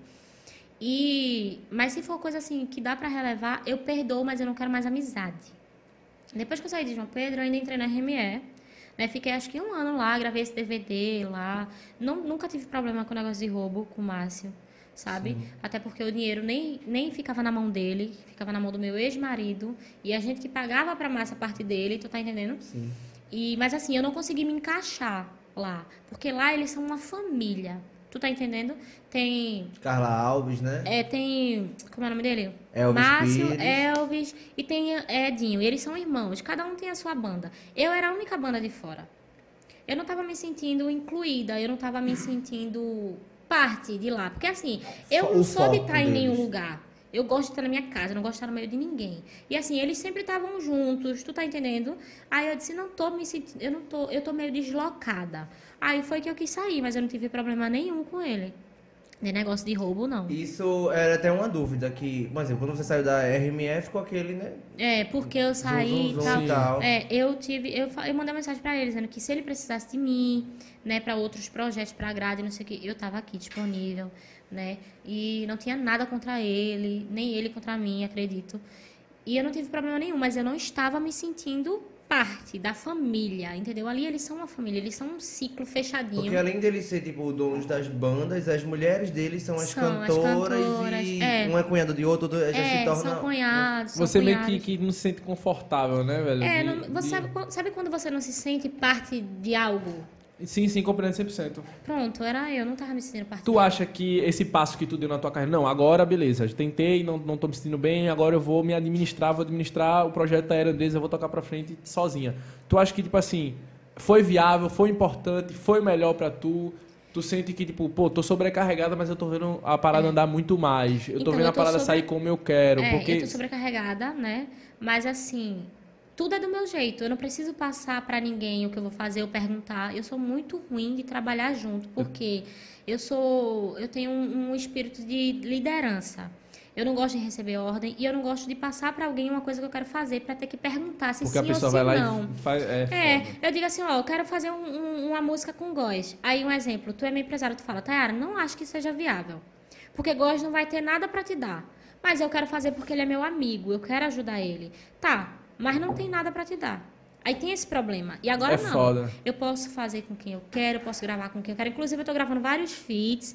S3: E, mas se for coisa assim que dá pra relevar, eu perdoo, mas eu não quero mais amizade. Depois que eu saí de João Pedro, eu ainda entrei na R M E. Né? Fiquei acho que um ano lá, gravei esse D V D lá. Não, nunca tive problema com o negócio de roubo com o Márcio, sabe?
S2: Sim.
S3: Até porque o dinheiro nem, nem ficava na mão dele, ficava na mão do meu ex-marido. E a gente que pagava pra Márcio a parte dele, tu tá entendendo?
S2: Sim.
S3: E, mas assim, eu não consegui me encaixar lá. Porque lá eles são uma família. Tu tá entendendo? Tem...
S2: Carla Alves, né?
S3: É, tem... Como é o nome dele?
S2: Elvis
S3: Márcio,
S2: Pires.
S3: Elvis e tem Edinho. E eles são irmãos. Cada um tem a sua banda. Eu era a única banda de fora. Eu não tava me sentindo incluída. Eu não tava me sentindo parte de lá. Porque assim, eu
S2: O
S3: não sou de
S2: foco
S3: estar em nenhum
S2: deles.
S3: lugar. Eu gosto de estar na minha casa, eu não gosto de estar no meio de ninguém. E assim, eles sempre estavam juntos, tu tá entendendo? Aí eu disse, não tô me sentindo, eu não tô, eu tô meio deslocada. Aí foi que eu quis sair, mas eu não tive problema nenhum com ele. De negócio de roubo, não.
S2: Isso era até uma dúvida que, por exemplo, quando você saiu da R M F, ficou aquele, né?
S3: É, porque eu saí
S2: Zum, zum,
S3: e tal.
S2: zum e tal.
S3: É, eu tive, eu, fa- eu mandei uma mensagem pra ele dizendo que se ele precisasse de mim, né, pra outros projetos, pra grade, não sei o que, eu tava aqui disponível, né? E não tinha nada contra ele, nem ele contra mim, acredito. E eu não tive problema nenhum, mas eu não estava me sentindo parte da família, entendeu? Ali eles são uma família, eles são um ciclo fechadinho.
S2: Porque além deles ser, tipo, donos das bandas, as mulheres deles são as
S3: São as
S2: cantoras,
S3: cantoras,
S2: e
S3: é.
S2: um é cunhado de outro, outro já
S3: é,
S2: se torna...
S3: são cunhados, são
S1: Você meio
S3: cunhados.
S1: que, que não se sente confortável, né, velho?
S3: É,
S1: De-
S3: não- você
S1: de-
S3: sabe, quando- sabe quando você não se sente parte de algo?
S1: Sim, sim, compreendo cem por cento.
S3: Pronto, era eu, não tava me sentindo parte
S1: Tu acha que esse passo que tu deu na tua carreira, não, agora beleza, eu tentei, não, não tô me sentindo bem, agora eu vou me administrar, vou administrar o projeto da Era Andresa, eu vou tocar pra frente sozinha. Tu acha que, tipo assim, foi viável, foi importante, foi melhor pra tu? Tu sente que, tipo, pô, tô sobrecarregada, mas eu tô vendo a parada andar muito mais. Eu tô
S3: Então,
S1: vendo
S3: eu
S1: a
S3: tô
S1: parada
S3: sobre-
S1: sair como eu quero.
S3: É,
S1: porque
S3: eu tô sobrecarregada, né? Mas assim, tudo é do meu jeito. Eu não preciso passar pra ninguém o que eu vou fazer ou perguntar. Eu sou muito ruim de trabalhar junto, porque eu sou, eu tenho um, um espírito de liderança. Eu não gosto de receber ordem e eu não gosto de passar pra alguém uma coisa que eu quero fazer pra ter que perguntar se
S1: porque a
S3: sim
S1: pessoa
S3: ou se
S1: vai lá
S3: não.
S1: e faz. É,
S3: É,
S1: foda.
S3: eu digo assim, ó, eu quero fazer um- um- uma música com Góis. Aí, um exemplo, tu é meu empresário, tu fala, Tayara, não acho que seja viável. Porque Góis não vai ter nada pra te dar. Mas eu quero fazer porque ele é meu amigo, eu quero ajudar ele. Tá, mas não tem nada pra te dar. Aí tem esse problema. E agora
S1: É
S3: não.
S1: foda.
S3: Eu posso fazer com quem eu quero, eu posso gravar com quem eu quero. Inclusive, eu tô gravando vários feats,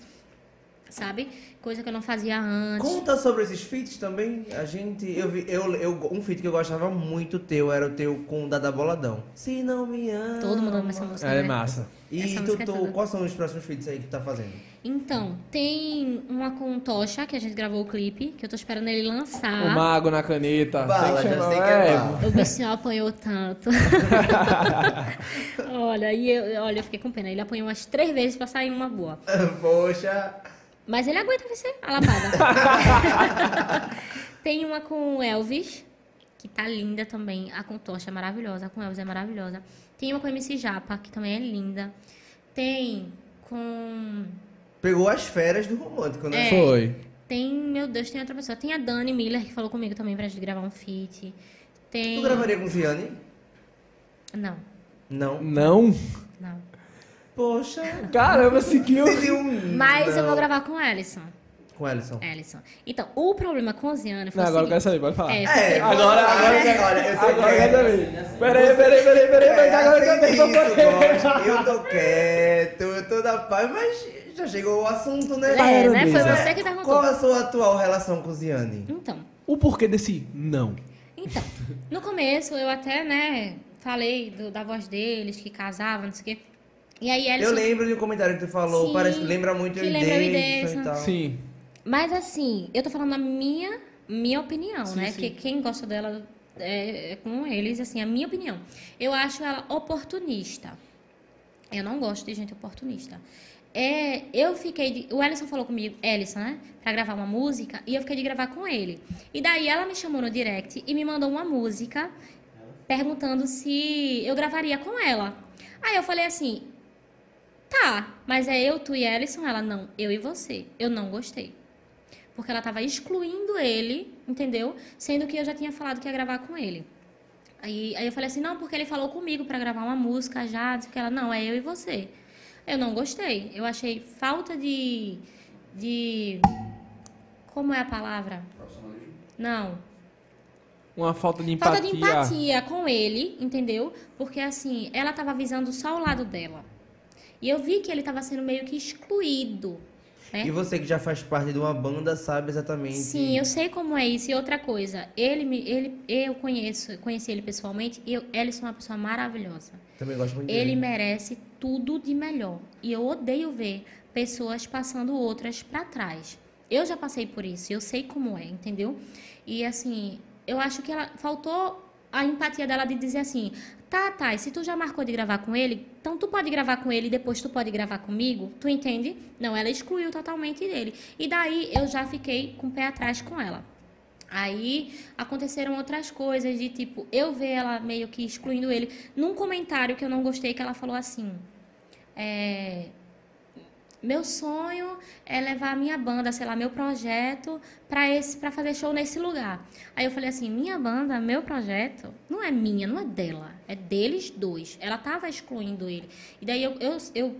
S3: sabe? Coisa que eu não fazia antes.
S2: Conta sobre esses feats também. A gente. Eu vi. Eu, eu, um feat que eu gostava muito teu era o teu com o Dada Boladão. Se não me ama.
S3: Todo mundo ama essa música,
S1: É
S3: né?
S1: massa.
S2: E
S3: Essa
S2: tu,
S3: música é
S2: tu,
S3: tudo.
S2: quais são os próximos feats aí que tu tá fazendo?
S3: Então, tem uma com Tocha, que a gente gravou o clipe, que eu tô esperando ele lançar.
S1: O mago na caneta.
S2: Bala,
S1: tem que
S2: já
S1: chamar-
S2: sei que é bala.
S3: O bichinho apanhou tanto. olha, e eu, olha, eu fiquei com pena. Ele apanhou umas três vezes pra sair uma boa.
S2: Poxa.
S3: Mas ele aguenta vencer a lapada. Tem uma com o Elvis, que tá linda também. A com Tocha é maravilhosa, a com Elvis é maravilhosa. Tem uma com M C Japa, que também é linda. Tem com...
S2: Pegou as férias do romântico, né?
S3: É.
S1: Foi.
S3: Tem, meu Deus, tem outra pessoa. Tem a Dani Miller, que falou comigo também pra gente gravar um feat. Tem...
S2: Tu gravaria com Ziane?
S3: Não,
S2: Não.
S1: Não?
S3: não.
S2: Poxa.
S1: Caramba, seguiu.
S2: Seria um...
S3: Mas eu
S2: não.
S3: vou gravar com o Ellison.
S2: Com Ellison.
S3: Ellison. Então, o problema com o Ziane foi
S1: Não,
S3: o
S1: agora eu quero
S3: seguinte.
S1: saber, pode falar.
S3: É,
S2: É,
S1: Agora, agora,
S2: olha, olha, eu sei
S1: Agora eu
S2: que é.
S1: quero saber. Peraí, peraí, peraí, peraí, peraí,
S2: É,
S1: agora eu
S2: aceita
S1: quero
S2: isso,
S1: saber.
S2: gosto. Eu tô quieto, eu tô da paz, mas já chegou o assunto, né?
S3: É, né? Foi
S1: Beleza.
S3: você que perguntou.
S2: Qual a sua atual relação com Ziane?
S3: Então,
S1: O porquê desse não?
S3: então, no começo eu até, né, falei do- da voz deles, que casavam, não sei o quê. E aí Ellison...
S2: Eu lembro de um comentário que tu falou,
S3: Sim,
S2: parece que lembra muito
S3: que
S2: eu e
S3: lembra eu e
S2: Davidson
S3: Davidson.
S2: e tal.
S1: Sim.
S3: Mas assim, eu tô falando a minha, minha opinião,
S1: Sim,
S3: né?
S1: sim.
S3: Que quem gosta dela é, é com eles, assim, a minha opinião. Eu acho ela oportunista. Eu não gosto de gente oportunista. É, eu fiquei de, o Ellison falou comigo, Ellison, né? Pra gravar uma música, e eu fiquei de gravar com ele. E daí ela me chamou no direct e me mandou uma música perguntando se eu gravaria com ela. Aí eu falei assim, tá, mas é eu, tu e Ellison? Ela, não, eu e você. Eu não gostei. Porque ela tava excluindo ele, entendeu? Sendo que eu já tinha falado que ia gravar com ele. Aí, aí eu falei assim, não, porque ele falou comigo pra gravar uma música já, disse que ela, não, é eu e você. Eu não gostei. Eu achei falta de... de... Como é a palavra? Não.
S1: Uma falta de empatia.
S3: Falta de empatia com ele, entendeu? Porque assim, ela tava visando só o lado dela. E eu vi que ele tava sendo meio que excluído, né?
S2: E você que já faz parte de uma banda sabe exatamente.
S3: Sim, eu sei como é isso. E outra coisa, ele me, ele, eu conheço, conheci ele pessoalmente e eu, Ellison é uma pessoa maravilhosa.
S2: Também gosto muito
S3: Ele
S2: dele.
S3: merece tudo de melhor. E eu odeio ver pessoas passando outras pra trás. Eu já passei por isso, eu sei como é, entendeu? E assim, eu acho que ela faltou a empatia dela de dizer assim, tá, tá, se tu já marcou de gravar com ele, então tu pode gravar com ele e depois tu pode gravar comigo, tu entende? Não, ela excluiu totalmente dele. E daí eu já fiquei com o pé atrás com ela. Aí aconteceram outras coisas de tipo, eu ver ela meio que excluindo ele. Num comentário que eu não gostei, que ela falou assim, é... meu sonho é levar a minha banda, sei lá, meu projeto para esse, para fazer show nesse lugar. Aí eu falei assim, minha banda, meu projeto, não é minha, não é dela, é deles dois. Ela tava excluindo ele. E daí eu, eu, eu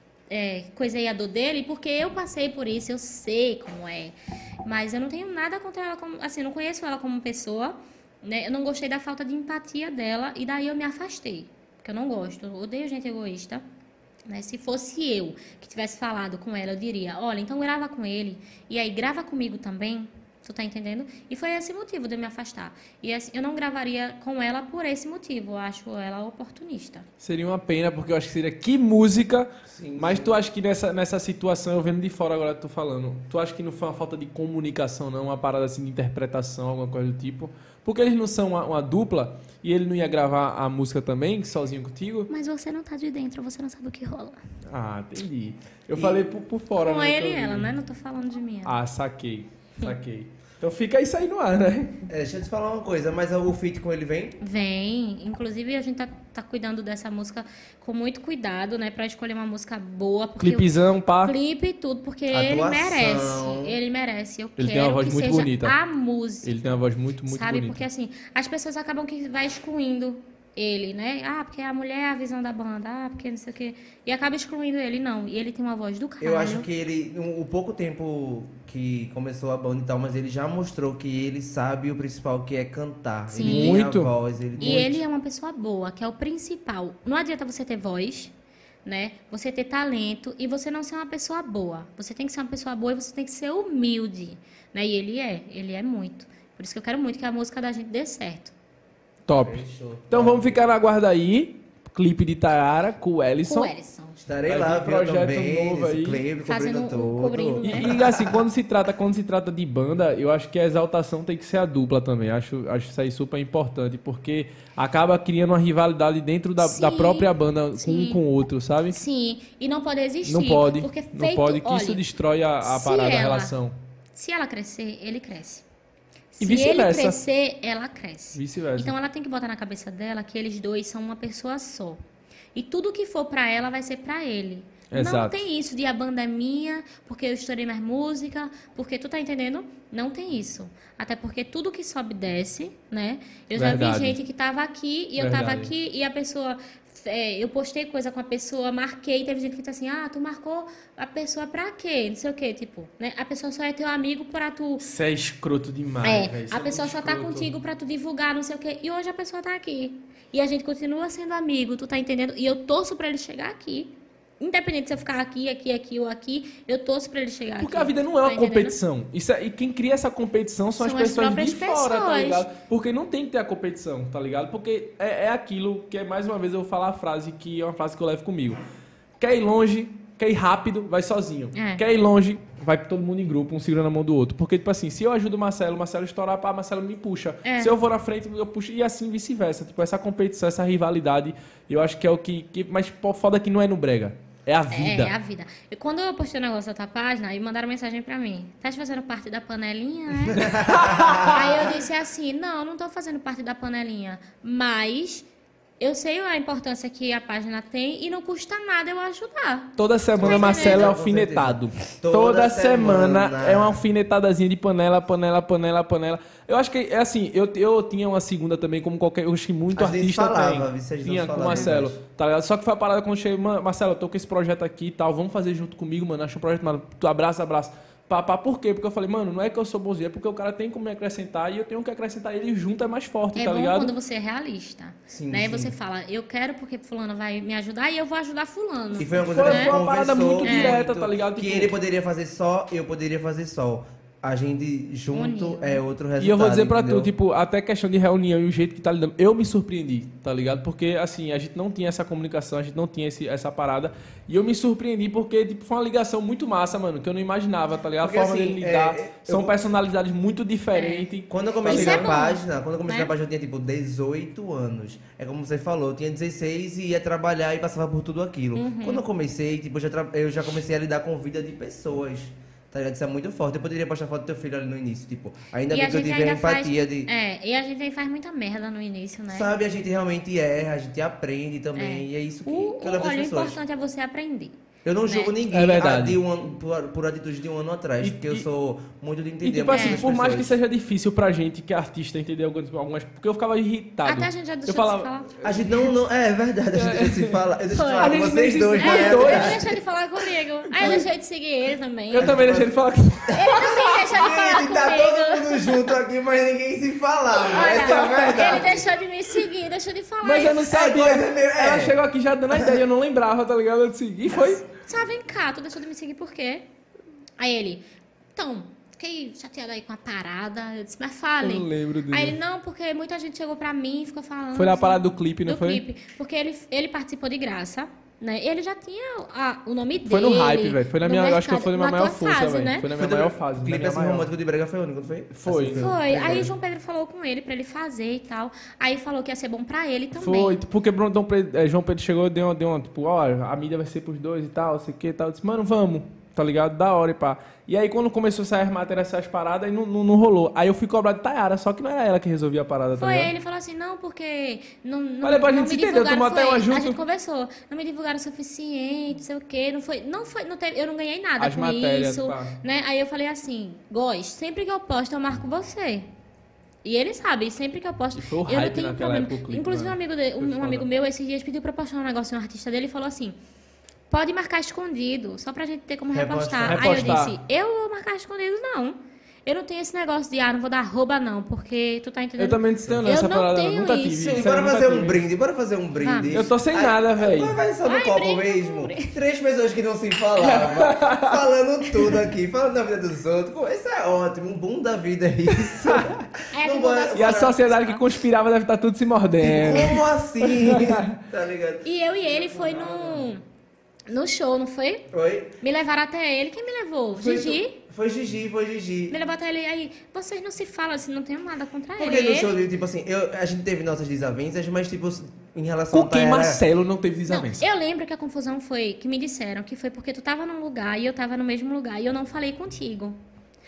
S3: é, coisei a dor dele porque eu passei por isso, eu sei como é. Mas eu não tenho nada contra ela, como, assim, eu não conheço ela como pessoa, né? Eu não gostei da falta de empatia dela e daí eu me afastei, porque eu não gosto, eu odeio gente egoísta. Né? Se fosse eu que tivesse falado com ela, eu diria, olha, então grava com ele, e aí grava comigo também, tu tá entendendo? E foi esse motivo de eu me afastar. E assim, eu não gravaria com ela por esse motivo, eu acho ela oportunista.
S1: Seria uma pena, porque eu acho que seria que música,
S2: Sim,
S1: mas
S2: sim.
S1: tu acha que nessa, nessa situação, eu vendo de fora agora que tu falando, tu acha que não foi uma falta de comunicação, não? Uma parada assim de interpretação, alguma coisa do tipo? Porque eles não são uma, uma dupla e ele não ia gravar a música também, sozinho contigo?
S3: Mas você não tá de dentro, você não sabe o que rola.
S1: Ah, entendi. Eu
S2: E-
S1: falei por, por fora,
S3: Com
S1: né?
S3: ele
S1: tô
S3: e ela,
S1: ouvindo.
S3: né? Não tô falando de mim.
S1: Ah, saquei, saquei. Então fica isso aí no ar, né?
S2: É, deixa eu te falar uma coisa, mas o feat com ele vem?
S3: Vem. Inclusive, a gente tá, tá cuidando dessa música com muito cuidado, né? Pra escolher uma música boa. Porque
S1: Clipezão, pá.
S3: o clipe e tudo, porque ele
S2: Atuação.
S3: merece. Ele merece. Eu
S1: Ele
S3: quero
S1: tem uma voz
S3: que
S1: muito
S3: seja
S1: bonita.
S3: a música.
S1: Ele tem uma voz muito, muito
S3: sabe?
S1: bonita.
S3: Porque assim, as pessoas acabam que vai excluindo ele, né? Ah, porque a mulher é a visão da banda. Ah, porque não sei o quê. E acaba excluindo ele. Não. E ele tem uma voz do caralho.
S2: Eu acho que ele, o, o pouco tempo que começou a banda e tal, mas ele já mostrou que ele sabe o principal, que é cantar.
S3: Sim.
S2: Ele
S1: Muito.
S2: tem a voz, ele
S3: E ele é uma pessoa boa, que é o principal. Não adianta você ter voz, né? Você ter talento e você não ser uma pessoa boa. Você tem que ser uma pessoa boa e você tem que ser humilde, né? E ele é, ele é muito. Por isso que eu quero muito que a música da gente dê certo.
S1: Top.
S2: Fechou.
S1: Então vamos ficar na guarda aí. Clipe de Tayara com o Ellison.
S3: Com o Ellison.
S2: Estarei
S1: Vai
S2: lá,
S1: vir
S2: viu,
S1: projeto
S2: também,
S1: novo
S2: nesse
S1: aí.
S2: clipe,
S3: Fazendo
S2: cobrindo
S3: um-
S2: tudo.
S3: cobrindo,
S1: E,
S3: né?
S1: e, assim, quando se trata, quando se trata de banda, eu acho que a exaltação tem que ser a dupla também. Acho, acho isso aí super importante, porque acaba criando uma rivalidade dentro da,
S3: Sim,
S1: da própria banda com
S3: sim.
S1: um com o outro, sabe?
S3: Sim, e não pode existir.
S1: Não pode,
S3: Porque
S1: não
S3: feito,
S1: pode, que
S3: olha,
S1: isso destrói a, a
S3: se
S1: parada, a
S3: ela-
S1: relação.
S3: Se ela crescer, ele cresce.
S1: E
S3: Se ele
S1: vice-versa.
S3: crescer, ela cresce.
S1: Vice-versa.
S3: Então ela tem que botar na cabeça dela que eles dois são uma pessoa só. E tudo que for pra ela vai ser pra ele. Não
S1: Exato.
S3: tem isso de a banda é minha, porque eu estourei mais música, porque tu tá entendendo? Não tem isso. Até porque tudo que sobe desce, né? Eu já
S1: Verdade.
S3: vi gente que tava aqui e eu tava
S1: Verdade.
S3: aqui e a pessoa... é, eu postei coisa com a pessoa, marquei, teve gente que disse assim, ah, tu marcou a pessoa pra quê? Não sei o quê, tipo, né? A pessoa só é teu amigo pra tu...
S1: Isso é escroto demais,
S3: É,
S1: velho. Isso
S3: a
S1: é
S3: pessoa
S1: muito
S3: só tá
S1: escroto.
S3: contigo pra tu divulgar, não sei o quê. E hoje a pessoa tá aqui. E a gente continua sendo amigo, tu tá entendendo? E eu torço pra ele chegar aqui. Independente se eu ficar aqui, aqui, aqui ou aqui, eu torço pra ele chegar
S1: Porque
S3: aqui.
S1: a vida não é uma
S3: Tá entendendo?
S1: competição. Isso é- e quem cria essa competição são,
S3: São
S1: as
S3: as
S1: pessoas de
S3: próprias
S1: fora, tá
S3: pessoas.
S1: ligado? Porque não tem que ter a competição, tá ligado? Porque é, é aquilo que, mais uma vez, eu vou falar a frase que é uma frase que eu levo comigo. Quer ir longe, quer ir rápido, vai sozinho.
S3: É.
S1: Quer ir longe, vai todo mundo em grupo, um segurando a mão do outro. Porque, tipo assim, se eu ajudo o Marcelo, o Marcelo estourar, pá, o Marcelo me puxa.
S3: É.
S1: Se eu vou na frente, eu puxo. E assim vice-versa. Tipo, essa competição, essa rivalidade, eu acho que é o que... que mas pô, foda que não é no brega. É a vida.
S3: É, é a vida. E quando eu postei o negócio da tua página, aí mandaram mensagem pra mim. Tá fazendo parte da panelinha, né? Aí eu disse assim, não, não tô fazendo parte da panelinha. Mas eu sei a importância que a página tem e não custa nada eu ajudar.
S1: Toda semana
S3: Tá
S1: Marcelo é
S3: entendendo?
S1: alfinetado.
S2: Toda
S1: Toda, semana,
S2: semana.
S1: é uma alfinetadazinha de panela, panela, panela, panela. Eu acho que, é assim, eu, eu tinha uma segunda também, como qualquer... Eu acho que muito
S2: A gente
S1: artista
S2: falava,
S1: tem.
S2: viu? Vocês não
S1: Tinha com o
S2: falavam,
S1: Marcelo,
S2: mas-
S1: tá ligado? Só que foi a parada quando eu cheguei, "Mano, Marcelo, eu tô com esse projeto aqui e tal, vamos fazer junto comigo, mano. Acho um projeto, mano. Tu abraça, abraça. Pá, pá, por quê? Porque eu falei, mano, não é que eu sou bonzinho, é porque o cara tem como me acrescentar e eu tenho que acrescentar ele junto, é mais forte,
S3: É
S1: tá
S3: bom
S1: ligado?
S3: quando você é realista.
S2: Sim,
S3: né?
S2: sim.
S3: Você fala, eu quero porque fulano vai me ajudar e eu vou ajudar fulano.
S2: E foi uma coisa
S1: Foi-
S2: que a gente
S1: foi uma parada
S2: conversou
S1: muito direta, tá ligado?
S2: Que
S1: Tipo-
S2: ele poderia fazer só, eu poderia fazer só. A gente junto
S3: Unido.
S2: é outro resultado.
S1: E eu vou dizer pra
S2: entendeu?
S1: tu, tipo, até questão de reunião e o jeito que tá lidando, eu me surpreendi, tá ligado? Porque, assim, a gente não tinha essa comunicação, a gente não tinha esse, essa parada. E eu me surpreendi porque, tipo, foi uma ligação muito massa, mano, que eu não imaginava, tá ligado? A
S2: Porque,
S1: forma
S2: assim,
S1: dele lidar.
S2: é, eu
S1: são
S2: vou-
S1: personalidades muito diferentes.
S2: Quando eu comecei
S3: Isso é
S2: na
S3: bom,
S2: página, quando eu comecei
S3: né?
S2: na página eu tinha tipo dezoito anos. É como você falou, eu tinha dezesseis e ia trabalhar e passava por tudo aquilo.
S3: Uhum.
S2: Quando eu comecei, tipo, eu já, tra- eu já comecei a lidar com vida de pessoas. Tá ligado? Isso é muito forte. Eu poderia postar foto do teu filho ali no início, tipo, ainda
S3: E
S2: bem
S3: a
S2: que eu
S3: gente
S2: tive a
S3: ainda faz-
S2: empatia de.
S3: É, e a gente aí faz muita merda no início, né?
S2: Sabe, a gente realmente erra, a gente aprende também. E é isso que,
S3: O,
S2: que eu levo
S3: o,
S2: das
S3: olha, o
S2: pessoas.
S3: importante é você aprender.
S2: Eu não
S3: né?
S2: julgo ninguém
S1: É verdade.
S2: ah, de um ano, por, por atitude de um ano atrás,
S1: E-
S2: porque eu
S1: e-
S2: sou muito de entender
S1: E, tipo
S2: a
S1: assim,
S2: das
S1: por mais que
S2: pessoas.
S1: seja difícil pra gente, que é artista, entender algumas, algumas... Porque eu ficava irritado.
S3: Até a gente já deixou
S1: eu falava,
S3: de se falar.
S2: A gente não, não. É verdade, a gente deixa de se falar. Eu deixo de
S3: Foi.
S2: falar
S1: A
S2: com
S1: gente
S2: vocês
S1: nem
S2: dois,
S1: se-
S2: mas
S1: é,
S2: é
S1: dois.
S3: Ele
S2: verdade.
S3: deixou de falar comigo. Aí eu deixei de seguir ele também.
S1: Eu também deixei ele falar com
S3: Ele também deixou de falar
S2: Gente, tá
S3: comigo.
S2: todo mundo junto aqui, mas ninguém se falava.
S3: Olha,
S2: Essa é a
S3: ele
S2: verdade.
S3: deixou de me seguir, deixou de falar.
S1: Mas eu não
S3: isso.
S1: sabia.
S2: coisa meio- é.
S1: Ela chegou aqui já dando a ideia, eu não lembrava, tá ligado? Eu disse, e foi.
S3: Sabe, vem cá, tu deixou de me seguir por quê? Aí ele, então, fiquei chateada aí com a parada. Eu disse, mas fale.
S1: Eu não lembro dele.
S3: Aí ele, não, porque muita gente chegou pra mim e ficou falando.
S1: Foi na
S3: assim,
S1: parada do clipe, não
S3: do
S1: foi?
S3: clipe. Porque ele, ele participou de graça, né? Ele já tinha a- o nome dele.
S1: Foi no hype, velho. Foi na
S3: no
S1: minha, eu acho que
S3: mercado,
S1: foi na minha
S3: na
S1: maior
S3: tua
S1: força,
S3: fase,
S1: velho.
S3: né?
S1: Foi na
S2: Foi
S1: minha
S2: do-
S1: maior fase.
S2: O
S1: na
S2: clipe
S1: minha
S2: assim
S1: maior.
S2: romântico de Brega foi o único, não foi?
S1: Foi.
S2: Assim,
S3: Foi.
S2: É.
S3: Aí João Pedro falou com ele pra ele fazer e tal. Aí falou que ia ser bom pra ele também.
S1: Foi, porque Bruno, Dom Pedro- eh, João Pedro chegou e deu, uma- deu uma, tipo, ó, a mídia vai ser pros dois e tal, sei o que e tal. Eu disse, mano, vamos, tá ligado? Da hora e pá. E aí, quando começou a sair as matérias, essas paradas, aí não, não, não rolou. Aí eu fui cobrar de Tayara, só que não era ela que resolvia a parada, tá
S3: Foi, aí
S1: ligado?
S3: ele falou assim, não, porque não, não,
S1: Mas depois a
S3: não
S1: gente
S3: me
S1: se entendeu,
S3: divulgaram,
S1: tomou até
S3: foi,
S1: uma junto.
S3: A gente conversou, não me divulgaram o suficiente, não sei o quê, não foi, não foi, não teve, eu não ganhei nada
S1: As
S3: com
S1: matérias,
S3: isso,
S1: pá.
S3: né? Aí eu falei assim, Góis, sempre que eu posto eu marco você. E ele sabe, sempre que eu posto,
S1: E foi o
S3: eu não
S1: hype
S3: tenho
S1: naquela
S3: problema.
S1: época, o clipe,
S3: Inclusive um
S1: mano.
S3: amigo, de,
S1: Foi
S3: um, um
S1: foda.
S3: amigo meu esses dias pediu pra eu postar um negócio de um artista dele e falou assim, pode marcar escondido, só pra gente ter como
S2: Repostar.
S3: repostar. Aí eu
S1: Repostar.
S3: disse, eu vou marcar escondido não. Eu não tenho esse negócio de, ah, não vou dar arroba não, porque tu tá entendendo?
S1: Eu também disse, não,
S3: Eu
S1: essa
S3: não
S1: parada,
S3: tenho
S1: nunca
S3: isso.
S1: tive.
S2: Sim,
S1: isso
S2: bora
S1: eu nunca
S2: fazer um
S1: tive.
S2: brinde, bora fazer um brinde.
S1: Eu tô sem nada, velho.
S2: Vai, vai só no
S3: Ai,
S2: copo
S3: brinca,
S2: mesmo.
S3: brinca.
S2: Três pessoas que não se falavam, falando tudo aqui, falando da vida dos outros. Pô, isso é ótimo, um boom da vida é isso.
S3: É,
S2: Não
S3: que
S2: bora-
S3: botar-
S1: E a sociedade que conspirava deve estar tudo se mordendo.
S2: Como assim? Tá ligado?
S3: E eu e ele foi no, no show, não foi?
S2: Oi?
S3: Me levaram até ele. Quem me levou?
S2: Foi
S3: Gigi?
S2: tu- Foi Gigi, foi Gigi.
S3: Me levou até ele. Aí, vocês não se falam assim, não tenho nada contra
S2: Porque
S3: ele.
S2: no show, de, tipo assim, eu, a gente teve nossas desavenças, mas tipo, em relação
S1: Com quem
S2: Tayara-
S1: Marcelo não teve
S3: Não,
S1: desavença?
S3: eu lembro que a confusão foi que me disseram que foi porque tu tava num lugar e eu tava no mesmo lugar e eu não falei contigo.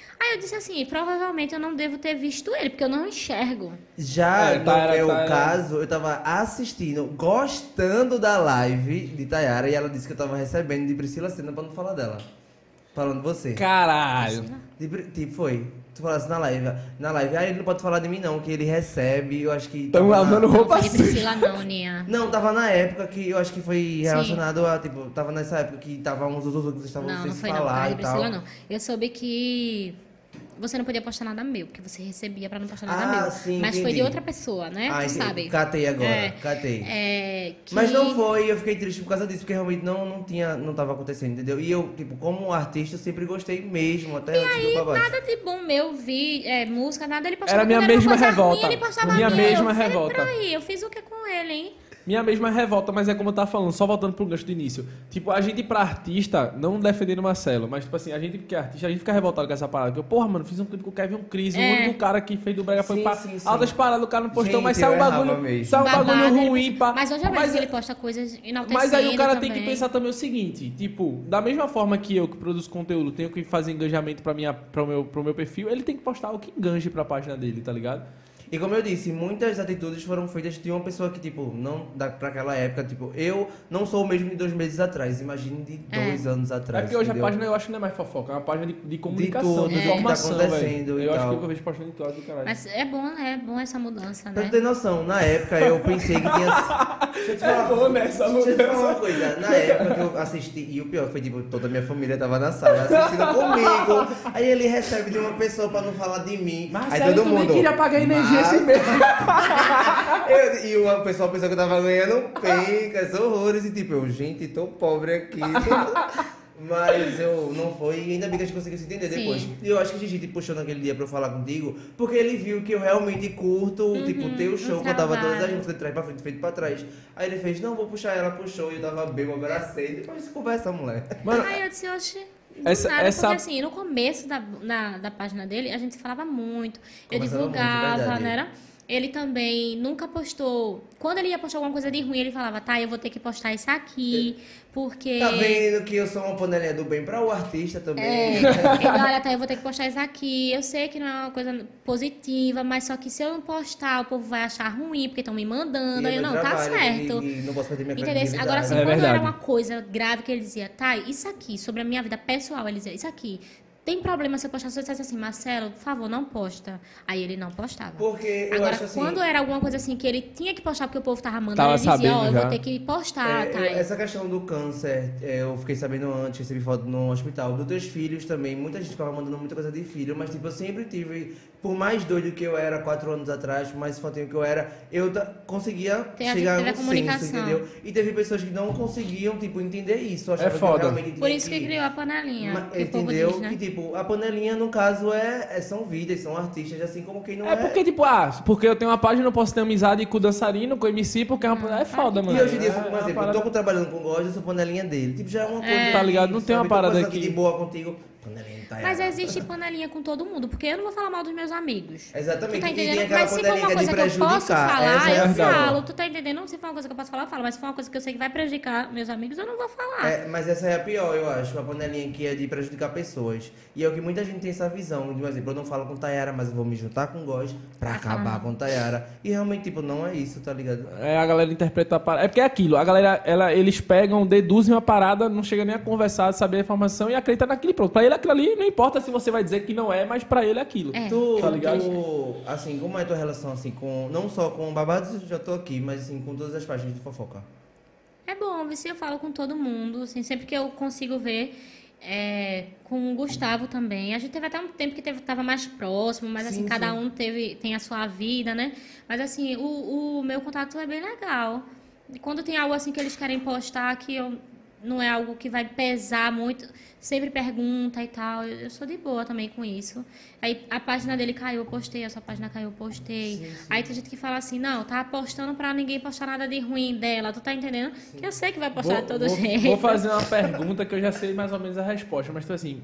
S3: Aí eu disse assim, provavelmente eu não devo ter visto ele, porque eu não enxergo.
S2: Já
S1: É,
S2: no
S1: Tayara,
S2: meu
S1: Tayara.
S2: caso, eu tava assistindo, gostando da live de Tayara, e ela disse que eu tava recebendo de Priscila Senna pra não falar dela. Falando você.
S1: Caralho.
S2: De Pri- tipo, foi. Tu falasse na live. Na live, ah, ele não pode falar de mim não, que ele recebe, eu acho que...
S1: Tão
S2: tava na-
S1: lavando
S3: Não
S1: roupa
S3: foi de
S1: suja.
S3: Priscila não, Nia.
S2: Não, tava na época que eu acho que foi
S3: Sim.
S2: relacionado a, tipo, tava nessa época que tava uns outros que vocês estavam
S3: Não, não
S2: vocês
S3: foi não,
S2: falar
S3: cara,
S2: e
S3: de
S2: tal.
S3: Priscila não. Eu soube que você não podia postar nada meu, porque você recebia pra não postar nada
S2: Ah,
S3: meu.
S2: sim,
S3: Mas foi
S2: entendi.
S3: de outra pessoa, né?
S2: Ah,
S3: tu
S2: entendi.
S3: sabe.
S2: Catei agora,
S3: É,
S2: catei.
S3: É, que...
S2: Mas não foi, eu fiquei triste por causa disso, porque realmente não, não tinha, não tava acontecendo, entendeu? E eu, tipo, como artista, eu sempre gostei mesmo, até antes do babado.
S3: Nada de bom meu, vi é, música, nada, ele postava
S1: Era a minha
S3: quando uma
S1: mesma
S3: coisa
S1: revolta.
S3: ruim, ele postava
S1: Minha
S3: meu.
S1: mesma
S3: Eu falei,
S1: revolta.
S3: Peraí, eu fiz o que com ele, hein?
S1: Minha mesma revolta, mas é como eu tava falando, só voltando pro gancho do início. Tipo, a gente pra artista, não defendendo o Marcelo, mas tipo assim, a gente que é artista, a gente fica revoltado com essa parada. Que eu, porra, mano, fiz um clipe com o Kevin Cris, o
S3: É.
S1: único cara que fez do Brega foi
S2: Sim,
S1: pra
S2: sim, sim.
S1: altas paradas, o cara não postou,
S2: Gente,
S1: mas saiu um
S2: eu errava
S1: bagulho,
S2: mesmo.
S1: saiu um
S3: Babado,
S1: bagulho
S3: ele
S1: ruim,
S3: posta-
S1: pá.
S3: Mas hoje eu vejo
S1: Mas
S3: que
S1: é-
S3: ele posta coisas enaltecendo
S1: Mas aí o cara tem
S3: também.
S1: que pensar também o seguinte, tipo, da mesma forma que eu que produzo conteúdo tenho que fazer engajamento pra minha, pro, meu, pro meu perfil, ele tem que postar o que enganje pra página dele, tá ligado?
S2: E como eu disse, muitas atitudes foram feitas de uma pessoa que, tipo, não, da, pra aquela época, tipo, eu não sou o mesmo de dois meses atrás, imagine de
S3: É.
S2: dois anos
S1: É
S2: atrás.
S1: porque hoje
S2: entendeu?
S1: a página eu acho que não é mais fofoca, é uma página de, de comunicação,
S2: tudo,
S1: de,
S2: do que
S1: informação,
S2: tá acontecendo
S1: velho.
S2: e
S1: Eu acho
S2: tal.
S1: que eu vejo postando em tudo do caralho.
S3: Mas é bom, é bom essa mudança,
S2: Pra
S3: né?
S2: tu ter noção, na época eu pensei que tinha... Deixa eu te falar,
S1: bom nessa
S2: deixa eu te falar uma coisa. Na época que eu assisti, e o pior foi, tipo, toda a minha família tava na sala assistindo comigo. Aí ele recebe de uma pessoa pra não falar de mim.
S1: Marcelo,
S2: aí todo
S1: tu nem
S2: mundo...
S1: queria pagar energia assim mesmo.
S2: Eu- e o pessoal pensou que eu tava ganhando pencas, horrores, e tipo, eu, gente, tô pobre aqui. Mas eu não foi, e ainda bem que a gente conseguiu se entender
S3: Sim.
S2: depois. E eu acho que a Gigi te puxou naquele dia pra eu falar contigo, porque ele viu que eu realmente curto, tipo, o teu show,
S3: um
S2: que eu tava todas as
S3: trabalho.
S2: músicas de trás pra frente, feito pra trás. Aí ele fez, não, vou puxar ela, puxou, e eu tava bem, eu abracei. Depois conversa, mulher.
S1: Mano,
S3: Aí eu disse, oxe, do
S1: Essa-
S3: nada,
S1: essa-
S3: porque assim, no começo da, na, da página dele, a gente falava muito, eu
S2: Conversava muito,
S3: divulgava,
S2: verdade.
S3: né? era? Ele também nunca postou. Quando ele ia postar alguma coisa de ruim, ele falava, tá, eu vou ter que postar isso aqui, porque.
S2: Tá vendo que eu sou uma panelinha do bem pra o artista também.
S3: É, ele, olha, tá, eu vou ter que postar isso aqui. Eu sei que não é uma coisa positiva, mas só que se eu não postar, o povo vai achar ruim, porque estão me mandando.
S2: E é
S3: Aí eu,
S2: meu
S3: não, tá
S2: trabalho,
S3: certo.
S2: E, e não posso perder minha
S3: Entendeu?
S2: credibilidade.
S3: Agora, assim,
S1: É
S3: quando
S1: verdade.
S3: era uma coisa grave que ele dizia, tá, isso aqui, sobre a minha vida pessoal, ele dizia, isso aqui, tem problema se eu postar? Se eu dissesse assim, Marcelo, por favor, não posta. Aí ele não postava.
S2: Porque eu
S3: Agora,
S2: acho assim...
S3: quando era alguma coisa assim que ele tinha que postar porque o povo tava mandando,
S1: Tava
S3: ele dizia, ó,
S1: sabendo
S3: eu
S1: já.
S3: vou ter que postar,
S2: É,
S3: tá?
S2: eu- essa questão do câncer, é, eu fiquei sabendo antes, recebi foto no hospital. Dos teus filhos também, muita gente ficava mandando muita coisa de filho, mas tipo, eu sempre tive, por mais doido que eu era quatro anos atrás, por mais fotinho que eu era, eu ta- conseguia
S3: Tem a-
S2: chegar
S3: teve a
S2: no senso,
S3: comunicação.
S2: entendeu? E teve pessoas que não conseguiam, tipo, entender isso. achavam que
S1: foda.
S2: realmente
S3: Por
S2: tinha
S3: isso que criou a panelinha,
S2: Ma-
S3: que o povo
S2: entendeu?
S3: diz, né?
S2: Que tipo, a panelinha, no caso, é, é- são vidas, são artistas, assim como quem não é.
S1: É porque, tipo, ah, porque eu tenho uma página, eu posso ter amizade com o dançarino, com o M C, porque é uma... É foda, mano.
S2: E hoje em dia,
S1: É
S2: por
S1: uma
S2: exemplo,
S1: parada-
S2: eu tô trabalhando com o Góis, eu sou panelinha dele. Tipo, já é uma coisa.
S3: É.
S1: Tá ligado? Não tem uma
S2: sabe?
S1: parada
S2: Tô conversando
S1: aqui.
S2: de boa contigo. Panelinha tá
S3: Mas
S2: errada.
S3: existe panelinha com todo mundo, porque eu não vou falar mal dos meus amigos.
S2: Exatamente.
S3: Tu tá
S2: E tem
S3: entendendo?
S2: aquela
S3: Mas se for
S2: panelinha
S3: uma
S2: que é
S3: coisa
S2: de
S3: que eu posso
S2: prejudicar.
S3: falar,
S2: Essa é a
S3: eu
S1: verdade.
S3: falo. Tu tá entendendo? Se for uma coisa que eu posso falar, eu falo. Mas se for uma coisa que eu sei que vai prejudicar meus amigos, eu não vou falar.
S2: É, mas essa é a pior, eu acho, a panelinha que é de prejudicar pessoas. E é o que muita gente tem essa visão. De, por exemplo, eu não falo com Tayara, mas eu vou me juntar com o Góis pra
S3: Pra
S2: acabar
S3: falar.
S2: com Tayara. E realmente, tipo, não é isso, tá ligado?
S1: É, a galera interpreta a parada. É porque é aquilo, a galera, ela, eles pegam, deduzem uma parada, não chega nem a conversar, saber a informação e acredita naquilo. Pronto. Pra ele aquilo ali, não importa se você vai dizer que não é, mas pra ele é aquilo.
S3: É.
S2: Tu,
S1: Tá ligado?
S2: tu, assim, como é a tua relação, assim, com... Não só com o Babados, eu já tô aqui, mas, assim, com todas as páginas de fofoca.
S3: É bom, viu? Eu falo com todo mundo, assim, sempre que eu consigo ver. É, com o Gustavo também. A gente teve até um tempo que teve, tava mais próximo, mas assim,
S2: Sim,
S3: cada
S2: sim.
S3: um teve, tem a sua vida, né? Mas assim, o, o meu contato é bem legal. E quando tem algo assim que eles querem postar, que eu, não é algo que vai pesar muito, sempre pergunta e tal. Eu, eu sou de boa também com isso. Aí a página dele caiu, eu postei, a sua página caiu, eu postei.
S2: Sim, sim.
S3: Aí tem gente que fala assim, não, tá postando pra ninguém postar nada de ruim dela, tu tá entendendo? Que eu sei que vai postar de todo
S1: vou,
S3: jeito.
S1: vou fazer uma pergunta que eu já sei mais ou menos a resposta, mas tipo assim,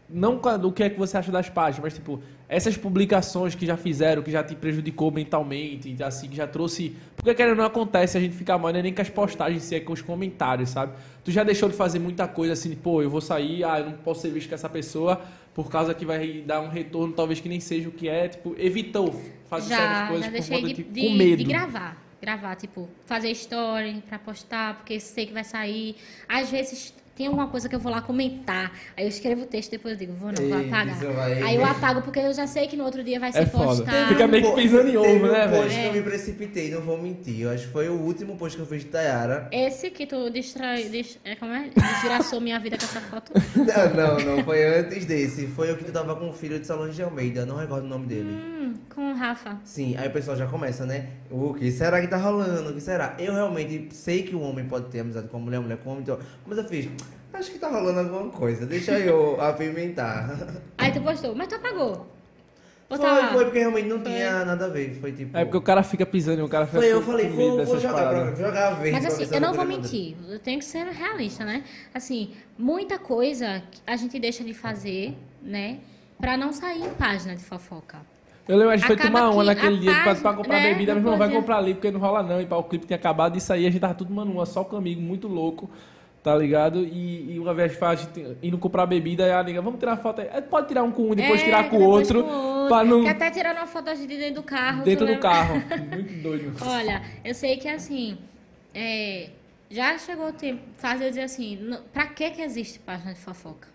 S1: Não o que é que você acha das páginas, mas tipo, essas publicações que já fizeram, que já te prejudicou mentalmente, assim, que já trouxe... Porque querendo não acontece, a gente fica mal, não é nem com as postagens, se é com os comentários, sabe? Tu já deixou de fazer muita coisa assim, pô, eu vou sair, ah, eu não posso ser visto com essa pessoa por causa que vai dar um retorno, talvez que nem seja o que é, tipo, evitou fazer
S3: Já,
S1: certas coisas
S3: já
S1: por
S3: deixei
S1: conta
S3: de,
S1: de,
S3: de,
S1: com medo.
S3: de gravar. Gravar, tipo, fazer story pra postar, porque sei que vai sair. Às vezes tem alguma coisa que eu vou lá comentar. Aí eu escrevo o texto, depois eu digo, vou não, vou
S2: Eita,
S3: apagar.
S2: isso vai-
S3: Aí eu apago, porque eu já sei que no outro dia vai ser
S1: É foda.
S3: postado.
S1: Fica meio que pisando em ovo,
S2: Teve um
S1: né,
S2: post
S1: velho?
S2: que eu me precipitei, não vou mentir. Eu acho que foi o último post que eu fiz de Tayara.
S3: Esse que tu distrai, dis, é, como é? Desgraçou minha vida com essa foto.
S2: Não, não, não, foi antes desse. Foi o que tu tava com o filho de Solange de Almeida, não recordo o nome dele.
S3: Hum, com o Rafa.
S2: Sim, aí o pessoal já começa, né? O que será que tá rolando? O que será? Eu realmente sei que o homem pode ter amizade com a mulher, a mulher com o homem, então... mas eu fiz, acho que tá rolando alguma coisa, deixa eu apimentar.
S3: Aí tu postou, mas tu apagou.
S2: Foi,
S3: Botava-
S2: foi porque realmente não
S3: Foi.
S2: tinha nada a ver, foi tipo...
S1: É porque o cara fica pisando e o cara fica
S2: Foi, eu
S1: com
S2: falei,
S1: medo
S2: vou, vou
S1: dessas
S2: jogar,
S1: paradas.
S2: pra, jogar verde.
S3: Mas
S2: pra
S3: assim,
S2: ver se
S3: eu não vou
S2: vou
S3: mentir, eu tenho que ser realista, né? Assim, muita coisa a gente deixa de fazer, né? Pra não sair em página de fofoca.
S1: Eu lembro, a gente foi
S3: Acaba
S1: tomar uma
S3: que
S1: naquele
S3: a
S1: dia pra,
S3: página,
S1: pra comprar
S3: né,
S1: bebida,
S3: não
S1: mas não vai
S3: podia.
S1: comprar ali porque não rola não. E pá, o clipe tinha acabado de sair, a gente tava tudo mano, uma só com um amigo muito louco, tá ligado? E, e uma vez que faz, a gente indo comprar bebida, aí a nega, vamos tirar foto aí. É, pode tirar um com um e depois
S3: É,
S1: tirar com o
S3: depois
S1: outro,
S3: com o outro.
S1: pra não...
S3: Que até tirando uma foto de dentro do carro. tu
S1: dentro do
S3: lembra?
S1: carro. Muito doido.
S3: Olha, eu sei que assim, é, já chegou o tempo de fazer eu dizer assim, não- pra que que existe página de fofoca?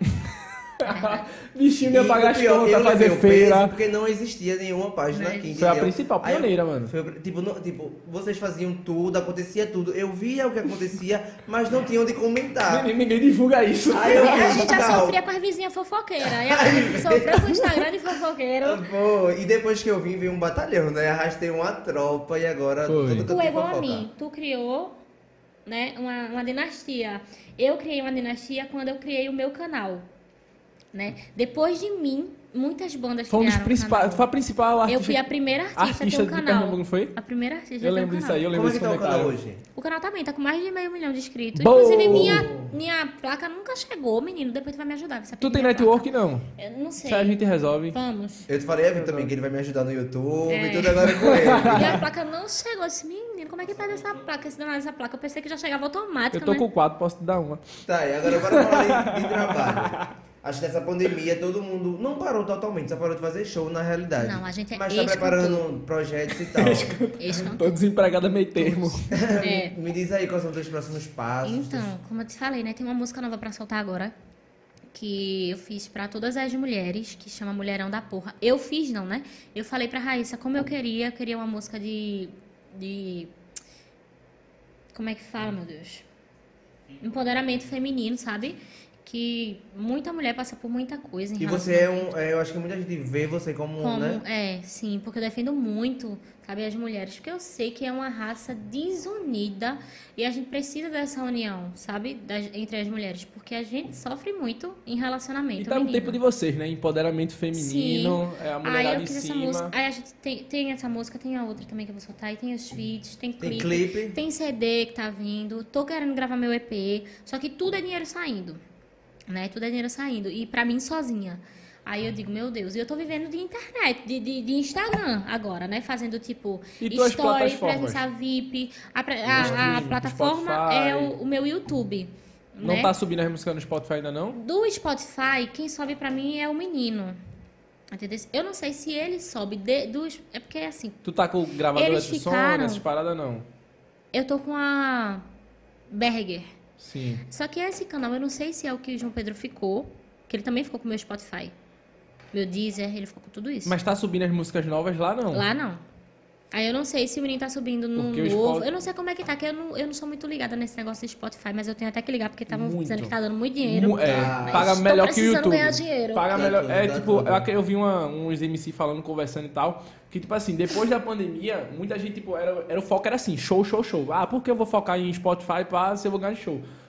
S1: Bichinho ia
S2: E
S1: pagar
S2: o
S1: as
S2: pior,
S1: contas,
S2: eu
S1: fazer
S2: levei o
S1: feira.
S2: peso porque não existia nenhuma página
S3: Não
S2: aqui,
S3: existe.
S1: Foi a
S2: entendeu?
S1: principal,
S2: Aí eu-
S1: pioneira, mano.
S2: foi- tipo, não- tipo, vocês faziam tudo, acontecia tudo. Eu via o que acontecia, mas não tinha onde comentar.
S1: Ninguém, ninguém divulga isso.
S2: Aí eu
S3: E a
S2: fiz,
S3: gente já
S2: tal.
S3: sofria com as vizinhas fofoqueiras. E a gente sofreu com o Instagram de fofoqueiro.
S2: Pô, e depois que eu vim, veio um batalhão, né? Arrastei uma tropa e agora
S1: Foi.
S2: todo
S3: Tu
S2: canto
S3: é
S2: tem
S3: igual a
S2: fofoca.
S3: mim. Tu criou, né, uma, uma dinastia. Eu criei uma dinastia quando eu criei o meu canal, né? Depois de mim, muitas bandas
S1: Foi um dos
S3: criaram
S1: principais,
S3: canal.
S1: foi a principal artista,
S3: Eu fui a primeira artista,
S1: artista
S3: a ter um
S1: de
S3: canal.
S1: Pernambuco, não foi?
S3: A primeira artista a ter
S1: Eu
S3: um
S1: lembro disso
S3: canal.
S1: aí, eu lembro
S2: Como é que
S1: desse
S2: tá o canal
S1: comentário.
S2: hoje?
S3: O canal também tá com mais de meio milhão de inscritos.
S1: Boa!
S3: Inclusive, minha, minha placa nunca chegou, menino. Depois tu vai me ajudar. Você
S1: Tu tem
S3: minha
S1: network,
S3: placa.
S1: não?
S3: Eu não sei.
S1: Isso aí a gente resolve.
S3: Vamos.
S2: Eu te falei a Vitor também que ele vai me ajudar no YouTube
S3: É.
S2: e tudo agora é com ele.
S3: E a placa não chegou. Eu disse, menino, como é que perde essa placa? Esse danado dessa placa? Eu pensei que já chegava automática,
S1: Eu tô
S3: né?
S1: com quatro, posso te dar uma.
S2: Tá, e agora bora falar de, de trabalho. Acho que nessa pandemia todo mundo não parou totalmente, só parou de fazer show na realidade.
S3: Não, a gente é
S2: Mas tá
S3: ex-cantor.
S2: preparando projetos e tal.
S3: Ex-cantor.
S1: Tô desempregada meio termo.
S3: É.
S2: Me diz aí quais são os teus próximos passos.
S3: Então, como eu te falei, né? Tem uma música nova pra soltar agora. Que eu fiz pra todas as mulheres, que chama Mulherão da Porra. Eu fiz, não, né? Eu falei pra Raíssa como eu queria. Eu queria uma música de. de. Como é que fala, meu Deus? Empoderamento feminino, sabe? Que muita mulher passa por muita coisa em
S2: E você é
S3: relacionamento.
S2: um. é, eu acho que muita gente vê você como,
S3: Como,
S2: né?
S3: é, sim, porque eu defendo muito, sabe, as mulheres, porque eu sei que é uma raça desunida e a gente precisa dessa união, sabe, das- entre as mulheres, porque a gente sofre muito em relacionamento.
S1: E tá no
S3: menina.
S1: tempo de vocês, né? Empoderamento feminino, é a
S3: Aí
S1: mulherada
S3: eu
S1: de
S3: fiz essa
S1: cima.
S3: música, aí a gente tem, tem essa música, tem a outra também que eu vou soltar, e tem os feats, tem
S2: Tem
S3: clipe,
S2: clipe.
S3: tem C D que tá vindo, tô querendo gravar meu E P, só que tudo é dinheiro saindo, né? Tudo é dinheiro saindo. E pra mim sozinha. Aí eu digo, meu Deus, e eu tô vivendo de internet, de, de, de Instagram agora, né? Fazendo tipo
S1: E tuas
S3: stories,
S1: plataformas?
S3: presença V I P. A, pre-
S1: No
S3: a- a
S1: streaming,
S3: plataforma
S1: Spotify.
S3: é o, o meu YouTube.
S1: Não
S3: né?
S1: tá subindo as músicas no Spotify ainda não?
S3: Do Spotify, quem sobe pra mim é o menino. Entendeu? Eu não sei se ele sobe de, dos. É porque é assim,
S1: Tu tá com o gravador
S3: Eles
S1: de som,
S3: ficaram-
S1: essas paradas não?
S3: eu tô com a Berger.
S1: Sim.
S3: Só que esse canal, eu não sei se é o que o João Pedro ficou, que ele também ficou com o meu Spotify. Meu Deezer, ele ficou com tudo isso.
S1: Mas tá subindo as músicas novas lá não?
S3: Lá não. Aí eu não sei se o menino tá subindo no
S1: Porque o
S3: novo.
S1: Spot-
S3: Eu não sei como é que tá, que eu não, eu não sou muito ligada nesse negócio de Spotify, mas eu tenho até que ligar, porque estavam
S1: Muito.
S3: dizendo que tá dando muito dinheiro.
S1: Mu- é,
S2: Ah,
S1: paga
S3: estou
S1: melhor que o
S3: precisando
S1: YouTube.
S3: ganhar dinheiro.
S1: Paga
S2: Dá
S1: melhor.
S2: tudo,
S1: é
S2: dá
S1: tipo,
S2: tudo.
S1: eu, eu vi uma, uns M C falando, conversando e tal, que tipo assim, depois da pandemia, muita gente, tipo, era, era o foco era assim, show, show, show. Ah, por que eu vou focar em Spotify pra se eu vou ganhar show?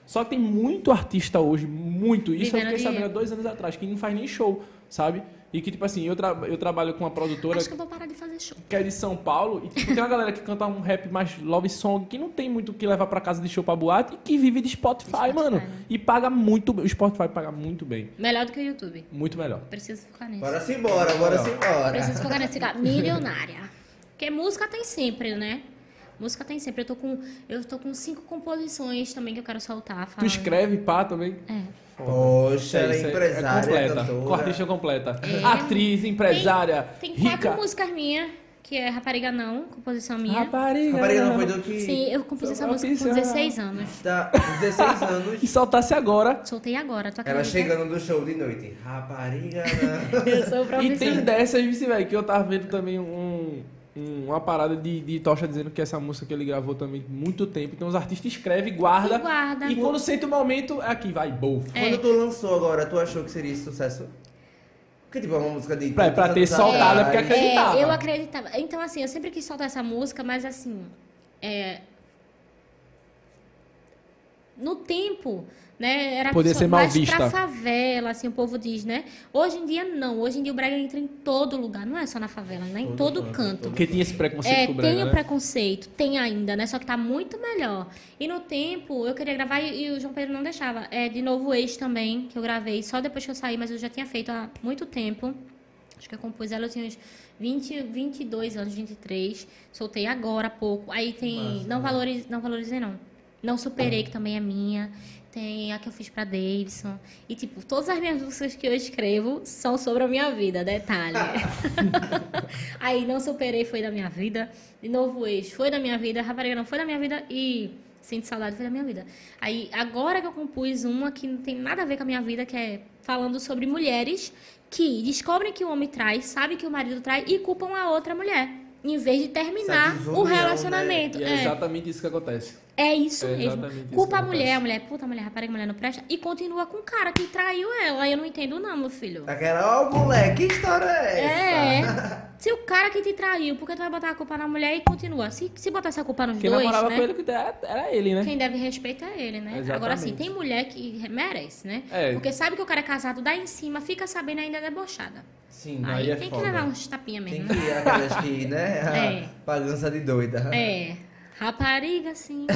S1: Só que tem muito artista hoje, muito. Isso
S3: Vivendo
S1: eu fiquei
S3: de-
S1: sabendo há dois anos atrás, que não faz nem show, sabe? E que, tipo assim, eu, tra eu trabalho com uma produtora
S3: Acho que eu vou parar de fazer show.
S1: que é de São Paulo, e tipo, tem uma galera que canta um rap mais love song, que não tem muito o que levar pra casa de show pra boate, e que vive de Spotify,
S3: Spotify,
S1: mano.
S3: né?
S1: E paga muito bem. O Spotify paga muito bem.
S3: Melhor do que o YouTube.
S1: Muito melhor.
S3: Preciso focar nisso.
S2: Bora-se embora, bora-se embora.
S3: Preciso focar nisso, ficar milionária. Porque música tem sempre, né? Música tem sempre. Eu tô com, eu tô com cinco composições também que eu quero soltar.
S1: Tu
S3: falando.
S1: escreve, pá, também?
S3: É.
S2: Poxa, ela é
S1: isso aí,
S2: empresária,
S1: completa.
S2: cantora.
S1: Com artista completa.
S3: É.
S1: Atriz, empresária,
S3: Tem, tem quatro
S1: rica.
S3: músicas minhas, que é Rapariga Não, composição minha.
S1: Rapariga.
S2: Rapariga não foi do que...
S3: Sim, eu compus essa
S1: Eu
S3: música com
S1: fiz, ah.
S3: dezesseis anos.
S2: Tá, dezesseis anos.
S1: E soltasse agora.
S3: Soltei agora, tu
S2: Ela
S3: acredita?
S2: chegando do show de noite. Rapariga não.
S3: Eu sou
S1: E
S3: profissional.
S1: tem dessas, vice, velho, que eu tava vendo também um, um- uma parada de, de Tocha dizendo que essa música que ele gravou também muito tempo. Então os artistas escrevem, guarda.
S3: E guarda.
S1: E quando sente o momento, é aqui, vai, boa.
S3: É.
S2: Quando tu lançou agora, tu achou que seria sucesso? Porque tipo, é uma música de...
S1: Pra- pra
S2: tantos
S1: ter
S2: anos
S1: soltado, é porque
S2: atrás.
S1: acreditava.
S3: É, eu acreditava. Então, assim, eu sempre quis soltar essa música, mas assim. É... No tempo, né? Era
S1: Poder
S3: só
S1: ser mal
S3: mais
S1: vista.
S3: pra favela, assim, o povo diz, né? Hoje em dia, não. Hoje em dia o brega entra em todo lugar. Não é só na favela, né? Em
S2: Todo
S3: todo
S2: canto,
S3: canto.
S2: todo
S1: Porque tinha esse preconceito
S3: É,
S1: com o
S3: tem
S1: Brega,
S3: o
S1: né?
S3: preconceito, tem ainda, né? Só que tá muito melhor. E no tempo, eu queria gravar e, e o João Pedro não deixava. É, de novo, o Ex também, que eu gravei só depois que eu saí, mas eu já tinha feito há muito tempo. Acho que eu compus ela, eu tinha uns vinte, vinte e dois anos, vinte e três. Soltei agora há pouco. Aí tem
S2: Massa,
S3: Não
S2: né?
S3: Valorizei, não Valorizei, não. Não Superei, que também é minha. Tem a que eu fiz pra Davidson. E, tipo, todas as minhas músicas que eu escrevo são sobre a minha vida, detalhe. Aí, Não Superei foi da minha vida. De Novo Ex foi da minha vida. Rapariga Não foi da minha vida. E Sinto Saudade foi da minha vida. Aí, agora que eu compus uma que não tem nada a ver com a minha vida, que é falando sobre mulheres que descobrem que o homem trai, sabe que o marido trai e culpam a outra mulher. Em vez de terminar
S2: Essa
S3: o
S2: desunião,
S3: relacionamento.
S1: E é
S3: É.
S1: exatamente isso que acontece.
S3: É isso
S1: É
S3: mesmo.
S1: exatamente isso
S3: Culpa
S1: que
S3: a mulher,
S1: acontece.
S3: a mulher, puta, a mulher, rapariga, a mulher não presta. E continua com o cara que traiu ela. Eu não entendo não, meu filho.
S2: Aquela, ó, moleque, que história é essa?
S3: É. Se o cara que te traiu, por que tu vai botar a culpa na mulher e continua? Se, se botar essa culpa nos
S1: Quem
S3: dois,
S1: namorava
S3: né?
S1: com ele que era, era ele, né?
S3: Quem deve respeito é ele, né?
S1: Exatamente.
S3: Agora sim, tem mulher que merece, né?
S1: É.
S3: Porque sabe que o cara é casado, dá em cima, fica sabendo ainda é debochada.
S2: Sim,
S3: Aí,
S1: aí é
S3: tem
S1: foda.
S3: que levar uns tapinhas
S2: tem
S3: mesmo.
S2: que
S3: né?
S2: ir aquelas que, né?
S3: É.
S2: Pagança de doida.
S3: É. Rapariga, sim.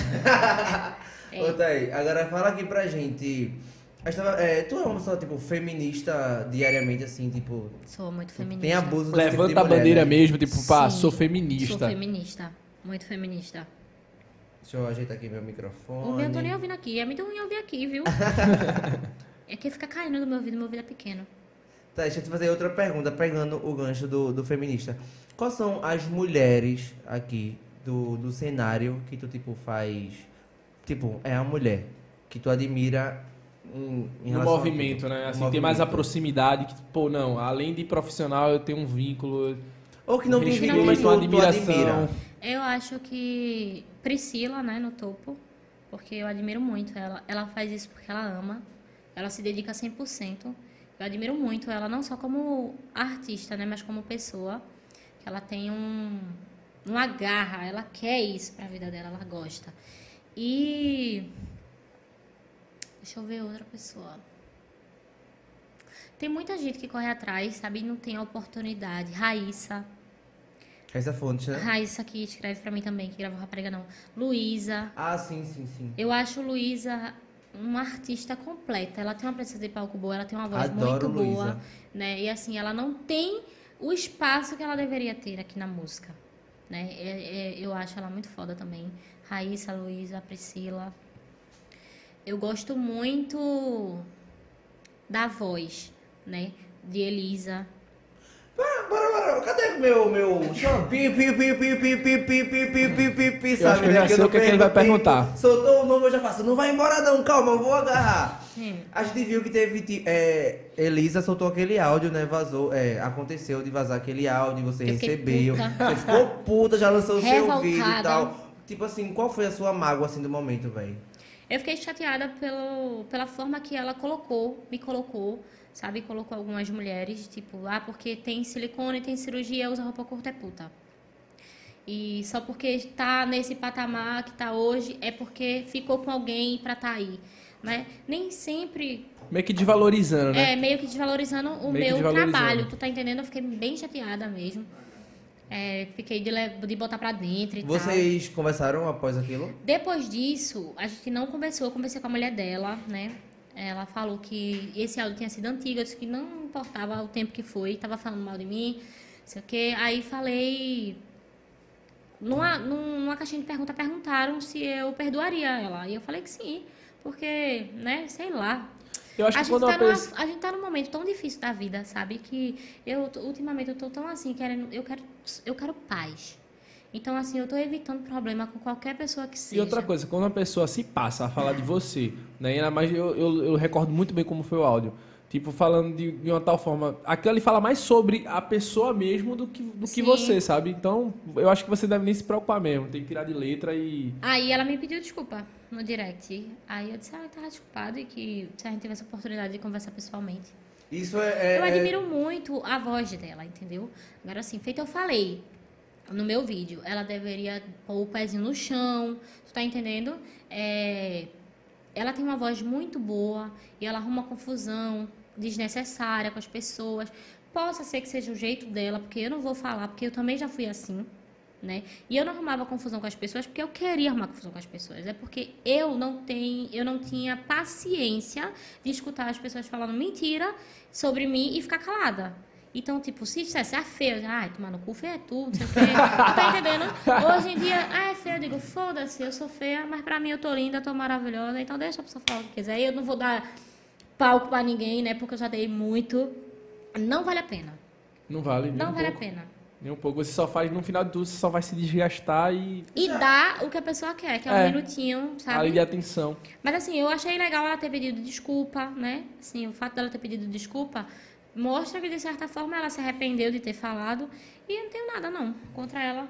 S3: É.
S2: Ô, Thaí, agora fala aqui pra gente. Esta- é, tu é uma pessoa, tipo, feminista diariamente, assim, tipo...
S3: Sou muito feminista.
S2: Tem abuso desse tipo
S1: Levanta
S2: de
S1: a
S2: mulher,
S1: bandeira
S2: né?
S1: mesmo, tipo, pá,
S3: Sim,
S1: sou feminista.
S3: Sou feminista. Muito feminista.
S2: Deixa eu ajeitar aqui meu microfone.
S3: O meu eu tô nem ouvindo aqui. É muito ruim ouvir aqui, viu? É que fica caindo do meu ouvido, meu ouvido é pequeno.
S2: Tá, deixa eu te fazer outra pergunta, pegando o gancho do, do feminista. Quais são as mulheres aqui do, do cenário que tu, tipo, faz... Tipo, é a mulher que tu admira em, em
S1: No
S2: relação a
S1: movimento,
S2: tudo.
S1: né?
S2: No
S1: Assim, tem mais a
S2: movimento.
S1: proximidade que, pô, não, além de profissional, eu tenho um vínculo.
S2: Ou que não
S1: um
S2: tem
S1: respeito,
S2: vínculo, mas tu,
S1: uma
S2: tu
S1: admiração.
S2: admira.
S3: Eu acho que Priscila, né, no topo, porque eu admiro muito ela. Ela faz isso porque ela ama, ela se dedica cem por cento. Eu admiro muito ela, não só como artista, né, mas como pessoa. Ela tem um, uma garra, ela quer isso pra vida dela, ela gosta. E... Deixa eu ver outra pessoa. Tem muita gente que corre atrás, sabe, e não tem a oportunidade. Raíssa.
S2: Essa fonte, né?
S3: Raíssa que escreve pra mim também, que gravou Rapariga Não. Luísa.
S2: Ah, sim, sim, sim.
S3: Eu acho Luísa uma artista completa. Ela tem uma presença de palco boa, ela tem uma voz
S2: Adoro
S3: muito boa,
S2: Luísa.
S3: né? E assim, ela não tem o espaço que ela deveria ter aqui na música, né? É- é- eu acho ela muito foda também. Raíssa, Luísa, Priscila. Eu gosto muito da voz, né? De Elisa.
S2: Bora, bora, cadê meu, meu... Chama pi, pi, pi, pi, pi, pi, pi, pi, pi, pi, pi, pi,
S1: Eu acho que eu
S2: né?
S1: já
S2: Porque
S1: sei
S2: não
S1: o que é que ele vai
S2: perco tempo.
S1: perguntar.
S2: Soltou o nome, eu já faço. Não vai embora não, calma, eu vou agarrar.
S3: Hum.
S2: A gente viu que teve, ti- é, Elisa soltou aquele áudio, né, vazou, é, aconteceu de vazar aquele áudio, você
S3: Eu fiquei
S2: recebeu,
S3: puta.
S2: você ficou puta, já lançou o seu
S3: Revoltada.
S2: vídeo e tal. Tipo assim, qual foi a sua mágoa, assim, do momento, velho?
S3: Eu fiquei chateada pelo, pela forma que ela colocou, me colocou, sabe? Colocou algumas mulheres, tipo, ah, porque tem silicone, tem cirurgia, usa roupa curta, é puta. E só porque está nesse patamar que está hoje é porque ficou com alguém para estar aí, né? Nem sempre
S1: Meio que desvalorizando, né?
S3: é meio que desvalorizando o
S1: Meio que
S3: meu
S1: desvalorizando.
S3: trabalho. Tu tá entendendo? Eu fiquei bem chateada mesmo. É, fiquei de, le- de botar pra dentro e tal.
S2: Vocês conversaram após aquilo?
S3: Depois disso, a gente não conversou. Eu conversei com a mulher dela, né? Ela falou que esse áudio tinha sido antigo. Eu disse que não importava o tempo que foi. Tava falando mal de mim, não sei o quê. Aí falei... Numa, numa caixinha de pergunta, perguntaram se eu perdoaria ela. E eu falei que sim. Porque, né? Sei lá.
S1: Eu acho
S3: A
S1: que
S3: gente,
S1: quando
S3: tá
S1: uma
S3: numa,
S1: pessoa...
S3: a gente tá num momento tão difícil da vida, sabe? Que eu, t- ultimamente, eu tô tão assim, querendo... Eu quero, eu quero paz. Então, assim, eu tô evitando problema com qualquer pessoa que seja.
S1: E outra coisa, quando uma pessoa se passa a falar de você, né? E ainda mais eu, eu, eu recordo muito bem como foi o áudio. Tipo, falando de, de uma tal forma... Aquilo ali fala mais sobre a pessoa mesmo do que, do que
S3: Sim.
S1: você, sabe? Então, eu acho que você deve nem se preocupar mesmo. Tem que tirar de letra e...
S3: Aí ela me pediu desculpa no direct. Aí eu disse, ah, eu tava desculpada e que se a gente tivesse a oportunidade de conversar pessoalmente.
S2: Isso é... é-
S3: Eu admiro muito a voz dela, entendeu? Agora, assim, feito eu falei no meu vídeo, ela deveria pôr o pezinho no chão, tu tá entendendo? É, ela tem uma voz muito boa e ela arruma confusão desnecessária com as pessoas. Possa ser que seja o jeito dela, porque eu não vou falar, porque eu também já fui assim, né? E eu não arrumava confusão com as pessoas porque eu queria arrumar confusão com as pessoas. É porque eu não tenho, eu não tinha paciência de escutar as pessoas falando mentira sobre mim e ficar calada. Então, tipo, se dissesse, ah, feia, ai, tomar no cu, feia é tu, não sei o quê. Tu tá entendendo? Hoje em dia, ah, é feia, eu digo, foda-se, eu sou feia, mas pra mim eu tô linda, tô maravilhosa, então deixa a pessoa falar o que quiser. Eu não vou dar palco pra ninguém, né, porque eu já dei muito. Não vale a pena.
S1: Não vale nem
S3: Não
S1: um
S3: vale
S1: pouco.
S3: a pena.
S1: Nem um pouco. Você só faz, no final de tudo, você só vai se desgastar e...
S3: E dá o que a pessoa quer, que é um
S1: É.
S3: minutinho,
S1: Ali
S3: sabe?
S1: de atenção.
S3: Mas assim, eu achei legal ela ter pedido desculpa, né? Assim, o fato dela ter pedido desculpa mostra que, de certa forma, ela se arrependeu de ter falado. E eu não tenho nada, não, contra ela.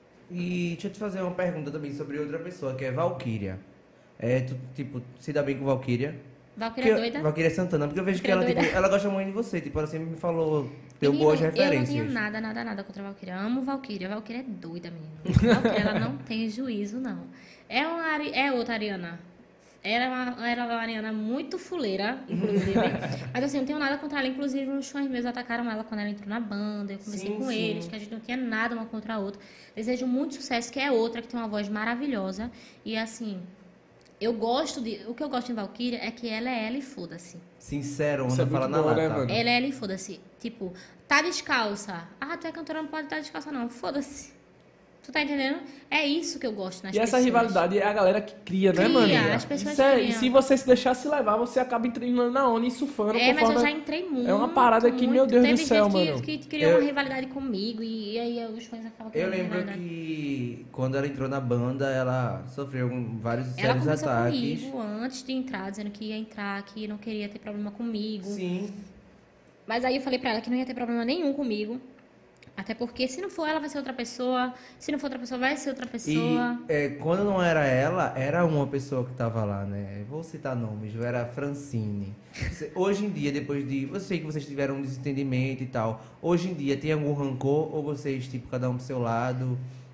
S2: E deixa eu te fazer uma pergunta também sobre outra pessoa, que é Valkyria. É, tu, tipo, se dá bem com Valkyria?
S3: Valkyria
S2: Porque-
S3: doida.
S2: Valkyria Santana, porque eu vejo que
S3: Valkyria
S2: ela, tipo,
S3: doida.
S2: ela gosta muito de você, tipo, ela sempre me falou, deu
S3: Menino,
S2: boas
S3: eu não
S2: referências.
S3: tenho nada, nada, nada contra a Valkyria. Eu amo Valkyria. Valkyria é doida, menino. Valkyria, ela não tem juízo, não. É, uma, Ari- é outra Ariana. Ela é uma, era uma Ariana muito fuleira, inclusive. Mas assim, eu não tenho nada contra ela. Inclusive, uns fãs meus atacaram ela quando ela entrou na banda. Eu conversei
S2: Sim,
S3: com
S2: sim.
S3: eles, que a gente não tinha nada uma contra a outra. Desejo muito sucesso, que é outra, que tem uma voz maravilhosa. E assim, eu gosto de... O que eu gosto em Valkyria é que ela é ela e foda-se.
S2: Sincero,
S1: Isso é
S2: anda fala
S1: muito
S2: na
S1: bom, né,
S2: lata.
S1: mano?
S3: Ela é ela e foda-se. Tipo, tá descalça. Ah, tu é cantora, não pode estar descalça, não. Foda-se. Tu tá entendendo? É isso que eu gosto nas
S1: E essa
S3: pessoas.
S1: rivalidade é a galera que cria, né,
S3: Cria,
S1: mano?
S3: as pessoas
S1: Isso é-
S3: criam.
S1: E se você se deixar se levar, você acaba entrando na onda e surfando.
S3: É, mas eu
S1: conforme-
S3: já entrei muito.
S1: É uma parada que,
S3: muito.
S1: meu Deus
S3: Teve
S1: do céu,
S3: gente
S1: mano.
S3: que, que criou
S2: Eu-
S3: uma rivalidade comigo e, e aí os fãs acabam
S2: Eu
S3: criando
S2: lembro
S3: rivalidade.
S2: que quando ela entrou na banda, ela sofreu um- vários
S3: Ela
S2: sérios
S3: conversou
S2: ataques.
S3: comigo antes de entrar, dizendo que ia entrar, que não queria ter problema comigo.
S2: Sim.
S3: Mas aí eu falei pra ela que não ia ter problema nenhum comigo. Até porque se não for ela, vai ser outra pessoa. Se não for outra pessoa, vai ser outra
S2: E
S3: pessoa.
S2: é, quando não era ela, era uma pessoa que tava lá, né? Vou citar nomes, era a Francine. Cê- Hoje em dia, depois de. Eu sei que vocês tiveram um desentendimento e tal. Hoje em dia, tem algum rancor? Ou vocês, tipo, cada um pro seu lado?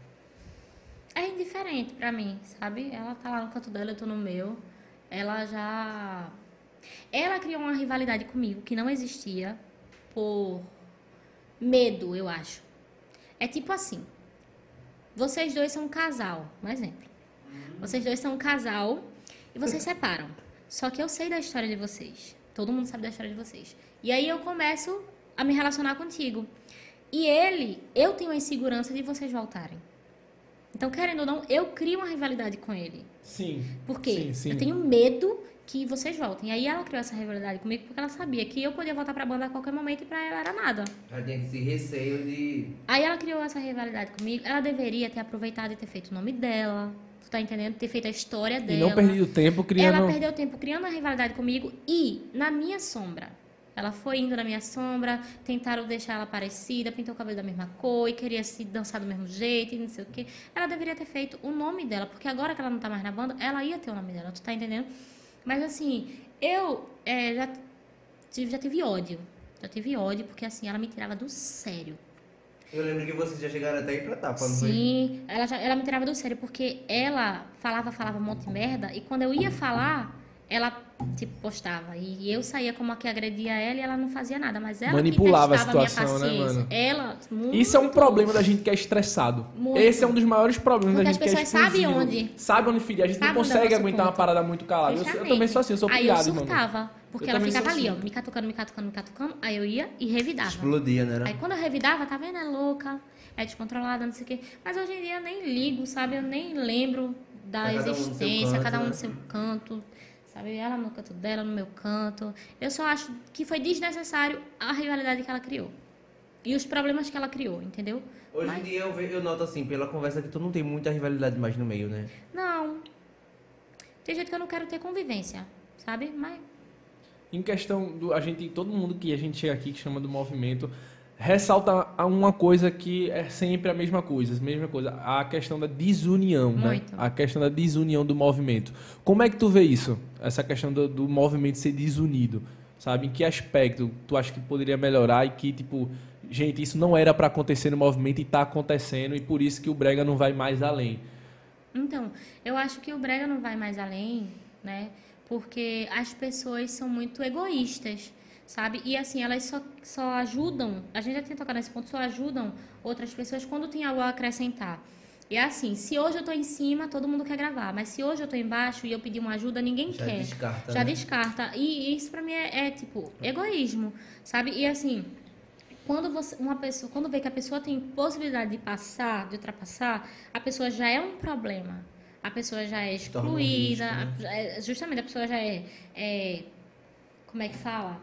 S3: É indiferente pra mim, sabe? Ela tá lá no canto dela, eu tô no meu. Ela já... Ela criou uma rivalidade comigo que não existia por medo, eu acho. É tipo assim. Vocês dois são um casal, um exemplo. Vocês dois são um casal e vocês separam. Só que eu sei da história de vocês. Todo mundo sabe da história de vocês. E aí eu começo a me relacionar contigo. E ele, eu tenho a insegurança de vocês voltarem. Então, querendo ou não, eu crio uma rivalidade com ele.
S1: Sim.
S3: Por quê?
S1: Sim, sim.
S3: Eu tenho medo que vocês voltem. E aí ela criou essa rivalidade comigo porque ela sabia que eu podia voltar pra banda a qualquer momento e pra ela era nada.
S2: Ela tinha esse receio de.
S3: Aí ela criou essa rivalidade comigo. Ela deveria ter aproveitado e ter feito o nome dela. Tu tá entendendo? Ter feito a história
S1: E
S3: dela.
S1: não perdi o tempo criando...
S3: Ela perdeu tempo criando uma rivalidade comigo e na minha sombra. Ela foi indo na minha sombra, tentaram deixar ela parecida, pintou o cabelo da mesma cor e queria se dançar do mesmo jeito e não sei o quê. Ela deveria ter feito o nome dela, porque agora que ela não tá mais na banda, ela ia ter o nome dela, tu tá entendendo? Mas assim, eu é, já, tive, já tive ódio. Já tive ódio, porque assim, ela me tirava do sério.
S2: Eu lembro que vocês já chegaram até ir pra tapa, não foi?
S3: Sim, ela, já, ela me tirava do sério, porque ela falava, falava um monte de merda, e quando eu ia falar, ela, tipo, postava. E eu saía como a que agredia ela e ela não fazia nada, mas ela
S1: Manipulava
S3: que
S1: a
S3: testava
S1: situação,
S3: minha
S1: né,
S3: paciência.
S1: mano?
S3: Ela, muito,
S1: Isso é um problema da gente que é estressado.
S3: Muito.
S1: Esse é um dos maiores problemas
S3: Porque
S1: da
S3: as
S1: gente que é
S3: pessoas sabem
S1: explosivo.
S3: onde.
S1: Sabe onde ferir. A gente
S3: Sabe
S1: não
S3: onde é o
S1: consegue
S3: nosso
S1: aguentar uma
S3: ponto.
S1: parada muito calada. Eu, eu
S3: Justamente.
S1: também sou assim, eu sou
S3: Aí
S1: pilhado,
S3: eu
S1: mano.
S3: surtava, porque
S1: Eu
S3: ela
S1: também
S3: ficava
S1: sou
S3: ali,
S1: assim.
S3: ó, me catucando, me catucando, me catucando, aí eu ia e revidava.
S2: Explodia, né?
S3: Aí quando eu revidava, tá vendo? É louca, é descontrolada, não sei o quê. Mas hoje em dia eu nem ligo, sabe? Eu nem lembro da
S2: É cada um no seu
S3: existência,
S2: canto,
S3: cada um
S2: né?
S3: no seu canto. Sabe? Ela no canto dela, no meu canto. Eu só acho que foi desnecessário a rivalidade que ela criou. E os problemas que ela criou, entendeu?
S2: Hoje
S3: Mas-
S2: em dia eu, ve- eu noto assim, pela conversa que tu não tem muita rivalidade mais no meio, né?
S3: Não. Tem jeito que eu não quero ter convivência, sabe? Mas
S1: Em questão do. A gente, todo mundo que a gente chega aqui, que chama do movimento, ressalta a uma coisa que é sempre a mesma coisa, a mesma coisa, a questão da desunião, né?
S3: Muito.
S1: A questão da desunião do movimento. Como é que tu vê isso? Essa questão do, do movimento ser desunido, sabe? Em que aspecto tu acha que poderia melhorar e que, tipo, gente, isso não era pra acontecer no movimento e tá acontecendo e por isso que o Brega não vai mais além.
S3: Então, eu acho que o brega não vai mais além, né? Porque as pessoas são muito egoístas, sabe? E assim, elas só, só ajudam, a gente já tem tocado nesse ponto, só ajudam outras pessoas quando tem algo a acrescentar. E é assim, se hoje eu tô em cima, todo mundo quer gravar, mas se hoje eu tô embaixo e eu pedir uma ajuda, ninguém
S2: Já
S3: quer.
S2: descarta,
S3: Já
S2: né?
S3: descarta. E isso pra mim é, é, tipo egoísmo, sabe? E assim, quando você, uma pessoa, quando vê que a pessoa tem possibilidade de passar, de ultrapassar, a pessoa já é um problema. A pessoa já é
S2: Torna um
S3: excluída,
S2: risco, né?
S3: a- já é- justamente a pessoa já é, é, como é que fala?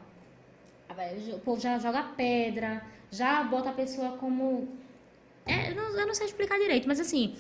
S3: O povo já joga pedra, já bota a pessoa como, é, eu, não, eu não sei explicar direito, mas assim,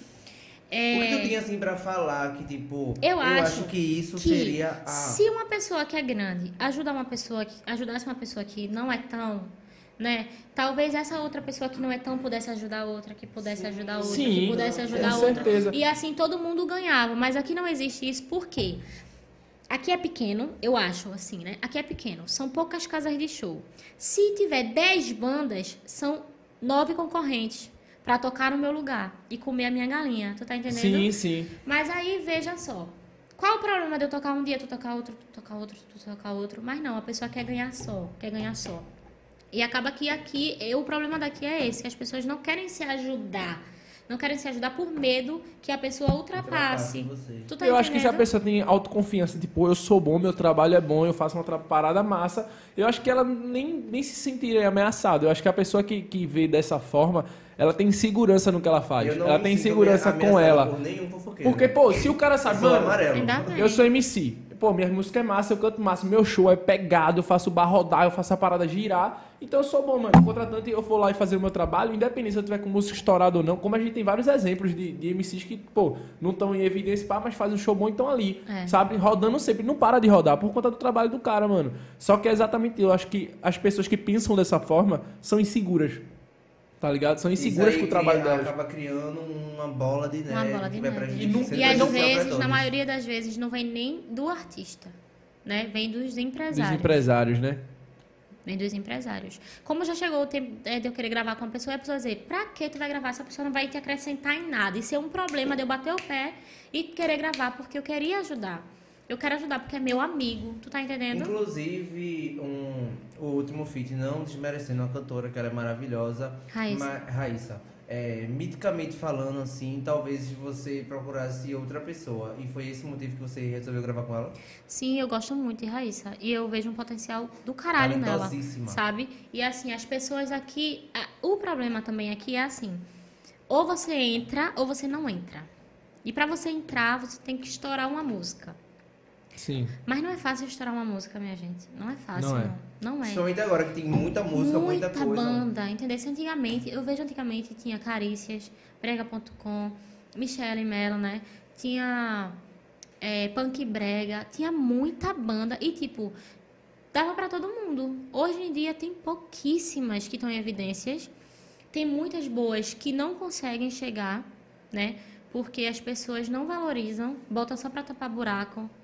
S3: é,
S2: O que tu tinha assim pra falar que, tipo,
S3: Eu acho
S2: que isso
S3: que
S2: seria a.
S3: se uma pessoa que é grande ajudar uma pessoa que ajudasse uma pessoa que não é tão, né? Talvez essa outra pessoa que não é tão pudesse ajudar a outra, que pudesse ajudar a outra,
S1: Sim,
S3: que pudesse
S1: com
S3: ajudar a outra.
S1: certeza.
S3: E assim todo mundo ganhava, mas aqui não existe isso. Por quê? Aqui é pequeno, eu acho, assim, né? Aqui é pequeno, são poucas casas de show. Se tiver dez bandas, são nove concorrentes pra tocar no meu lugar e comer a minha galinha. Tu tá entendendo?
S1: Sim, sim.
S3: Mas aí, veja só. Qual o problema de eu tocar um dia, tu tocar outro, tu tocar outro, tu tocar outro? Mas não, a pessoa quer ganhar só, quer ganhar só. E acaba que aqui, eh, o problema daqui é esse, que as pessoas não querem se ajudar. Não querem se ajudar por medo que a pessoa ultrapasse.
S2: Ultrapasse você.
S3: Tu tá
S1: Eu acho que se a
S3: entendendo?
S1: pessoa tem autoconfiança, tipo, eu sou bom, meu trabalho é bom, eu faço uma tra- parada massa, eu acho que ela nem, nem se sentiria ameaçada. Eu acho que a pessoa que, que vê dessa forma, ela tem segurança no que ela faz.
S2: Eu não
S1: Ela
S2: me
S1: tem
S2: sinto
S1: segurança
S2: amea-
S1: com
S2: ameaçado
S1: ela.
S2: Por nenhum fofoqueiro.
S1: Porque, pô, se o cara sabe,
S2: Sou
S1: mano,
S2: amarelo.
S3: Ainda bem.
S1: eu sou M C. Pô, minha música é massa, eu canto massa, meu show é pegado, eu faço o bar rodar, eu faço a parada girar. Então eu sou bom, mano. O contratante, eu vou lá e fazer o meu trabalho, independente se eu tiver com música estourada ou não. Como a gente tem vários exemplos de, de M Cs que, pô, não estão em evidência, pá, mas fazem um show bom e estão ali.
S3: É.
S1: Sabe? Rodando sempre. Não para de rodar por conta do trabalho do cara, mano. Só que é exatamente, eu acho que as pessoas que pensam dessa forma são inseguras. Tá ligado? São inseguras
S2: Isso
S1: com
S2: aí
S1: o trabalho
S2: cria-
S1: delas.
S2: acaba criando uma bola de neve.
S3: Uma bola de
S2: que vai
S3: neve.
S2: prejudicando-
S1: E
S2: sendo
S3: E às
S2: prejudicial pra
S3: vezes, na
S2: todos.
S3: maioria das vezes, não vem nem do artista, né? Vem dos
S1: Dos
S3: empresários.
S1: empresários, né?
S3: Vem dos empresários. Como já chegou o tempo é, de eu querer gravar com uma pessoa, e a pessoa dizer, pra que tu vai gravar se a pessoa não vai te acrescentar em nada? Isso é um problema de eu bater o pé e querer gravar, porque eu queria ajudar. Eu quero ajudar porque é meu amigo. Tu tá entendendo?
S2: Inclusive, um, o último feat, não desmerecendo uma cantora que ela é maravilhosa.
S3: Raíssa.
S2: Ma- Raíssa. É, miticamente falando, assim, talvez você procurasse outra pessoa. E foi esse o motivo que você resolveu gravar com ela?
S3: Sim, eu gosto muito de Raíssa. E eu vejo um potencial do caralho nela.
S2: Talentosíssima.
S3: Sabe? E assim, as pessoas aqui. a- O problema também aqui é assim: ou você entra ou você não entra. E pra você entrar, você tem que estourar uma música.
S1: Sim.
S3: Mas não é fácil estourar uma música, minha gente. Não é fácil,
S1: Não
S3: não.
S1: é.
S3: Não, é.
S2: Principalmente agora que tem muita música, muita,
S3: muita
S2: coisa.
S3: banda, entendeu? Se antigamente, eu vejo antigamente tinha Carícias, brega ponto com, Michele Mello, né? Tinha é, Punk Brega, tinha muita banda e tipo, dava pra todo mundo. Hoje em dia tem pouquíssimas que estão em evidências. Tem muitas boas que não conseguem chegar, né? Porque as pessoas não valorizam, botam só pra tapar buraco.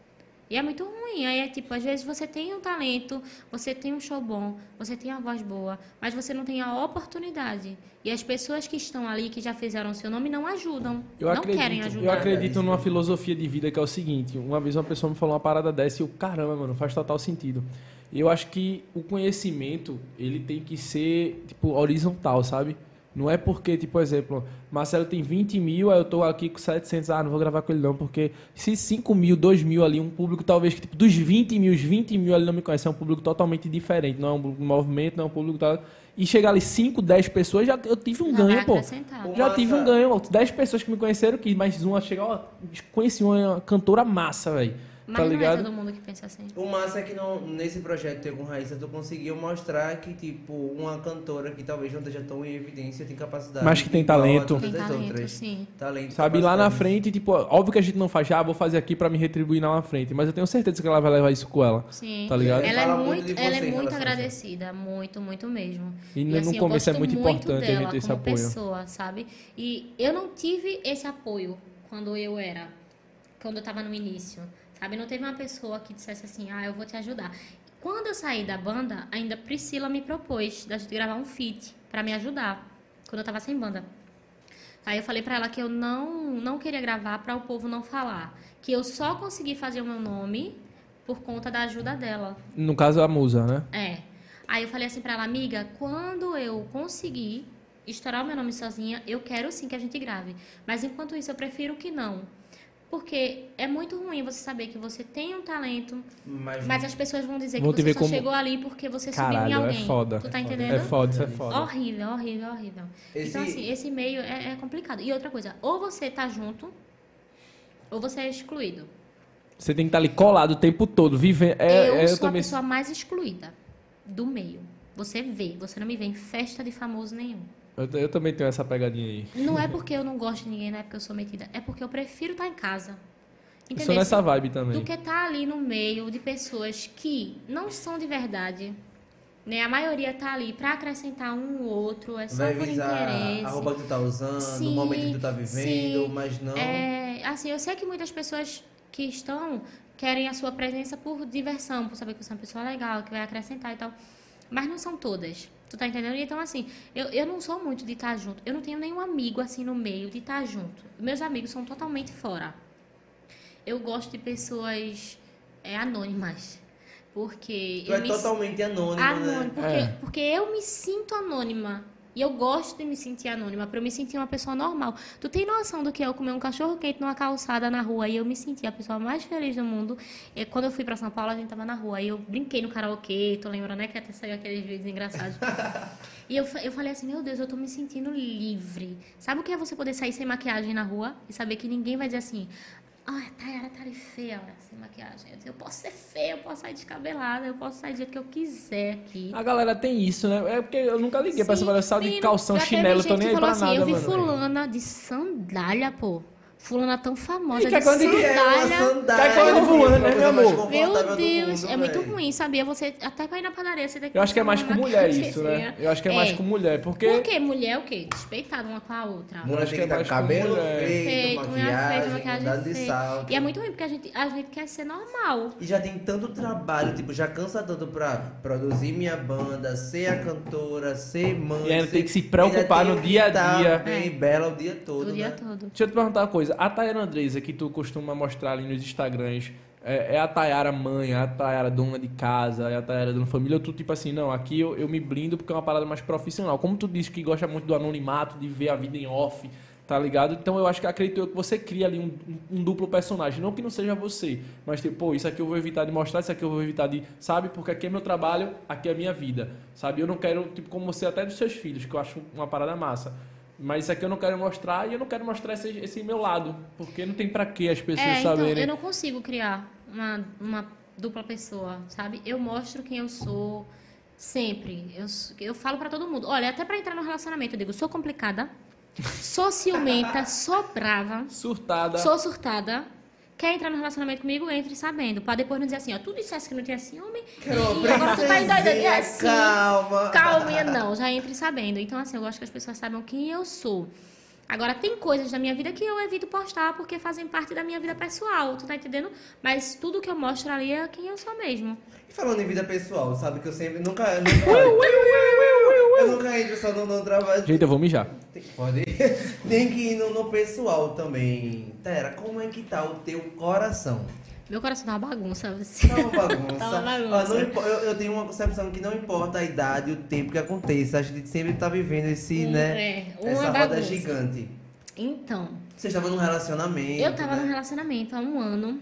S3: E é muito ruim. Aí é tipo, às vezes você tem um talento, você tem um show bom, você tem a voz boa, mas você não tem a oportunidade. E as pessoas que estão ali, que já fizeram o seu nome, não ajudam.
S1: Eu
S3: não
S1: acredito,
S3: querem ajudar.
S1: Eu acredito numa filosofia de vida que é o seguinte. Uma vez uma pessoa me falou uma parada dessa e eu, caramba, mano, faz total sentido. E eu acho que o conhecimento, ele tem que ser, tipo, horizontal, sabe? Não é porque, tipo, por exemplo, Marcelo tem vinte mil, aí eu tô aqui com setecentos, ah, não vou gravar com ele não, porque se cinco mil, dois mil ali, um público talvez que, tipo, dos vinte mil, os vinte mil ali não me conhecem, é um público totalmente diferente, não é um movimento, não é um público tal. E chegar ali cinco, dez pessoas, já, eu tive um
S3: Já
S1: ganho,
S3: vai
S1: pô.
S3: acrescentar.
S1: Já tive um ganho, ó. dez pessoas que me conheceram, que mais uma chega, ó, conheci uma cantora massa, velho.
S3: Mas
S1: Tá
S3: não
S1: ligado?
S3: é todo mundo que pensa assim.
S2: O massa é que não, nesse projeto teu com Raíssa, tu conseguiu mostrar que, tipo, uma cantora que talvez não esteja tão em evidência tem capacidade.
S1: Mas que tem
S2: igual a
S1: talento.
S2: todas
S3: Tem
S2: as
S3: talento,
S2: outras.
S3: sim.
S2: Talento,
S1: Sabe, lá na
S2: capacidade.
S1: frente, tipo, óbvio que a gente não faz, ah, vou fazer aqui pra me retribuir lá na frente, mas eu tenho certeza que ela vai levar isso com ela.
S3: Sim.
S1: Tá ligado?
S3: Ela é
S2: Fala muito
S3: muito,
S2: de
S3: ela
S2: você
S3: é
S2: em
S3: muito
S2: relação a isso.
S3: agradecida, muito, muito mesmo.
S1: E no
S3: assim, eu
S1: começo é
S3: gosto
S1: muito importante a
S3: dela
S1: gente ter esse
S3: como
S1: apoio.
S3: pessoa, sabe? E eu não tive esse apoio quando eu era, quando eu tava no início, sabe? Não teve uma pessoa que dissesse assim, ah, eu vou te ajudar. Quando eu saí da banda, ainda Priscila me propôs da gente gravar um feat pra me ajudar, quando eu tava sem banda. Aí eu falei pra ela que eu não, não queria gravar pra o povo não falar, que eu só consegui fazer o meu nome por conta da ajuda dela.
S1: No caso, a musa, né?
S3: É. Aí eu falei assim pra ela, amiga, quando eu conseguir estourar o meu nome sozinha, eu quero sim que a gente grave. Mas enquanto isso, eu prefiro que não. Porque é muito ruim você saber que você tem um talento,
S2: Mas,
S3: mas as pessoas vão dizer
S1: Vão
S3: que
S1: te
S3: você
S1: ver
S3: só
S1: como-
S3: chegou ali porque você subiu em
S1: Caralho, é
S3: alguém.
S1: foda.
S3: Tu tá
S2: É foda.
S3: entendendo?
S1: É foda, isso é foda.
S3: Horrível, horrível, horrível.
S2: Esse-
S3: Então, assim, esse meio é, é complicado. E outra coisa, ou você tá junto, ou você é excluído.
S1: Você tem que estar ali colado o tempo todo, vivendo. É,
S3: eu
S1: é, eu
S3: sou
S1: também.
S3: a pessoa mais excluída do meio. Você vê, você não me vê em festa de famoso nenhum.
S1: Eu, eu também tenho essa pegadinha aí.
S3: Não é porque eu não gosto de ninguém, não é porque eu sou metida. É porque eu prefiro estar em casa.
S1: Eu
S3: Entendeu?
S1: sou nessa vibe também.
S3: Do que estar ali no meio de pessoas que não são de verdade. Né? A maioria tá ali pra acrescentar um ou outro, é só
S2: vai
S3: por
S2: visar
S3: interesse.
S2: a roupa que tu tá usando,
S3: Sim,
S2: o momento que tu tá vivendo,
S3: sim.
S2: mas não...
S3: É, assim, eu sei que muitas pessoas que estão querem a sua presença por diversão, por saber que você é uma pessoa legal, que vai acrescentar e tal. Mas não são todas. Tu tá entendendo? Então, assim, eu, eu não sou muito de estar junto. Eu não tenho nenhum amigo, assim, no meio de estar junto. Meus amigos são totalmente fora. Eu gosto de pessoas é, anônimas. Porque
S2: Tu
S3: eu
S2: é
S3: me
S2: totalmente anônimo,
S3: Anônimo,
S2: né?
S3: porque,
S1: É.
S3: porque eu me sinto anônima. E eu gosto de me sentir anônima, pra eu me sentir uma pessoa normal. Tu tem noção do que é eu comer um cachorro quente numa calçada na rua e eu me senti a pessoa mais feliz do mundo? E quando eu fui pra São Paulo, a gente tava na rua. E eu brinquei no karaokê, tu lembra, né? Que até saiu aqueles vídeos engraçados. E eu, fa- eu falei assim, meu Deus, eu tô me sentindo livre. Sabe o que é você poder sair sem maquiagem na rua e saber que ninguém vai dizer assim... Ai, Tayara tá ali feia, olha, sem maquiagem. Eu, disse, eu posso ser feia, eu posso sair descabelada, eu posso sair do jeito que eu quiser aqui.
S1: A galera tem isso, né? É porque eu nunca liguei pra essa galera sal de
S3: Menino,
S1: calção,
S3: já teve
S1: chinelo,
S3: gente
S1: tô nem
S3: que
S1: aí
S3: falou
S1: pra
S3: assim,
S1: nada,
S3: eu vi
S1: mano.
S3: fulana de sandália, pô. Fulana tão famosa
S1: E
S3: de
S1: que é quando que
S2: é uma
S3: sandália.
S2: sandália?
S1: Quer coisa de fulano, né, meu amor?
S3: Meu Deus, é muito
S2: ruim.
S3: ruim, sabia? Você, até pra ir na padaria, você tem que
S1: Eu acho que é
S3: passar
S1: mais
S3: uma
S1: com mulher
S3: maquiagemzinha.
S1: isso, né? Eu acho que é, mais com mulher, porque...
S3: Por quê? Mulher é o quê? Despeitada uma com a outra.
S2: Mulher
S1: acho
S2: tem
S1: que
S2: que
S1: é
S2: estar
S1: mais
S2: com cabelo
S1: como mulher.
S2: feito,
S3: Feito, unha feita,
S2: maquiagem,
S3: maquiagem
S2: andando de
S3: feita.
S2: salto.
S3: E é muito ruim, porque a gente, a gente quer ser normal.
S2: E já tem tanto trabalho, tipo, já cansa tanto pra produzir minha banda, ser a cantora, ser mãe.
S1: E ainda
S2: ser...
S1: tem que se preocupar
S2: ainda
S1: no
S2: tem
S1: dia a
S2: que tá
S1: dia.
S2: bem bela o dia todo,
S3: o dia
S2: né?
S3: todo.
S1: Deixa eu te perguntar uma coisa. A Tayara Andresa, que tu costuma mostrar ali nos Instagrams, é, é a Tayara mãe, é a Tayara dona de casa, é a Tayara dona de família, ou tu tipo assim, não, aqui eu, eu me blindo porque é uma parada mais profissional. Como tu disse que gosta muito do anonimato, de ver a vida em off, tá ligado? Então eu acho que acredito eu que você cria ali um, um, um duplo personagem. Não que não seja você, mas tipo, pô, isso aqui eu vou evitar de mostrar, isso aqui eu vou evitar de... Sabe? Porque aqui é meu trabalho, aqui é a minha vida, sabe? Eu não quero, tipo, como você até dos seus filhos, que eu acho uma parada massa. Mas isso aqui eu não quero mostrar e eu não quero mostrar esse, esse meu lado. Porque não tem pra que as pessoas
S3: É, então,
S1: saberem.
S3: eu não consigo criar uma, uma dupla pessoa, sabe? Eu mostro quem eu sou sempre. Eu, eu falo pra todo mundo. Olha, até pra entrar no relacionamento, eu digo, sou complicada, sou ciumenta, sou brava,
S1: Surtada.
S3: sou surtada. Quer entrar no relacionamento comigo? Entre sabendo. Pra depois não dizer assim, ó, tu dissesse que não tinha ciúme
S2: Quero uma
S3: e agora tu tá endoidando. É
S2: princesinha,
S3: assim,
S2: calma.
S3: calma, não, já entre sabendo. Então, assim, eu gosto que as pessoas saibam quem eu sou. Agora, tem coisas da minha vida que eu evito postar porque fazem parte da minha vida pessoal, tu tá entendendo? Mas tudo que eu mostro ali é quem eu sou mesmo.
S2: E falando em vida pessoal, sabe que eu sempre nunca. nunca eu nunca entro só no, no trabalho.
S1: Gente, eu vou mijar.
S2: Tem, pode ir. Tem que ir no, no pessoal também. Tera, como é que tá o teu coração?
S3: Meu coração tá uma bagunça. Você.
S2: Tá uma bagunça.
S3: Tá uma bagunça.
S2: Ó, não impo- eu, eu tenho uma concepção que não importa a idade e o tempo que aconteça, a gente sempre tá vivendo esse,
S3: Um-
S2: né?
S3: é, uma
S2: essa roda
S3: bagunça.
S2: gigante.
S3: Então,
S2: Você estava num relacionamento.
S3: eu tava
S2: né?
S3: num relacionamento há um ano.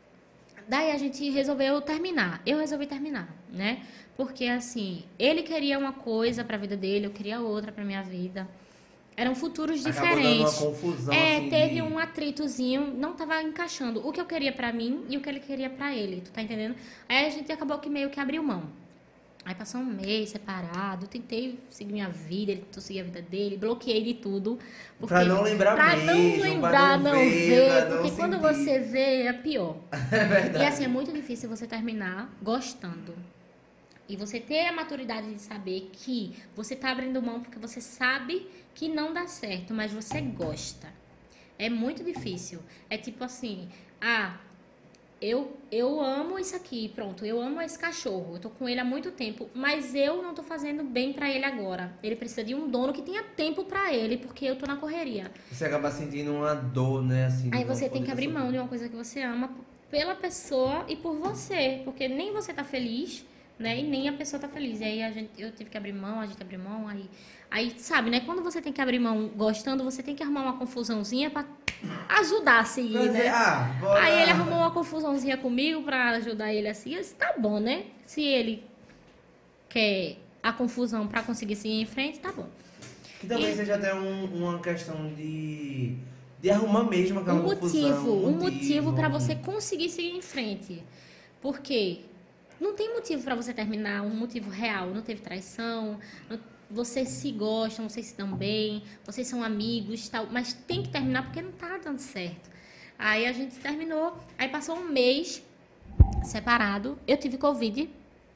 S3: Daí a gente resolveu terminar. Eu resolvi terminar, né? Porque assim, ele queria uma coisa pra vida dele, eu queria outra pra minha vida. Eram futuros
S2: Acabou dando
S3: diferentes.
S2: uma confusão,
S3: É,
S2: assim,
S3: teve
S2: de-
S3: um atritozinho, não tava encaixando o que eu queria pra mim e o que ele queria pra ele, tu tá entendendo? Aí a gente acabou que meio que abriu mão. Aí passou um mês separado, tentei seguir minha vida, ele tentou seguir a vida dele, bloqueei de tudo. Porque,
S2: Pra não lembrar
S3: pra
S2: mesmo,
S3: não
S2: pra
S3: lembrar,
S2: não
S3: não
S2: ver,
S3: ver,
S2: pra não
S3: porque quando
S2: sentir.
S3: você vê é pior.
S2: É verdade.
S3: E assim, é muito difícil você terminar gostando. E você ter a maturidade de saber que você tá abrindo mão porque você sabe que não dá certo, mas você gosta. É muito difícil. É tipo assim, ah, eu, eu amo isso aqui, pronto, eu amo esse cachorro, eu tô com ele há muito tempo, mas eu não tô fazendo bem pra ele agora. Ele precisa de um dono que tenha tempo pra ele, porque eu tô na correria.
S2: Você acaba sentindo uma dor, né? Assim,
S3: Aí
S2: de não
S3: você tem
S2: poder
S3: que abrir
S2: resolver.
S3: mão de uma coisa que você ama pela pessoa e por você, porque nem você tá feliz, né? E nem a pessoa tá feliz. E aí a gente, eu tive que abrir mão, a gente abriu mão, aí, aí sabe, né? Quando você tem que abrir mão gostando, você tem que arrumar uma confusãozinha pra ajudar a seguir,
S2: Mas é,
S3: né?
S2: ah, bora.
S3: Aí ele arrumou uma confusãozinha comigo pra ajudar ele assim. Eu disse, tá bom, né? Se ele quer a confusão pra conseguir seguir em frente, tá bom.
S2: Que também
S3: E-
S2: seja até um- uma questão de, de arrumar mesmo aquela
S3: Um
S2: confusão.
S3: motivo, um motivo pra você conseguir seguir em frente. Por quê? Não tem motivo pra você terminar, um motivo real. Não teve traição, não- vocês se gostam, vocês se dão bem, vocês são amigos, tal, mas tem que terminar porque não tá dando certo. Aí a gente terminou, aí passou um mês separado, eu tive Covid.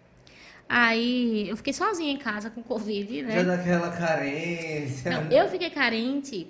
S3: Aí eu fiquei sozinha em casa com Covid, né?
S2: Já daquela carência.
S3: Não,
S2: né?
S3: eu fiquei carente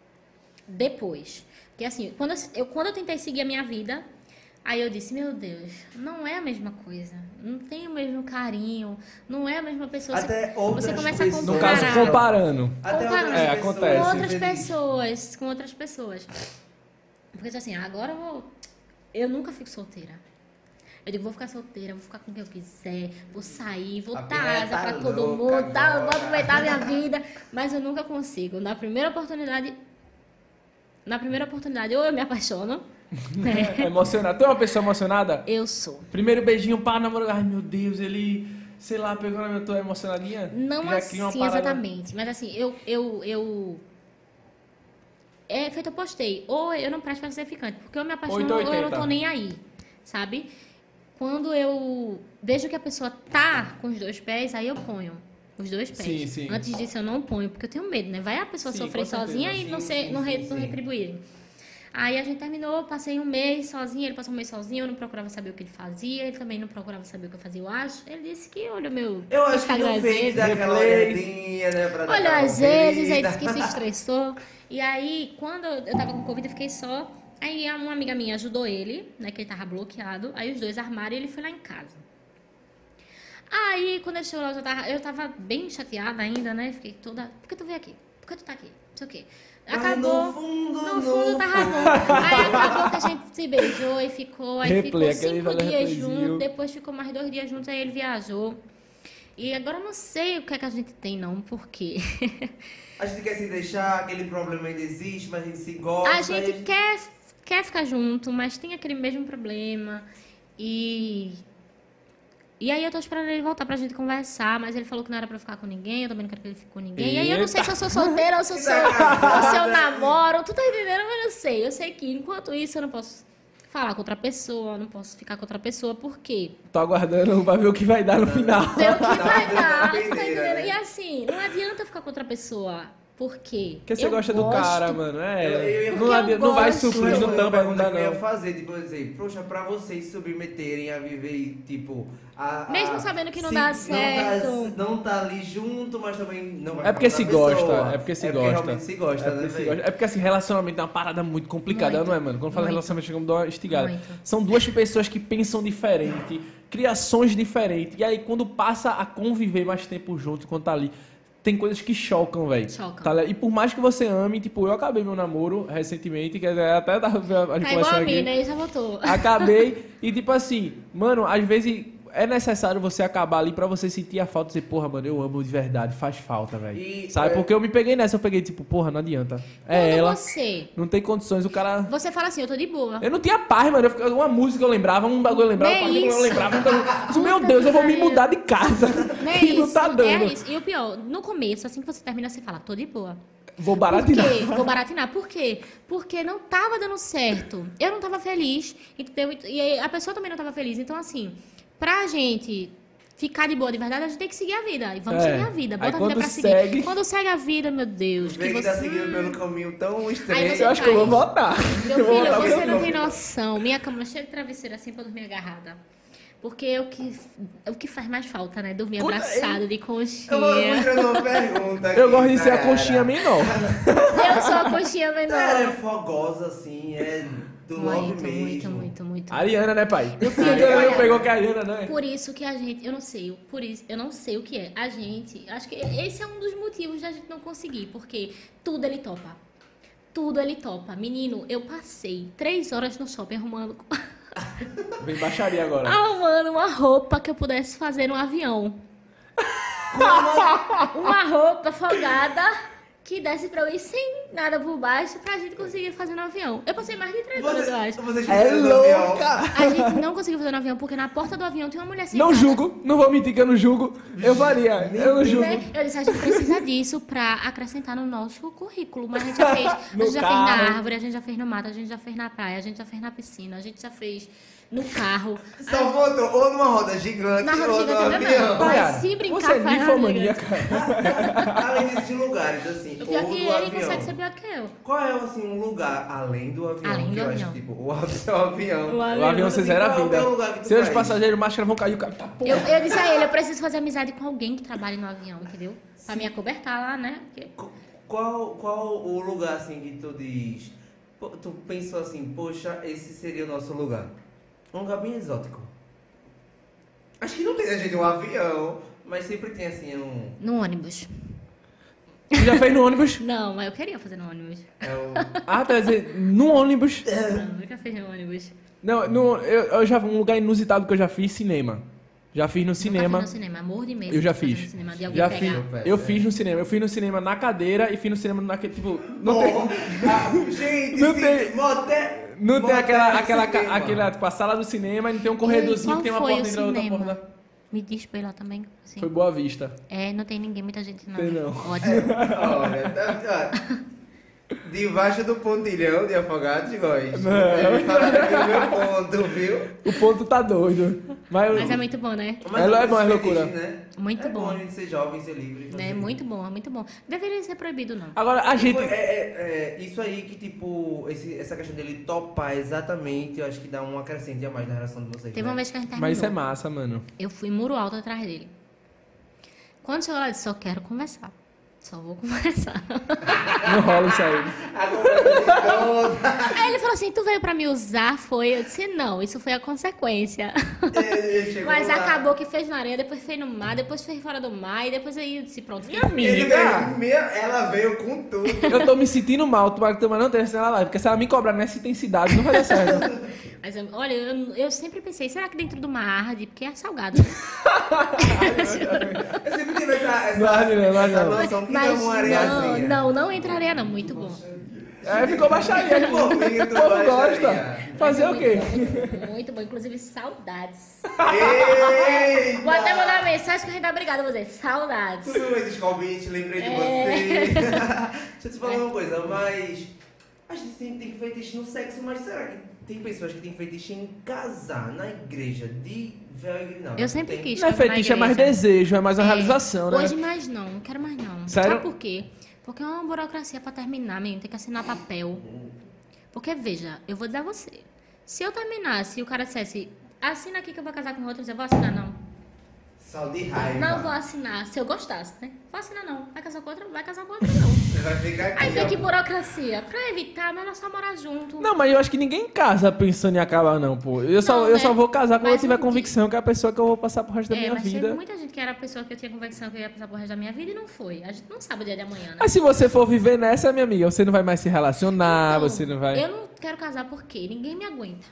S3: depois. Porque assim, quando eu, eu- quando eu tentei seguir a minha vida, aí eu disse, meu Deus, não é a mesma coisa. Não tem o mesmo carinho, não é a mesma pessoa.
S2: Até
S3: você,
S2: outras
S3: você começa a
S2: pessoas.
S1: No
S3: comparar
S1: caso, comparando.
S2: Até
S3: comparando.
S2: outras
S1: É,
S2: pessoas,
S1: acontece.
S3: com outras
S2: infeliz.
S3: pessoas, com outras pessoas. Porque eu disse assim, agora eu vou... Eu nunca fico solteira. Eu digo, vou ficar solteira, vou ficar com quem eu quiser, vou sair, vou
S2: A
S3: dar
S2: piranha
S3: asa
S2: tá
S3: pra todo
S2: louca
S3: mundo, tá, eu vou
S2: agora.
S3: aproveitar a minha vida. Mas eu nunca consigo. Na primeira oportunidade, na primeira oportunidade, ou eu me apaixono, né?
S1: É emocionado. Tu é uma pessoa emocionada?
S3: Eu sou.
S1: Primeiro beijinho, pá, namoro. Ai, meu Deus, ele, sei lá, pegou na minha, tu é emocionadinha?
S3: Não
S1: Já
S3: assim
S1: cria uma parada-
S3: exatamente, mas assim, eu, eu, eu... É feito, eu postei. Ou eu não presto pra ser ficante, porque eu me apaixono ou eu não
S1: oitocentos.
S3: tô nem aí, sabe? Quando eu vejo que a pessoa tá com os dois pés, aí eu ponho os dois pés.
S1: Sim, sim.
S3: Antes disso eu não ponho, porque eu tenho medo, né? Vai a pessoa
S1: Sim,
S3: sofrer
S1: com certeza.
S3: sozinha e
S2: Sim,
S3: não, ser,
S2: sim,
S3: não, re,
S2: sim,
S3: não
S2: sim.
S3: retribuírem. Aí a gente terminou, passei um mês sozinha, ele passou um mês sozinho, eu não procurava saber o que ele fazia, ele também não procurava saber o que eu fazia, eu acho. Ele disse que olha o meu
S2: Eu acho que
S3: Instagram
S2: não
S3: às
S2: fez
S3: vezes.
S2: daquela
S1: Replay.
S2: olhadinha, né? Pra dar
S3: Olha,
S2: aquela
S3: às vezes, aí
S2: conferida.
S3: disse que se estressou. E aí, quando eu tava com Covid, eu fiquei só. Aí uma amiga minha ajudou ele, né? Que ele tava bloqueado. Aí os dois armaram e ele foi lá em casa. Aí, quando ele chegou lá, eu tava, eu tava bem chateada ainda, né? Fiquei toda. Por que tu veio aqui? Por que tu tá aqui? Não sei o quê.
S2: Mas
S3: Acabou.
S2: no fundo,
S3: No
S2: no
S3: fundo tava
S2: fundo.
S3: bom. Aí acabou que a gente se beijou e ficou. Aí
S1: Replay,
S3: ficou
S1: aquele
S3: cinco
S1: velho
S3: dias
S1: replayzinho.
S3: juntos. Depois ficou mais dois dias juntos. Aí ele viajou. E agora eu não sei o que é que a gente tem, não. Por quê?
S2: A gente quer se deixar, aquele problema ainda existe, mas a gente se gosta.
S3: A gente
S2: e
S3: quer, quer ficar junto, mas tem aquele mesmo problema. E. E aí eu tô esperando ele voltar pra gente conversar, mas ele falou que não era pra eu ficar com ninguém, eu também não quero que ele fique com ninguém. E aí eu não sei se eu sou solteira ou se eu sou, ou se eu namoro, tu tá entendendo? Mas eu não sei. Eu sei que enquanto isso eu não posso falar com outra pessoa, eu não posso ficar com outra pessoa, por quê?
S1: Tô aguardando pra ver o que vai dar no final.
S3: Ver o que vai
S2: Não,
S3: dar, tu tá
S2: doideira,
S3: entendendo?
S2: né?
S3: E assim, não adianta ficar com outra pessoa Por quê?
S1: Porque você
S3: Eu
S1: gosta do
S3: gosto-
S1: cara, mano. É.
S2: Eu- eu ia-
S1: não,
S3: Porque
S1: adi-
S3: eu
S1: não vai
S3: gosto.
S1: suprir
S2: Mas
S1: no
S2: uma
S1: tampa, não
S2: pergunta
S1: dá
S2: que eu ia
S1: não.
S2: fazer, tipo, dizer, poxa, pra vocês se submeterem a viver, tipo... A, a-
S3: Mesmo sabendo que não
S2: se
S3: dá
S2: Não
S3: certo.
S2: tá, não tá ali junto, mas também não vai
S1: É porque
S2: ficar
S1: se
S2: com outra
S1: gosta,
S2: pessoa.
S1: é porque se
S2: é
S1: gosta.
S2: realmente se gosta,
S1: É
S2: né,
S1: porque, se
S2: velho?
S1: gosta. É porque assim, relacionamento é uma parada muito complicada,
S3: Muito.
S1: não é, mano? Quando fala
S3: Muito.
S1: relacionamento, chegamos a dar uma estigada.
S3: Muito.
S1: São duas pessoas que pensam diferente, criações diferentes, e aí quando passa a conviver mais tempo junto, quando tá ali, tem coisas que chocam, velho.
S3: Chocam.
S1: Tá ligado? E por mais que você ame, tipo, eu acabei meu namoro recentemente, que até tava a gente
S3: Tá igual
S1: conversando
S3: a
S1: aqui.
S3: mim, né? Já voltou.
S1: Acabei e tipo assim, mano, às vezes é necessário você acabar ali pra você sentir a falta e dizer, porra, mano, eu amo de verdade, faz falta, velho.
S2: E,
S1: Sabe?
S2: é-
S1: Porque eu me peguei nessa, eu peguei tipo, porra, não adianta. É
S3: Quando
S1: ela,
S3: você...
S1: não tem condições, o cara...
S3: Você fala assim, eu tô de boa.
S1: Eu não tinha paz, mano. Eu ficava- uma música eu lembrava, um bagulho eu lembrava,
S3: Nem
S1: um bagulho eu
S3: isso.
S1: lembrava. Então,
S3: Puta
S1: meu
S3: que
S1: Deus, eu vou me
S3: pariu.
S1: mudar de casa.
S3: Não é
S1: e não
S3: isso,
S1: tá dando.
S3: é isso. E o pior, no começo, assim que você termina, você fala, tô de boa.
S1: Vou
S3: Por
S1: baratinar.
S3: quê? Vou baratinar. Por quê? Porque não tava dando certo. Eu não tava feliz, entendeu? E aí a pessoa também não tava feliz. Então, assim, pra gente ficar de boa de verdade, a gente tem que seguir a vida. E vamos
S1: É.
S3: seguir a vida.
S1: Aí
S3: Bota a
S1: quando
S3: vida pra seguir.
S1: segue-
S3: Quando segue a vida, meu Deus.
S2: Vê
S3: Que
S2: que tá
S3: você...
S2: seguindo pelo caminho tão
S3: Aí
S2: estreito.
S3: você
S1: Eu acho que eu vou
S3: cai.
S1: votar.
S3: Meu
S1: Eu vou
S3: filho,
S1: votar
S3: você
S1: pra
S3: não
S1: você.
S3: tem noção. Minha cama é cheia de travesseiro assim pra dormir agarrada. Porque é o que, é o que faz mais falta, né? Dormir
S1: Quando-
S3: abraçado de
S2: Eu vou
S3: conchinha.
S2: entrar numa pergunta aqui,
S1: Eu gosto de ser a
S2: cara.
S1: conchinha menor.
S3: Eu sou a conchinha
S2: Ela é
S3: menor.
S2: fogosa, assim, é do love
S3: Muito,
S2: mesmo.
S3: muito, muito, muito.
S1: Ariana, né, pai?
S3: Eu fui-
S1: Ariana
S3: olha,
S1: não pegou que a Ariana, né?
S3: Por isso que a gente, eu não sei, por isso, eu não sei o que é. A gente, acho que esse é um dos motivos da gente não conseguir, porque tudo ele topa. Tudo ele topa. Menino, eu passei três horas no shopping arrumando,
S1: Vem baixaria agora.
S3: arrumando uma roupa que eu pudesse fazer no avião. Uma, uma roupa folgada que desse pra eu ir sem nada por baixo pra gente conseguir fazer no avião. Eu passei mais de três horas, eu acho.
S2: Vocês
S1: É
S2: fizeram no avião.
S1: louca!
S3: A gente não conseguiu fazer no avião porque na porta do avião tem uma mulher sentada.
S1: Não julgo, não vou mentir que eu não julgo. Eu faria, eu não julgo.
S3: Né? Eu disse, a gente precisa disso pra acrescentar no nosso currículo. Mas a gente já fez. A
S1: No
S3: gente já fez
S1: carro.
S3: na árvore, a gente já fez no mato, a gente já fez na praia, a gente já fez na piscina, a gente já fez no carro.
S2: Só faltou ou numa roda gigante
S3: Na roda
S2: ou
S3: gigante
S2: no
S3: ainda
S2: avião.
S3: não. Mas
S1: Olha,
S3: se brincar,
S1: você é
S3: faz na roda
S1: ninfomaníaca.
S2: Além desses lugares, assim,
S3: O pior
S2: ou
S3: que
S2: do
S3: ele
S2: avião.
S3: consegue ser pior que eu.
S2: Qual é, assim, um lugar além do avião?
S3: Além
S2: que
S3: do
S2: eu
S3: avião.
S2: acho, tipo, o avi- o avião.
S3: O
S1: O avião você
S2: Assim,
S1: zera a
S2: qual é o
S1: vida.
S2: lugar que tu
S1: Seus
S2: vai?
S1: passageiros, máscara vão cair, o cara tá porra.
S3: Eu, eu disse a ele, eu preciso fazer amizade com alguém que trabalhe no avião, entendeu? Pra me acobertar lá, né? Porque
S2: Qu- Qual, qual o lugar, assim, que tu diz... pô, Tu pensou assim, poxa, esse seria o nosso lugar. Um lugar bem exótico. Acho que não tem, a gente, um avião, mas sempre tem, assim, um...
S3: no ônibus.
S1: Tu já fez no ônibus?
S3: Não, mas eu queria fazer no ônibus.
S2: É um
S1: Ah, tá dizendo, no ônibus.
S3: Não, nunca fiz no ônibus.
S1: Não, no, eu, eu já um lugar inusitado que eu já fiz, cinema. Já fiz no cinema.
S3: Nunca fiz no cinema, amor de medo.
S1: Eu já
S3: de fazer
S1: fiz.
S3: No cinema, de alguém
S1: Já
S3: pegar.
S1: fiz.
S2: pegar.
S1: Eu fiz no cinema. Eu fiz no cinema na cadeira e fiz no cinema naquele tipo. Não tem,
S2: Ah, gente,
S1: Não
S2: sim,
S1: tem-
S2: motel-
S1: não tem
S2: motel
S1: aquela,
S2: de
S1: aquela,
S2: cinema.
S1: aquela, tipo, a sala do cinema e não tem um corredorzinho
S3: Qual
S1: que tem uma
S3: foi
S1: porta
S3: o
S1: entre a outra
S3: cinema?
S1: porta.
S3: Me diz pra ir lá também. Assim.
S1: Foi Boa Vista.
S3: É, não tem ninguém, muita gente não.
S1: Tem não.
S3: Ótimo.
S2: Olha, tá, ó. Debaixo do pontilhão de Afogados, Góis.
S1: Não.
S2: Ele fala aqui o meu ponto, viu?
S1: O ponto tá doido. Mas,
S3: Mas é muito bom, né?
S1: É, é bom, é
S2: esse
S1: loucura.
S2: fetiche, Né?
S3: Muito
S2: é
S3: bom.
S2: bom a gente ser jovem, ser livre. fazer
S3: É
S2: isso.
S3: muito bom, é muito bom. Deveria ser proibido, não.
S1: agora, a gente.
S2: É, é, é, isso aí que, tipo, esse- essa questão dele topar exatamente, eu acho que dá um acrescente a mais na relação de vocês.
S3: Teve
S2: né?
S3: uma vez que a gente terminou.
S1: Mas isso é massa, mano.
S3: Eu fui muro alto atrás dele. Quando chegou lá, eu disse, só quero conversar. Só vou conversar.
S1: Não rola isso aí.
S2: A conversa toda.
S3: Aí ele falou assim, tu veio pra me usar? Foi? Eu disse, não, isso foi a consequência.
S2: Ele chegou
S3: Mas
S2: lá.
S3: acabou que fez na areia, depois fez no mar, depois fez fora do mar, e depois aí eu disse, pronto.
S1: Minha
S3: fiquei-
S2: Ele
S1: amiga.
S2: veio, minha, ela veio com tudo.
S1: Eu tô me sentindo mal, tomara que tua não tenha assistido a live, porque se ela me cobrar nessa intensidade, não vai dar certo.
S3: Mas eu- olha, eu, eu sempre pensei, será que dentro do mar arde? Porque é salgado.
S2: Eu sempre tive essa, essa,
S1: Não arde não, não arde
S2: essa
S1: não.
S2: noção que
S3: Mas
S2: não é uma
S3: não,
S2: areiazinha.
S3: não, não entraria não, muito bom.
S1: É, ficou baixaria aqui. O
S2: Fofinho
S1: povo
S2: do baixaria.
S1: gosta. Fazer o quê?
S3: Muito, muito bom, inclusive saudades.
S2: Eita!
S3: Vou até mandar uma mensagem que a gente tá obrigada a você. Saudades.
S2: Tudo bem, desconvite, lembrei de
S3: É.
S2: você. Deixa eu te falar uma coisa, mas a gente tem, tem fetiche no sexo, mas será que tem pessoas que têm fetiche em casar na igreja de véu e grinalda?
S3: Eu sempre
S2: Tem?
S3: quis.
S1: Não é
S3: casar na
S1: fetiche, é mais
S3: igreja.
S1: desejo, é mais uma
S3: É,
S1: realização, né?
S3: Hoje mais não, não quero mais não.
S1: Sério?
S3: Sabe por quê? Porque é uma burocracia pra terminar, menino. Tem que assinar papel. Porque, veja, eu vou dizer a você. Se eu terminasse e o cara dissesse, assina aqui que eu vou casar com outros, eu vou assinar, não.
S2: Sal de raiva.
S3: Não vou assinar. Se eu gostasse, né? Vou assinar, não. Vai casar com outra? Vai casar com outra, não.
S2: Você vai ficar aqui.
S3: Aí vem
S2: ó.
S3: que burocracia. Pra evitar, melhor só morar junto.
S1: Não, mas eu acho que ninguém casa pensando em acabar, não, pô. Eu, só,
S3: Não,
S1: eu
S3: né?
S1: só vou casar quando
S3: Mas
S1: eu tiver
S3: o que-
S1: convicção que é a pessoa que eu vou passar pro resto da
S3: É,
S1: minha
S3: mas
S1: vida.
S3: teve muita gente que era a pessoa que eu tinha convicção que eu ia passar por resto da minha vida e não foi. A gente não sabe o dia de amanhã, né?
S1: Mas se você for viver nessa, minha amiga, você não vai mais se relacionar,
S3: Então,
S1: você não vai...
S3: Eu não quero casar porque ninguém me aguenta.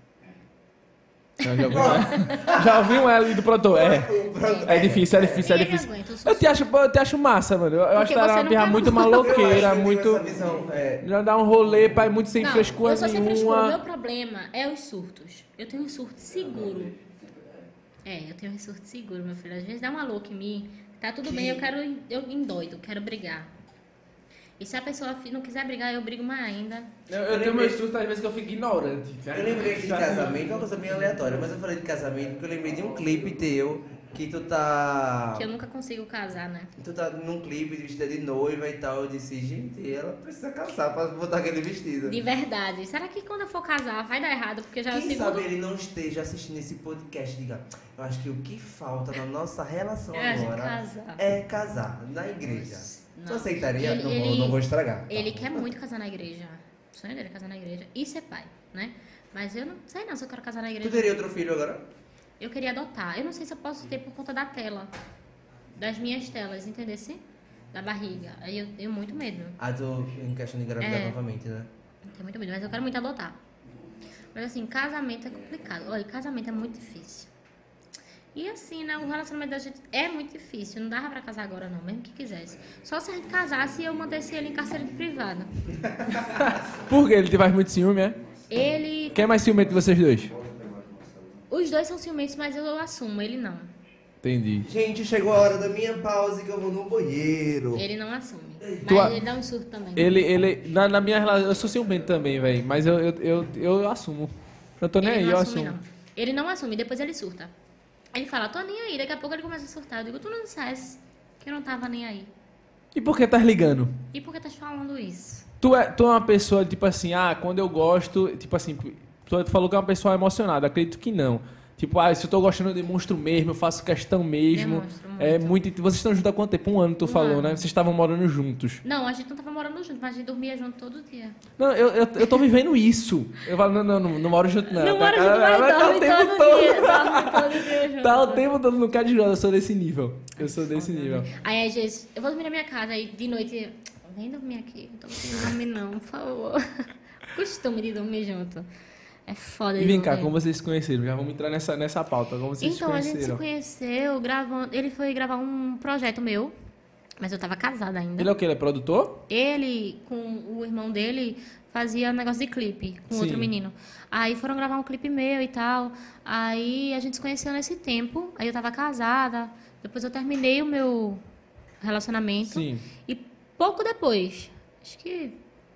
S1: Já, já, ouvi, um- já ouvi um L do produtor. É, é difícil, é difícil, é
S3: Ninguém me
S1: difícil.
S3: aguenta, eu sou
S1: Eu te acho, eu te acho massa, mano. Eu, eu acho que
S3: você
S1: era uma
S3: não
S1: birra
S3: quer
S1: muito
S3: não.
S1: maloqueira,
S2: Eu
S1: muito...
S2: tenho essa visão, é,
S1: Já dá um rolê, pai, muito sem
S3: Não,
S1: frescura
S3: eu sou sem frescura. O meu
S1: nenhuma.
S3: problema é os surtos. Eu tenho um surto seguro. É, eu tenho um surto seguro, meu filho. Às vezes dá uma louca em mim. Tá tudo
S2: Que-
S3: bem, eu quero... Eu endoido, quero brigar. E se a pessoa não quiser brigar, eu brigo mais ainda.
S1: Eu, eu tenho meus sustos, às vezes, que eu fico ignorante.
S2: eu lembrei aqui de casamento, é uma coisa bem aleatória, mas eu falei de casamento porque eu lembrei de um clipe teu que tu tá.
S3: Que eu nunca consigo casar, né?
S2: Tu tá num clipe vestida de noiva e tal. Eu disse, gente, ela precisa casar pra botar aquele vestido.
S3: De verdade. Será que quando eu for casar vai dar errado? Porque já é o
S2: Quem
S3: segundo...
S2: sabe ele não esteja assistindo esse podcast e diga, eu acho que o que falta na nossa relação
S3: É a gente
S2: agora
S3: casar.
S2: é casar na igreja. Tu
S3: Não.
S2: aceitaria?
S3: Ele-
S2: não, vou,
S3: ele-
S2: não vou estragar.
S3: Ele quer muito casar na igreja. O sonho dele é casar na igreja e ser pai, né? Mas eu não sei não se eu quero casar na
S2: Tu
S3: igreja.
S2: teria outro filho agora?
S3: Eu queria adotar. Eu não sei se eu posso ter por conta da tela. Das minhas telas, entendesse? Da barriga. Aí eu tenho muito medo.
S2: Ah, tu em questão de engravidar
S3: É.
S2: novamente, né?
S3: Eu tenho muito medo, mas eu quero muito adotar. Mas assim, casamento é complicado. Olha, casamento é muito difícil. E assim, né? O relacionamento da gente é muito difícil. Não dava pra casar agora, não, mesmo que quisesse. Só se a gente casasse e eu mantesse ele em carceira de privada.
S1: Por quê? Ele te faz muito ciúme, é?
S3: Ele.
S1: Quem é mais ciumento de vocês dois?
S3: Os dois são ciumentos, mas eu assumo, ele não.
S1: Entendi.
S2: Gente, chegou a hora da minha pausa que eu vou no banheiro.
S3: Ele não assume. Mas
S1: Tu a-
S3: ele dá um surto também.
S1: Ele, ele, na, na minha relação, eu sou ciumento também, velho. Mas eu, eu, eu, eu assumo. Eu tô nem
S3: Ele
S1: aí,
S3: não
S1: eu
S3: assume,
S1: assumo.
S3: não. Ele não assume, depois ele surta. Ele fala, tô nem aí, daqui a pouco ele começa a surtar. Eu digo, tu não dissesse que eu não tava nem aí.
S1: E por que tá ligando?
S3: E por que tá falando isso?
S1: Tu é, tu é uma pessoa, tipo assim, ah, quando eu gosto, tipo assim, tu falou que é uma pessoa emocionada, acredito que não. Tipo, ah, se eu tô gostando, eu demonstro mesmo, eu faço questão mesmo.
S3: Demonstro muito.
S1: É muito. Vocês estão juntos há quanto tempo? Um ano, tu
S3: Um
S1: falou,
S3: ano.
S1: né? Vocês estavam morando juntos.
S3: Não, a gente não tava morando junto, mas a gente dormia junto todo dia.
S1: Não, eu, eu, eu tô vivendo isso. Eu falo, não, não, não, não moro junto, não.
S3: Não
S1: Tá,
S3: mora
S1: cara,
S3: junto, mas
S1: tá o
S3: dorme
S1: tempo
S3: todo
S1: todo.
S3: dia. Dorme todo dia junto.
S1: Tá o tempo todo no cara de jogo, eu sou desse nível. Eu sou desse nível.
S3: Aí, às vezes, eu vou dormir na minha casa, aí de noite, vem dormir aqui, não tô sem dormir não, por favor. Costume de dormir junto. É foda
S1: E
S3: de
S1: vem cá,
S3: dormir.
S1: como vocês se conheceram? Já vamos entrar nessa, nessa pauta. Como vocês
S3: Então,
S1: se
S3: a gente se
S1: conheceram?
S3: conheceu gravando. Ele foi gravar um projeto meu, mas eu tava casada ainda.
S1: Ele é o quê? Ele é produtor?
S3: Ele, com o irmão dele, fazia negócio de clipe com
S1: Sim.
S3: outro menino. Aí foram gravar um clipe meu e tal. Aí a gente se conheceu nesse tempo. Aí eu tava casada. Depois eu terminei o meu relacionamento.
S1: Sim.
S3: E pouco depois, acho que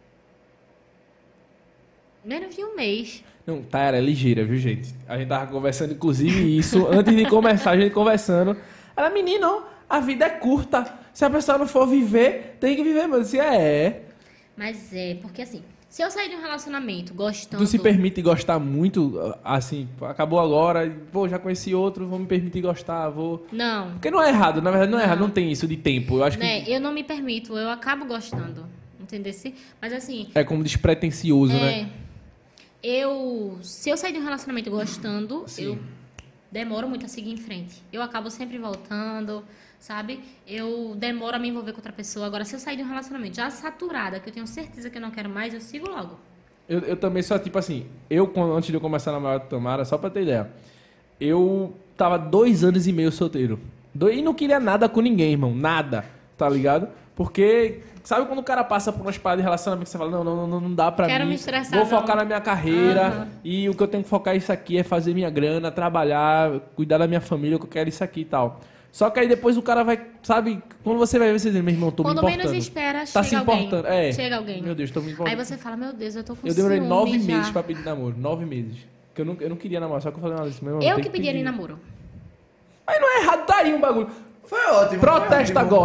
S3: menos de um mês.
S1: Não, tá, era ligeira, viu, gente? A gente tava conversando, inclusive, isso. Antes de começar, a gente conversando. Ela, menino, a vida é curta. Se a pessoa não for viver, tem que viver, mano. Eu disse, é.
S3: Mas é, porque assim, se eu sair de um relacionamento gostando...
S1: Tu se permite gostar muito, assim, acabou agora, pô, já conheci outro, vou me permitir gostar, vou...
S3: Não,
S1: Porque não é errado, na verdade não é
S3: Não.
S1: errado, não tem isso de tempo. Eu acho
S3: né?
S1: que
S3: Eu não me permito, eu acabo gostando, entendeu? Mas assim,
S1: é como despretensioso,
S3: é,
S1: né?
S3: eu... Se eu sair de um relacionamento gostando,
S1: Sim.
S3: eu demoro muito a seguir em frente. Eu acabo sempre voltando, sabe? Eu demoro a me envolver com outra pessoa. Agora, se eu sair de um relacionamento já saturada, que eu tenho certeza que eu não quero mais, eu sigo logo.
S1: Eu, eu também só, tipo assim, eu, quando- antes de eu começar a namorar com a Tamara, só pra ter ideia, eu tava dois anos e meio solteiro. Do- E não queria nada com ninguém, irmão. Nada, tá ligado? Porque, sabe quando o cara passa por umas paradas de relacionamento que você fala, não, não, não, não dá pra
S3: Quero
S1: mim.
S3: me estressar,
S1: Vou
S3: não.
S1: focar na minha carreira.
S3: Aham.
S1: E o que eu tenho que focar isso aqui é fazer minha grana, trabalhar, cuidar da minha família, o que eu quero isso aqui e tal. Só que aí depois o cara vai, sabe, quando você vai ver, você diz, meu irmão, tô
S3: Quando
S1: me importando.
S3: menos espera,
S1: Tá
S3: chega
S1: se
S3: alguém.
S1: importando. É.
S3: Chega alguém.
S1: Meu Deus, tô me
S3: Aí
S1: importando.
S3: você fala, meu Deus, eu tô com
S1: Eu demorei
S3: ciúme
S1: nove
S3: já.
S1: meses pra pedir namoro. Nove meses. Porque eu não, eu não queria namorar, só que eu falei, não, isso mesmo.
S3: Eu
S1: tem
S3: que pedi ele
S1: pedir.
S3: em namoro.
S1: Aí não é errado, tá aí um bagulho.
S2: Foi ótimo. foi
S1: Protesta
S2: ótimo.
S1: agora.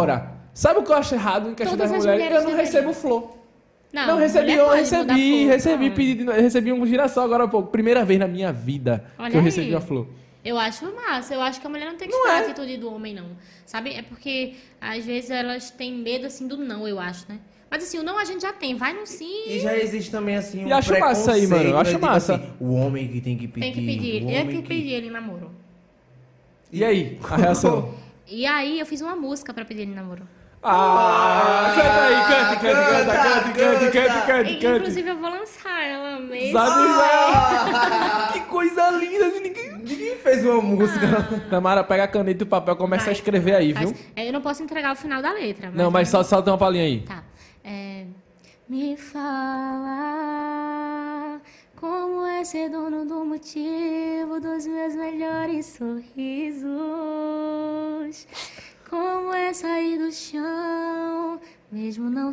S1: Sabe o que eu acho errado em questão
S3: Todas
S1: das
S3: as
S1: mulheres?
S3: mulheres
S1: Eu não
S3: deveriam.
S1: recebo flor.
S3: Não,
S1: Não, recebi,
S3: mulher
S1: eu
S3: pode
S1: recebi,
S3: mudar flor.
S1: recebi
S3: Não.
S1: pedido, recebi um girassol agora há pouco. Primeira vez na minha vida
S3: Olha
S1: que eu
S3: aí.
S1: recebi uma flor.
S3: Eu acho massa. Eu acho que a mulher não tem que
S1: Não
S3: esperar
S1: é.
S3: a atitude do homem, não. Sabe? É porque, às vezes, elas têm medo, assim, do não, eu acho, né? Mas, assim, o não a gente já tem. Vai no sim.
S2: E já existe também, assim, um
S1: E acho massa aí, mano, eu acho
S2: preconceito, né? Tipo
S1: massa.
S2: assim, o homem que tem que pedir.
S3: Tem que pedir.
S2: o
S3: Eu
S2: homem
S3: que pedi ele em namoro.
S1: E aí, a reação?
S3: E aí, eu fiz uma música pra pedir ele em namoro.
S1: Ah, canta aí, cante, cante, canta, cante, cante, cante, cante,
S3: E,
S1: cante.
S3: inclusive, eu vou lançar ela mesmo.
S1: Sabe, velho? Que coisa linda, ninguém...
S2: Ninguém fez uma música.
S1: Tamara, pega a caneta e o papel, começa a
S3: Vai,
S1: escrever aí,
S3: faz-
S1: viu?
S3: É, eu não posso entregar o final da letra.
S1: Não, mas só solta uma palhinha aí.
S3: Tá. É, me fala como é ser dono do motivo dos meus melhores sorrisos. Como é sair do chão, mesmo não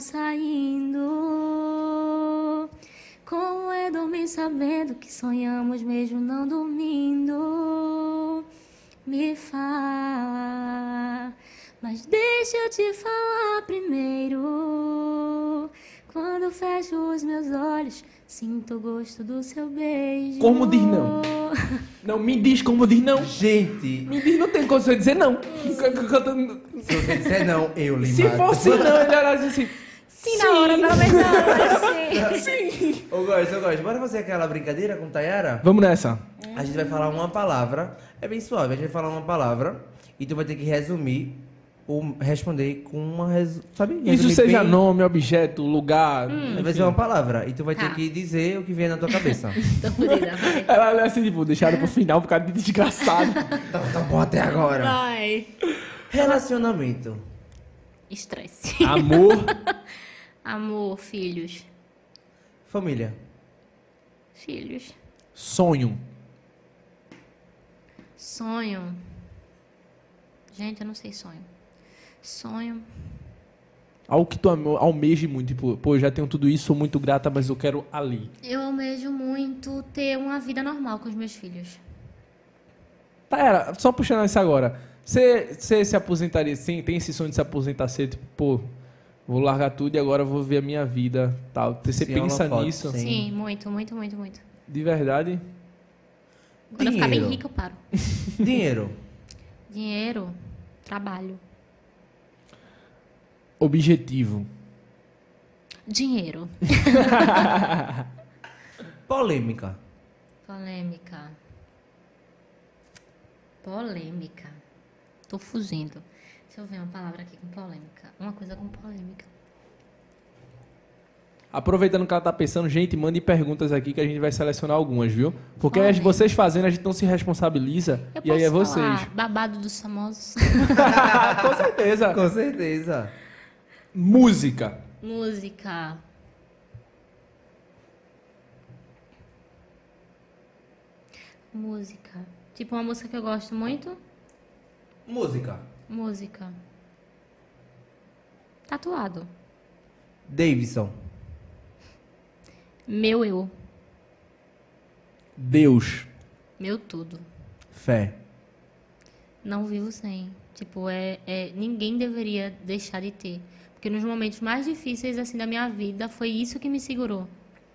S3: saindo. Como é dormir sabendo que sonhamos, mesmo não dormindo. Me fala, mas deixa eu te falar primeiro. Quando fecho os meus olhos, sinto o gosto do seu beijo.
S1: Como diz não? Não, me diz como diz não.
S2: Gente,
S1: Me diz, não tem como você dizer não.
S2: se você disser não, eu lhe
S1: Se
S2: mato.
S1: fosse não, ele era assim...
S3: Sim, na hora, pelo menos na hora, sim.
S1: Sim.
S2: Eu gosto, eu gosto. Bora fazer aquela brincadeira com Tayara?
S1: Vamos nessa.
S2: A gente vai falar uma palavra. É bem suave. A gente vai falar uma palavra e tu vai ter que resumir ou responder com uma... Res... Sabe?
S1: Isso
S2: Resumir
S1: seja
S2: bem-
S1: nome, objeto, lugar...
S2: Vai
S1: enfim.
S2: ser uma palavra. E tu vai
S3: Tá.
S2: ter que dizer o que vier na tua cabeça.
S3: Tô fodida, vai.
S1: Ela olha assim, tipo, deixaram pro final por causa de desgraçado.
S2: tá, tá bom até agora.
S3: Vai.
S2: Relacionamento.
S3: Estresse.
S1: Amor,
S3: Amor, filhos.
S2: Família.
S3: Filhos.
S1: sonho.
S3: Sonho. Gente, eu não sei sonho. Sonho.
S1: Algo que tu ame- almeje muito. Tipo, pô, eu já tenho tudo isso, sou muito grata, mas eu quero ali.
S3: Eu almejo muito ter uma vida normal com os meus filhos.
S1: Tá, era, só puxando isso agora. Você você se aposentaria, sim, tem esse sonho de se aposentar cedo, tipo, pô, vou largar tudo e agora vou ver a minha vida, tal. Você
S2: Sim,
S1: pensa
S2: holofote,
S1: nisso?
S2: sim.
S3: Sim, muito, muito, muito, muito.
S1: De verdade?
S3: Quando eu ficar bem
S2: Dinheiro.
S3: rica, eu paro.
S2: Dinheiro.
S3: Dinheiro, trabalho.
S1: Objetivo.
S3: Dinheiro.
S2: Polêmica.
S3: Polêmica. Polêmica. Tô fugindo. Deixa eu ver uma palavra aqui com polêmica. Uma coisa com polêmica.
S1: Aproveitando que ela tá pensando, gente, mande perguntas aqui que a gente vai selecionar algumas, viu? Porque
S3: Olha.
S1: as vocês fazendo, a gente não se responsabiliza
S3: Eu
S1: e aí é
S3: posso
S1: vocês.
S3: falar babado dos famosos?
S1: Com certeza.
S2: Com certeza.
S1: Música.
S3: Música. Música. Tipo uma música que eu gosto muito.
S2: Música.
S3: Música. Tatuado.
S2: Davidson.
S3: Meu eu.
S1: Deus.
S3: Meu tudo.
S2: Fé.
S3: Não vivo sem. Tipo, é, é ninguém deveria deixar de ter. Porque nos momentos mais difíceis assim da minha vida foi isso que me segurou.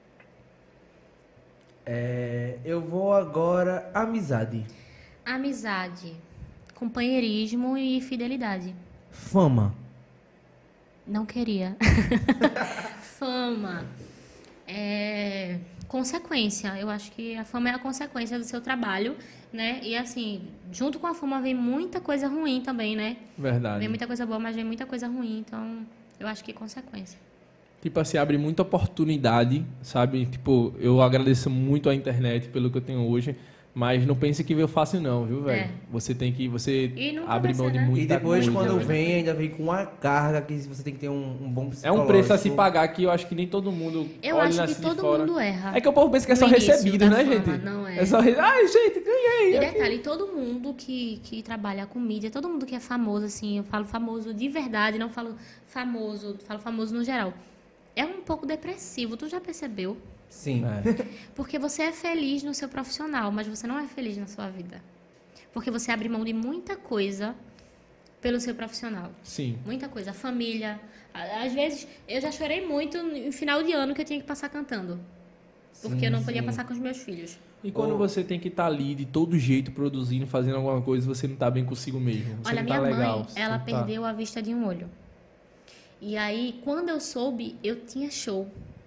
S2: É, eu vou agora. Amizade.
S3: Amizade, companheirismo e fidelidade.
S2: Fama.
S3: Não queria. Fama. É consequência. Eu acho que a fama é a consequência do seu trabalho, né? E assim, junto com a fama vem muita coisa ruim também, né?
S1: Verdade.
S3: Vem muita coisa boa, mas vem muita coisa ruim. Então, eu acho que é consequência.
S1: Tipo assim, abre muita oportunidade, sabe? Tipo, eu agradeço muito a internet pelo que eu tenho hoje, mas não pense que veio fácil não, viu, velho?
S3: É.
S1: Você tem que, você
S3: E nunca
S1: abre
S3: vai
S1: mão
S3: ser,
S1: de
S3: né?
S1: muita
S2: E depois,
S1: coisa.
S2: quando
S1: velho.
S2: vem, ainda vem com uma carga que você tem que ter um, um bom
S1: É
S2: psicológico.
S1: um preço a se pagar que eu acho que nem todo mundo
S3: Eu
S1: olha
S3: acho que
S1: assim de
S3: todo
S1: fora.
S3: mundo erra.
S1: É que o povo pensa que é
S3: No
S1: só
S3: início
S1: recebido,
S3: da
S1: né,
S3: fama,
S1: gente?
S3: não é.
S1: É só re... Ai, gente, ganhei.
S3: E detalhe, todo mundo que, que trabalha com mídia, todo mundo que é famoso, assim, eu falo famoso de verdade, não falo famoso, falo famoso no geral. É um pouco depressivo, tu já percebeu?
S2: Sim.
S1: É.
S3: Porque você é feliz no seu profissional, mas você não é feliz na sua vida. Porque você abre mão de muita coisa pelo seu profissional.
S1: Sim.
S3: Muita coisa. A família. À- Às vezes, eu já chorei muito em final de ano que eu tinha que passar cantando. Porque
S2: Sim,
S3: eu não podia
S2: sim.
S3: passar com os meus filhos.
S1: E quando
S2: Ou-
S1: você tem que estar ali de todo jeito, produzindo, fazendo alguma coisa, você não tá bem consigo mesmo. Você
S3: Olha,
S1: não
S3: minha
S1: tá legal.
S3: mãe,
S1: você
S3: ela
S1: não tá-
S3: perdeu a vista de um olho. E aí, quando eu soube, eu tinha show.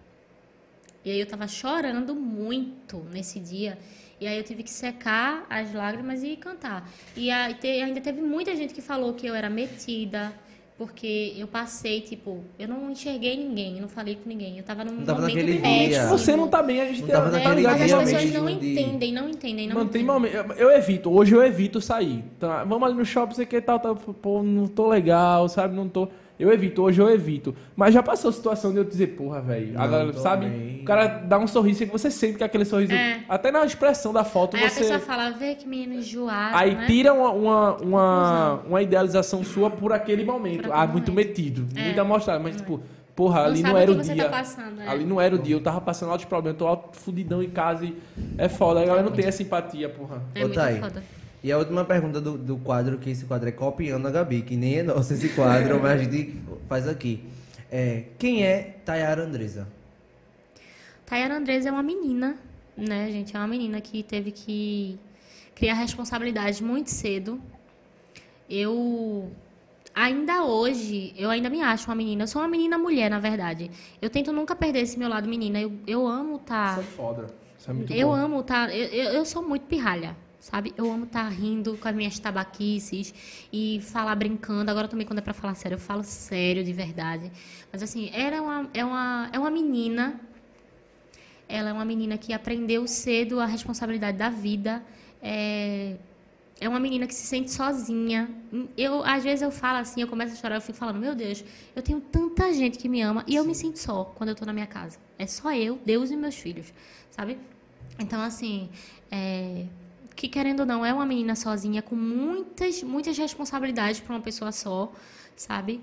S3: E aí eu tava chorando muito nesse dia. E aí eu tive que secar as lágrimas e cantar. E aí te- ainda teve muita gente que falou que eu era metida, porque eu passei, tipo, eu não enxerguei ninguém, eu não falei com ninguém. Eu tava num
S2: Não tava
S3: momento
S2: naquele
S3: péssimo.
S2: dia.
S1: Você não tá bem, a gente
S2: Não tava
S1: tá
S2: naquele
S1: ligado?
S3: Mas as
S2: dia
S3: pessoas
S2: mesmo
S3: não
S2: de-
S3: entendem, não entendem, não
S1: Mano, tem
S3: entendem.
S1: momento. Eu, eu evito, hoje eu evito sair. Tá, vamos ali no shopping, sei que tal, tal, pô, não tô legal, sabe? Não tô. Eu evito, hoje eu evito. Mas já passou a situação de eu dizer, porra, velho.
S2: Não,
S1: Agora,
S2: tô
S1: sabe?
S2: bem.
S1: O cara dá um sorriso e você sente que aquele sorriso.
S3: É.
S1: Até na expressão da foto
S3: Aí a
S1: você.
S3: pessoa fala, vê que menino enjoado,
S1: Aí
S3: né?
S1: tira uma, uma, uma, uma idealização sua por aquele momento.
S3: Por
S1: ah,
S3: aquele
S1: muito
S3: momento.
S1: metido,
S3: É.
S1: muito amostrado. Mas, tipo, porra,
S3: Não
S1: ali
S3: sabe
S1: não
S3: o
S1: era
S3: que
S1: o
S3: você
S1: dia.
S3: tá passando, é.
S1: Ali não era o dia, eu tava passando altos problemas, tô alto fudidão em casa e é foda. A galera não tem essa empatia, porra.
S3: É
S2: Ô,
S3: muito
S2: Thay,
S3: foda.
S2: E a última pergunta do, do quadro, que esse quadro é copiando a Gabi, que nem é nosso esse quadro, mas a gente faz aqui. É, quem é Tayara Andresa?
S3: Tayara Andresa é uma menina, né, gente? É uma menina que teve que criar responsabilidade muito cedo. Eu, ainda hoje, eu ainda me acho uma menina. Eu sou uma menina mulher, na verdade. Eu tento nunca perder esse meu lado menina. Eu, eu amo estar...
S1: Isso é foda. Isso é muito
S3: Eu
S1: bom.
S3: amo estar... eu, eu, eu sou muito pirralha, sabe? Eu amo estar rindo com as minhas tabaquices e falar brincando. Agora também, quando é pra falar sério, eu falo sério, de verdade. Mas, assim, ela é uma, é uma, é uma menina... Ela é uma menina que aprendeu cedo a responsabilidade da vida. É, é uma menina que se sente sozinha. Eu, às vezes eu falo assim, eu começo a chorar, eu fico falando, meu Deus, eu tenho tanta gente que me ama e eu me sinto só quando eu estou na minha casa. É só eu, Deus e meus filhos, sabe? Então, assim, é, que querendo ou não, é uma menina sozinha com muitas, muitas responsabilidades para uma pessoa só, sabe?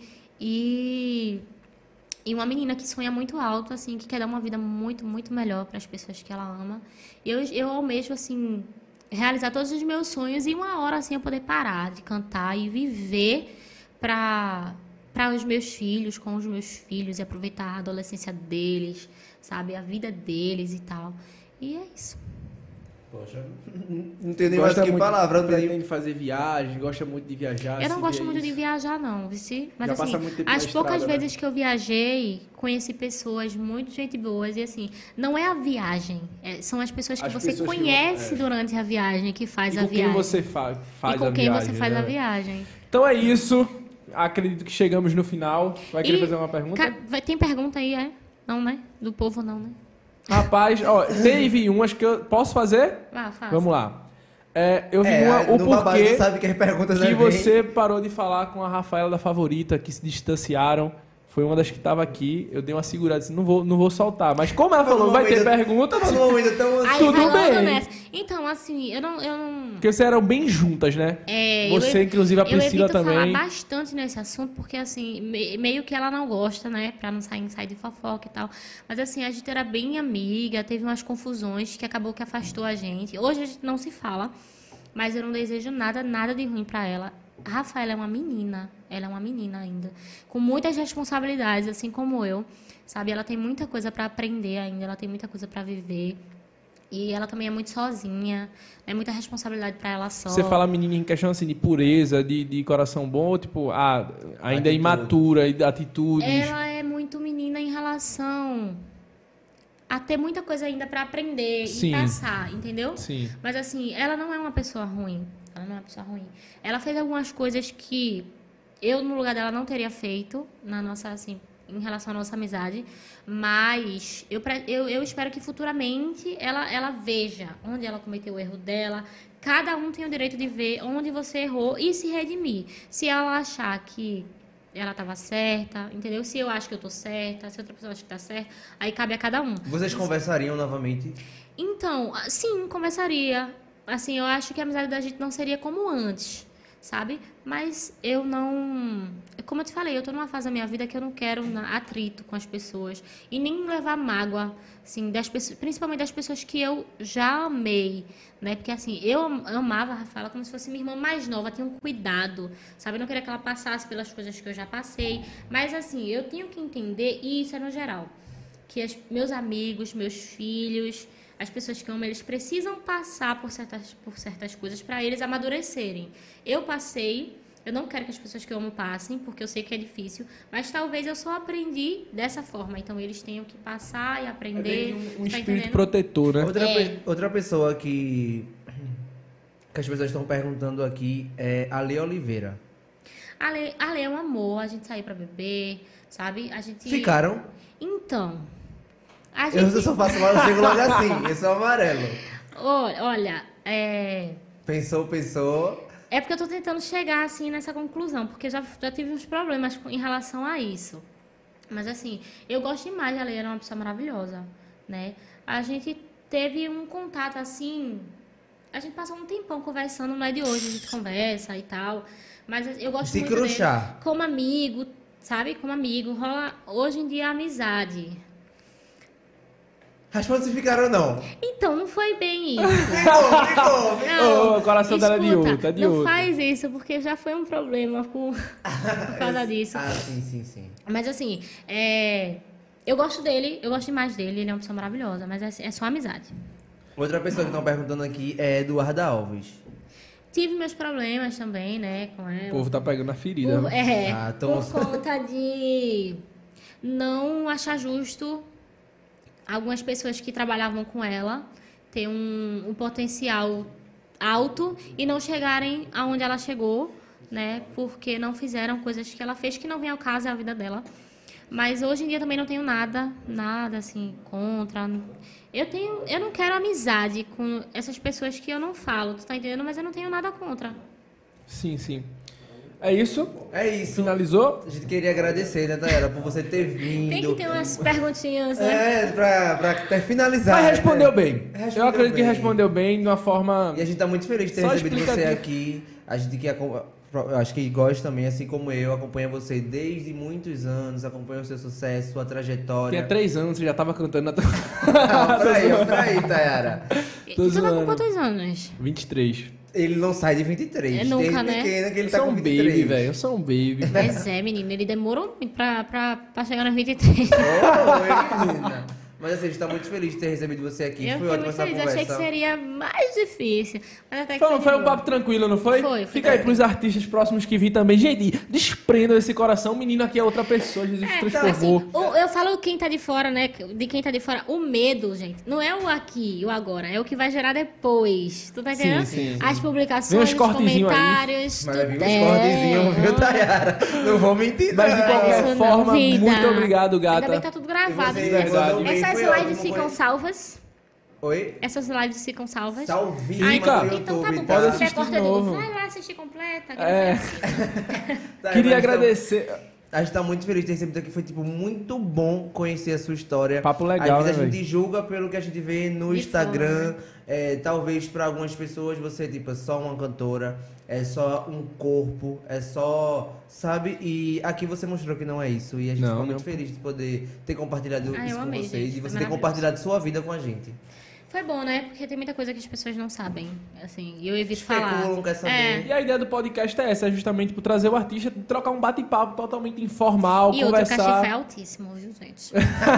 S3: E... E uma menina que sonha muito alto, assim, que quer dar uma vida muito, muito melhor para as pessoas que ela ama. E eu, eu almejo, assim, realizar todos os meus sonhos e uma hora, assim, eu poder parar de cantar e viver para para os meus filhos, com os meus filhos, e aproveitar a adolescência deles, sabe? A vida deles e tal. E é isso.
S2: Poxa, não tem nem mais
S1: Gosta
S2: que
S1: muito,
S2: palavra. Não tem...
S1: pretende fazer viagem, gosta muito de viajar.
S3: Eu não
S1: se
S3: gosto
S1: vê
S3: muito de
S1: isso.
S3: viajar, não, vici? Mas,
S1: Já passa
S3: assim,
S1: muito tempo na
S3: as poucas
S1: estrada, né?
S3: vezes que eu viajei, conheci pessoas muito gente boas. E, assim, não é a viagem. é- são as pessoas que
S1: As
S3: você
S1: pessoas que
S3: conhece
S1: vo- é.
S3: durante a viagem que faz
S1: E
S3: a
S1: com
S3: viagem.
S1: quem você fa faz
S3: e com
S1: a
S3: quem
S1: viagem,
S3: você faz
S1: né?
S3: a viagem.
S1: Então é isso. Acredito que chegamos no final. Vai querer
S3: E,
S1: fazer uma pergunta?
S3: ca- vai- Tem pergunta aí, é? Não, né? Do povo, não, né?
S1: Rapaz, ó, teve umas que eu posso fazer?
S3: Vá, faça.
S1: Vamos lá. É, eu vi
S2: É,
S1: uma, o
S2: no babado
S1: porquê
S2: tu sabe que as perguntas
S1: que
S2: é bem-
S1: você parou de falar com a Rafaela da Favorita, que se distanciaram. Foi uma das que estava aqui. Eu dei uma segurada, disse, não vou, não vou soltar. Mas como ela
S2: Tava
S1: falou,
S2: num
S1: vai ter
S2: momento-
S1: pergunta,
S2: Tava num momento tão
S3: Aí,
S1: tudo
S3: rolando
S1: bem.
S3: nessa. Então, assim, eu não... Eu não...
S1: porque vocês eram bem juntas, né?
S3: É,
S1: Você,
S3: eu,
S1: inclusive, a Priscila
S3: eu evito
S1: também.
S3: falar bastante nesse assunto, porque, assim, me- meio que ela não gosta, né? Pra não sair, sair de fofoca e tal. Mas, assim, a gente era bem amiga, teve umas confusões que acabou que afastou a gente. Hoje a gente não se fala, mas eu não desejo nada, nada de ruim pra ela. A Rafaela é uma menina, ela é uma menina ainda, com muitas responsabilidades, assim como eu, sabe? Ela tem muita coisa pra aprender ainda, ela tem muita coisa pra viver. E ela também é muito sozinha, é muita responsabilidade pra ela só.
S1: Você fala menina em questão assim, de pureza, de, de coração bom, ou tipo, ah, ainda é
S2: Atitude.
S1: imatura, e atitudes.
S3: Ela é muito menina em relação a ter muita coisa ainda pra aprender
S1: Sim.
S3: e passar, entendeu?
S1: Sim.
S3: Mas assim, ela não é uma pessoa ruim. Ela não é uma pessoa ruim. Ela fez algumas coisas que eu, no lugar dela, não teria feito na nossa, assim, em relação à nossa amizade. Mas eu, pre- eu, eu espero que futuramente ela, ela veja onde ela cometeu o erro dela. Cada um tem o direito de ver onde você errou e se redimir. Se ela achar que ela estava certa, entendeu? Se eu acho que eu tô certa, se outra pessoa acha que tá certa, aí cabe a cada um.
S2: Vocês conversariam novamente?
S3: Então, sim, conversaria. Assim, eu acho que a amizade da gente não seria como antes, sabe? Mas eu não... Como eu te falei, eu tô numa fase da minha vida que eu não quero na- atrito com as pessoas e nem levar mágoa, assim, das pessoas, principalmente das pessoas que eu já amei, né? Porque, assim, eu am- amava a Rafaela como se fosse minha irmã mais nova, tinha um cuidado, sabe? Eu não queria que ela passasse pelas coisas que eu já passei, mas, assim, eu tenho que entender, e isso é no geral, que as- meus amigos, meus filhos, as pessoas que eu amo, eles precisam passar por certas, por certas coisas para eles amadurecerem. Eu passei, eu não quero que as pessoas que eu amo passem, porque eu sei que é difícil, mas talvez eu só aprendi dessa forma. Então, eles tenham que passar e
S1: É
S3: aprender.
S1: meio que um, um
S3: tá
S1: espírito
S3: entendendo?
S1: protetor, né?
S2: Outra,
S3: É.
S2: pe- outra pessoa que, que as pessoas estão perguntando aqui é a Lê Oliveira.
S3: A Lê, a Lê é um amor, a gente sair para beber, sabe? A gente...
S2: Ficaram?
S3: Então, a
S2: Eu
S3: gente...
S2: só faço mal, eu chego logo assim, eu sou amarelo.
S3: Olha, olha, é...
S2: Pensou, pensou.
S3: É porque eu tô tentando chegar, assim, nessa conclusão, porque já, já tive uns problemas com- em relação a isso. Mas, assim, eu gosto demais, a Lê era uma pessoa maravilhosa, né? A gente teve um contato, assim... A gente passou um tempão conversando, não é de hoje, a gente conversa e tal. Mas eu gosto
S2: Se
S3: muito
S2: cruchar.
S3: dele como amigo, sabe? Como amigo. Rola, hoje em dia, a amizade.
S2: Responde se ficaram ou não.
S3: Então, não foi bem isso.
S2: Ficou, ficou, ficou.
S3: Não,
S1: Ô, o coração dela é de
S3: escuta,
S1: outro, é de
S3: não
S1: outro.
S3: faz isso, porque já foi um problema por, por causa disso.
S2: Ah, sim, sim, sim.
S3: Mas assim, é, eu gosto dele, eu gosto demais dele, ele é uma pessoa maravilhosa, mas é, assim, é só amizade.
S2: Outra pessoa que estão perguntando aqui é Eduarda Alves.
S3: Tive meus problemas também, né, com
S1: O
S3: ela.
S1: povo tá pegando a ferida.
S3: Por,
S1: né?
S3: é,
S2: Ah, tô-
S3: por conta de não achar justo algumas pessoas que trabalhavam com ela ter um, um potencial alto e não chegarem aonde ela chegou, né? Porque não fizeram coisas que ela fez que não vem ao caso, é a vida dela. Mas hoje em dia também não tenho nada, nada assim contra. Eu tenho, eu não quero amizade com essas pessoas que eu não falo, tu tá entendendo? Mas eu não tenho nada contra.
S1: Sim, sim. É isso?
S2: É isso.
S1: Finalizou?
S2: A gente queria agradecer, né, Tayara, por você ter vindo.
S3: Tem que ter umas perguntinhas, né?
S2: É, pra, pra ter finalizado.
S1: Mas respondeu
S2: né?
S1: bem.
S2: Respondeu
S1: Eu acredito que
S2: bem.
S1: respondeu bem de uma forma...
S2: E a gente tá muito feliz de ter
S1: Só
S2: recebido você
S1: explicativo.
S2: aqui. A gente que acom- eu acho que gosta também, assim como eu, acompanha você desde muitos anos, acompanha o seu sucesso, sua trajetória.
S1: Tinha três anos, você já tava cantando na...
S2: Não, peraí, peraí, Tayara.
S3: E
S1: Tô
S3: tu tá com
S1: zoando.
S3: quantos anos?
S1: vinte e três.
S2: Ele não sai de vinte e três.
S3: É nunca,
S2: desde
S3: né?
S2: pequeno que ele
S1: Eu
S2: tá
S1: sou
S2: com
S1: um
S2: vinte e três.
S1: baby, velho. Eu sou um baby.
S3: Mas é, menino, ele demorou muito pra, pra, pra chegar nos vinte e três.
S2: Oi, menina. Mas assim, a gente tá muito feliz de ter recebido você aqui.
S3: Eu
S2: Foi
S3: fiquei
S2: ótima
S3: muito
S2: essa
S3: feliz,
S2: conversa.
S3: achei que seria mais difícil. Mas até que
S1: Foi,
S3: foi,
S1: foi
S3: de
S1: um
S3: boa.
S1: papo tranquilo, não foi?
S3: Foi, foi.
S1: Fica aí pros artistas próximos que vir também. Gente, desprendam esse coração. O menino aqui é outra pessoa. Jesus
S3: É,
S1: transformou.
S3: assim, o- eu falo quem tá de fora, né? De quem tá de fora, o medo, gente. Não é o aqui, o agora. É o que vai gerar depois. Tu tá
S1: Sim,
S3: entendendo?
S1: sim.
S3: As
S1: Vem
S3: publicações,
S1: uns
S3: os
S1: cortezinhos aí.
S3: comentários.
S2: Mas vai vir
S3: tudo-
S2: uns
S3: é.
S2: cortezinhos, viu, Tayara? Não vou mentir,
S1: Mas de
S2: não.
S1: qualquer
S3: Isso não,
S1: forma,
S3: vida.
S1: muito obrigado,
S3: Ainda bem
S1: gata.
S3: que tá tudo gravado.
S2: E você,
S3: né?
S1: verdade.
S2: mandou bem,
S3: Essas
S2: foi
S3: lives
S2: ótimo,
S3: ficam
S2: foi-
S3: salvas.
S2: Oi?
S3: Essas lives ficam salvas.
S2: Salvinho
S1: Fica.
S2: no
S3: Então tá
S2: YouTube,
S3: bom,
S2: tá?
S1: Pode
S3: se
S1: assistir
S3: tiver corta,
S1: de
S3: eu digo,
S1: novo.
S3: vai lá assistir completa. que
S1: É.
S3: não foi assim.
S2: Tá,
S1: Queria
S2: mas então,
S1: agradecer.
S2: a gente tá muito feliz de ter recebido aqui. Foi, tipo, muito bom conhecer a sua história.
S1: Papo legal,
S2: Às vezes
S1: né,
S2: a gente julga pelo que a gente vê no
S3: De
S2: Instagram. É, talvez pra algumas pessoas você, tipo, é só uma cantora. É só um corpo. É só... Sabe? E aqui você mostrou que não é isso. E a gente
S1: Não,
S2: ficou
S1: não.
S2: muito feliz de poder ter compartilhado
S3: Ah,
S2: isso
S3: eu
S2: com
S3: amei,
S2: você.
S3: gente,
S2: E de
S3: foi
S2: você ter
S3: maravilhoso.
S2: compartilhado sua vida com a gente.
S3: Foi bom, né? Porque tem muita coisa que as pessoas não sabem. Assim, e eu evito falar.
S2: Especulam, quer saber.
S3: É.
S1: E a ideia do podcast é essa, é justamente por trazer o artista, trocar um bate-papo totalmente informal,
S3: E outro, o
S1: conversar.
S3: cachê foi altíssimo, viu, gente?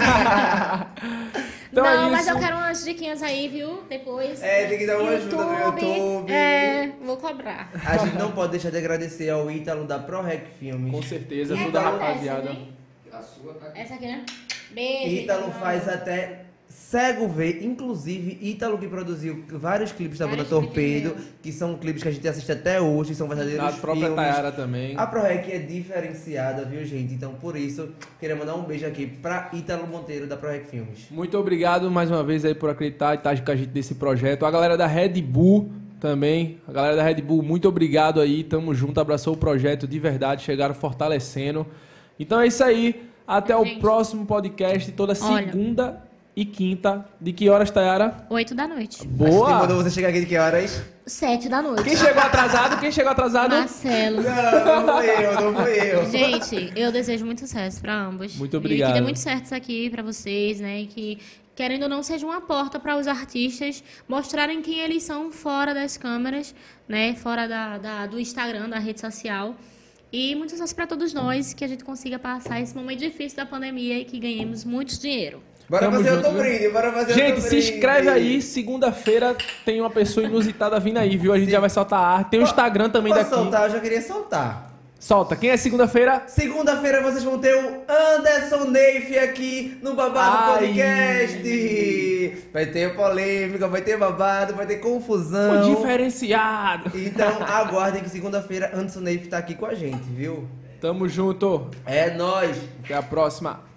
S1: Então
S3: não,
S1: é
S3: mas
S1: isso.
S3: eu quero umas diquinhas aí, viu? Depois.
S2: É, tem que dar uma ajuda no YouTube.
S3: É, vou cobrar.
S2: A gente não pode deixar de agradecer ao Ítalo da ProRec Filmes.
S1: Com certeza,
S3: É
S1: toda a
S3: qual
S1: rapaziada.
S3: essa, hein?
S4: A sua tá aqui.
S3: Essa aqui, né? Beijo.
S2: Ítalo
S3: Ítalo.
S2: faz até cego ver, inclusive Ítalo que produziu vários clipes da banda
S3: Vários
S2: Torpedo,
S3: clipes
S2: que são clipes que a gente assiste até hoje, são verdadeiros
S1: A própria
S2: filmes.
S1: Tayara também.
S2: A ProRec é diferenciada, viu, gente? Então, por isso, queria mandar um beijo aqui pra Ítalo Monteiro da ProRec Filmes.
S1: Muito obrigado mais uma vez aí por acreditar e estar com a gente nesse projeto. A galera da Red Bull também. A galera da Red Bull, muito obrigado aí. Tamo junto, abraçou o projeto de verdade, chegaram fortalecendo. Então é isso aí. Até o
S3: Gente.
S1: próximo podcast, toda
S3: Olha.
S1: segunda e quinta. De que horas, Tayara?
S3: Oito da noite.
S2: Quando
S1: Boa!
S2: você chegar aqui de que horas?
S3: Sete da noite.
S1: Quem chegou atrasado? Quem chegou atrasado?
S3: Marcelo.
S2: Não, não fui eu, não fui eu.
S3: Gente, eu desejo muito sucesso pra ambos.
S1: Muito obrigado.
S3: E que dê muito certo isso aqui pra vocês, né? E que, querendo ou não, seja uma porta para os artistas mostrarem quem eles são fora das câmeras, né? Fora da, da- do Instagram, da rede social. E muito sucesso pra todos nós, que a gente consiga passar esse momento difícil da pandemia e que ganhemos muito dinheiro.
S2: Bora
S1: Tamo
S2: fazer
S1: junto,
S2: outro
S1: viu?
S2: brinde, bora fazer
S1: Gente,
S2: outro
S1: se
S2: brinde.
S1: inscreve aí. Segunda-feira tem uma pessoa inusitada vindo aí, viu? A gente já vai soltar a arte. Tem o Instagram também
S2: Posso
S1: daqui.
S2: soltar? Eu já queria soltar.
S1: Solta. Quem é segunda-feira?
S2: Segunda-feira vocês vão ter o Anderson Neif aqui no Babado
S1: Ai.
S2: Podcast. Vai ter polêmica, vai ter babado, vai ter
S1: O
S2: confusão.
S1: diferenciado.
S2: Então aguardem que segunda-feira Anderson Neif tá aqui com a gente, viu?
S1: Tamo junto.
S2: É nóis.
S1: Até a próxima.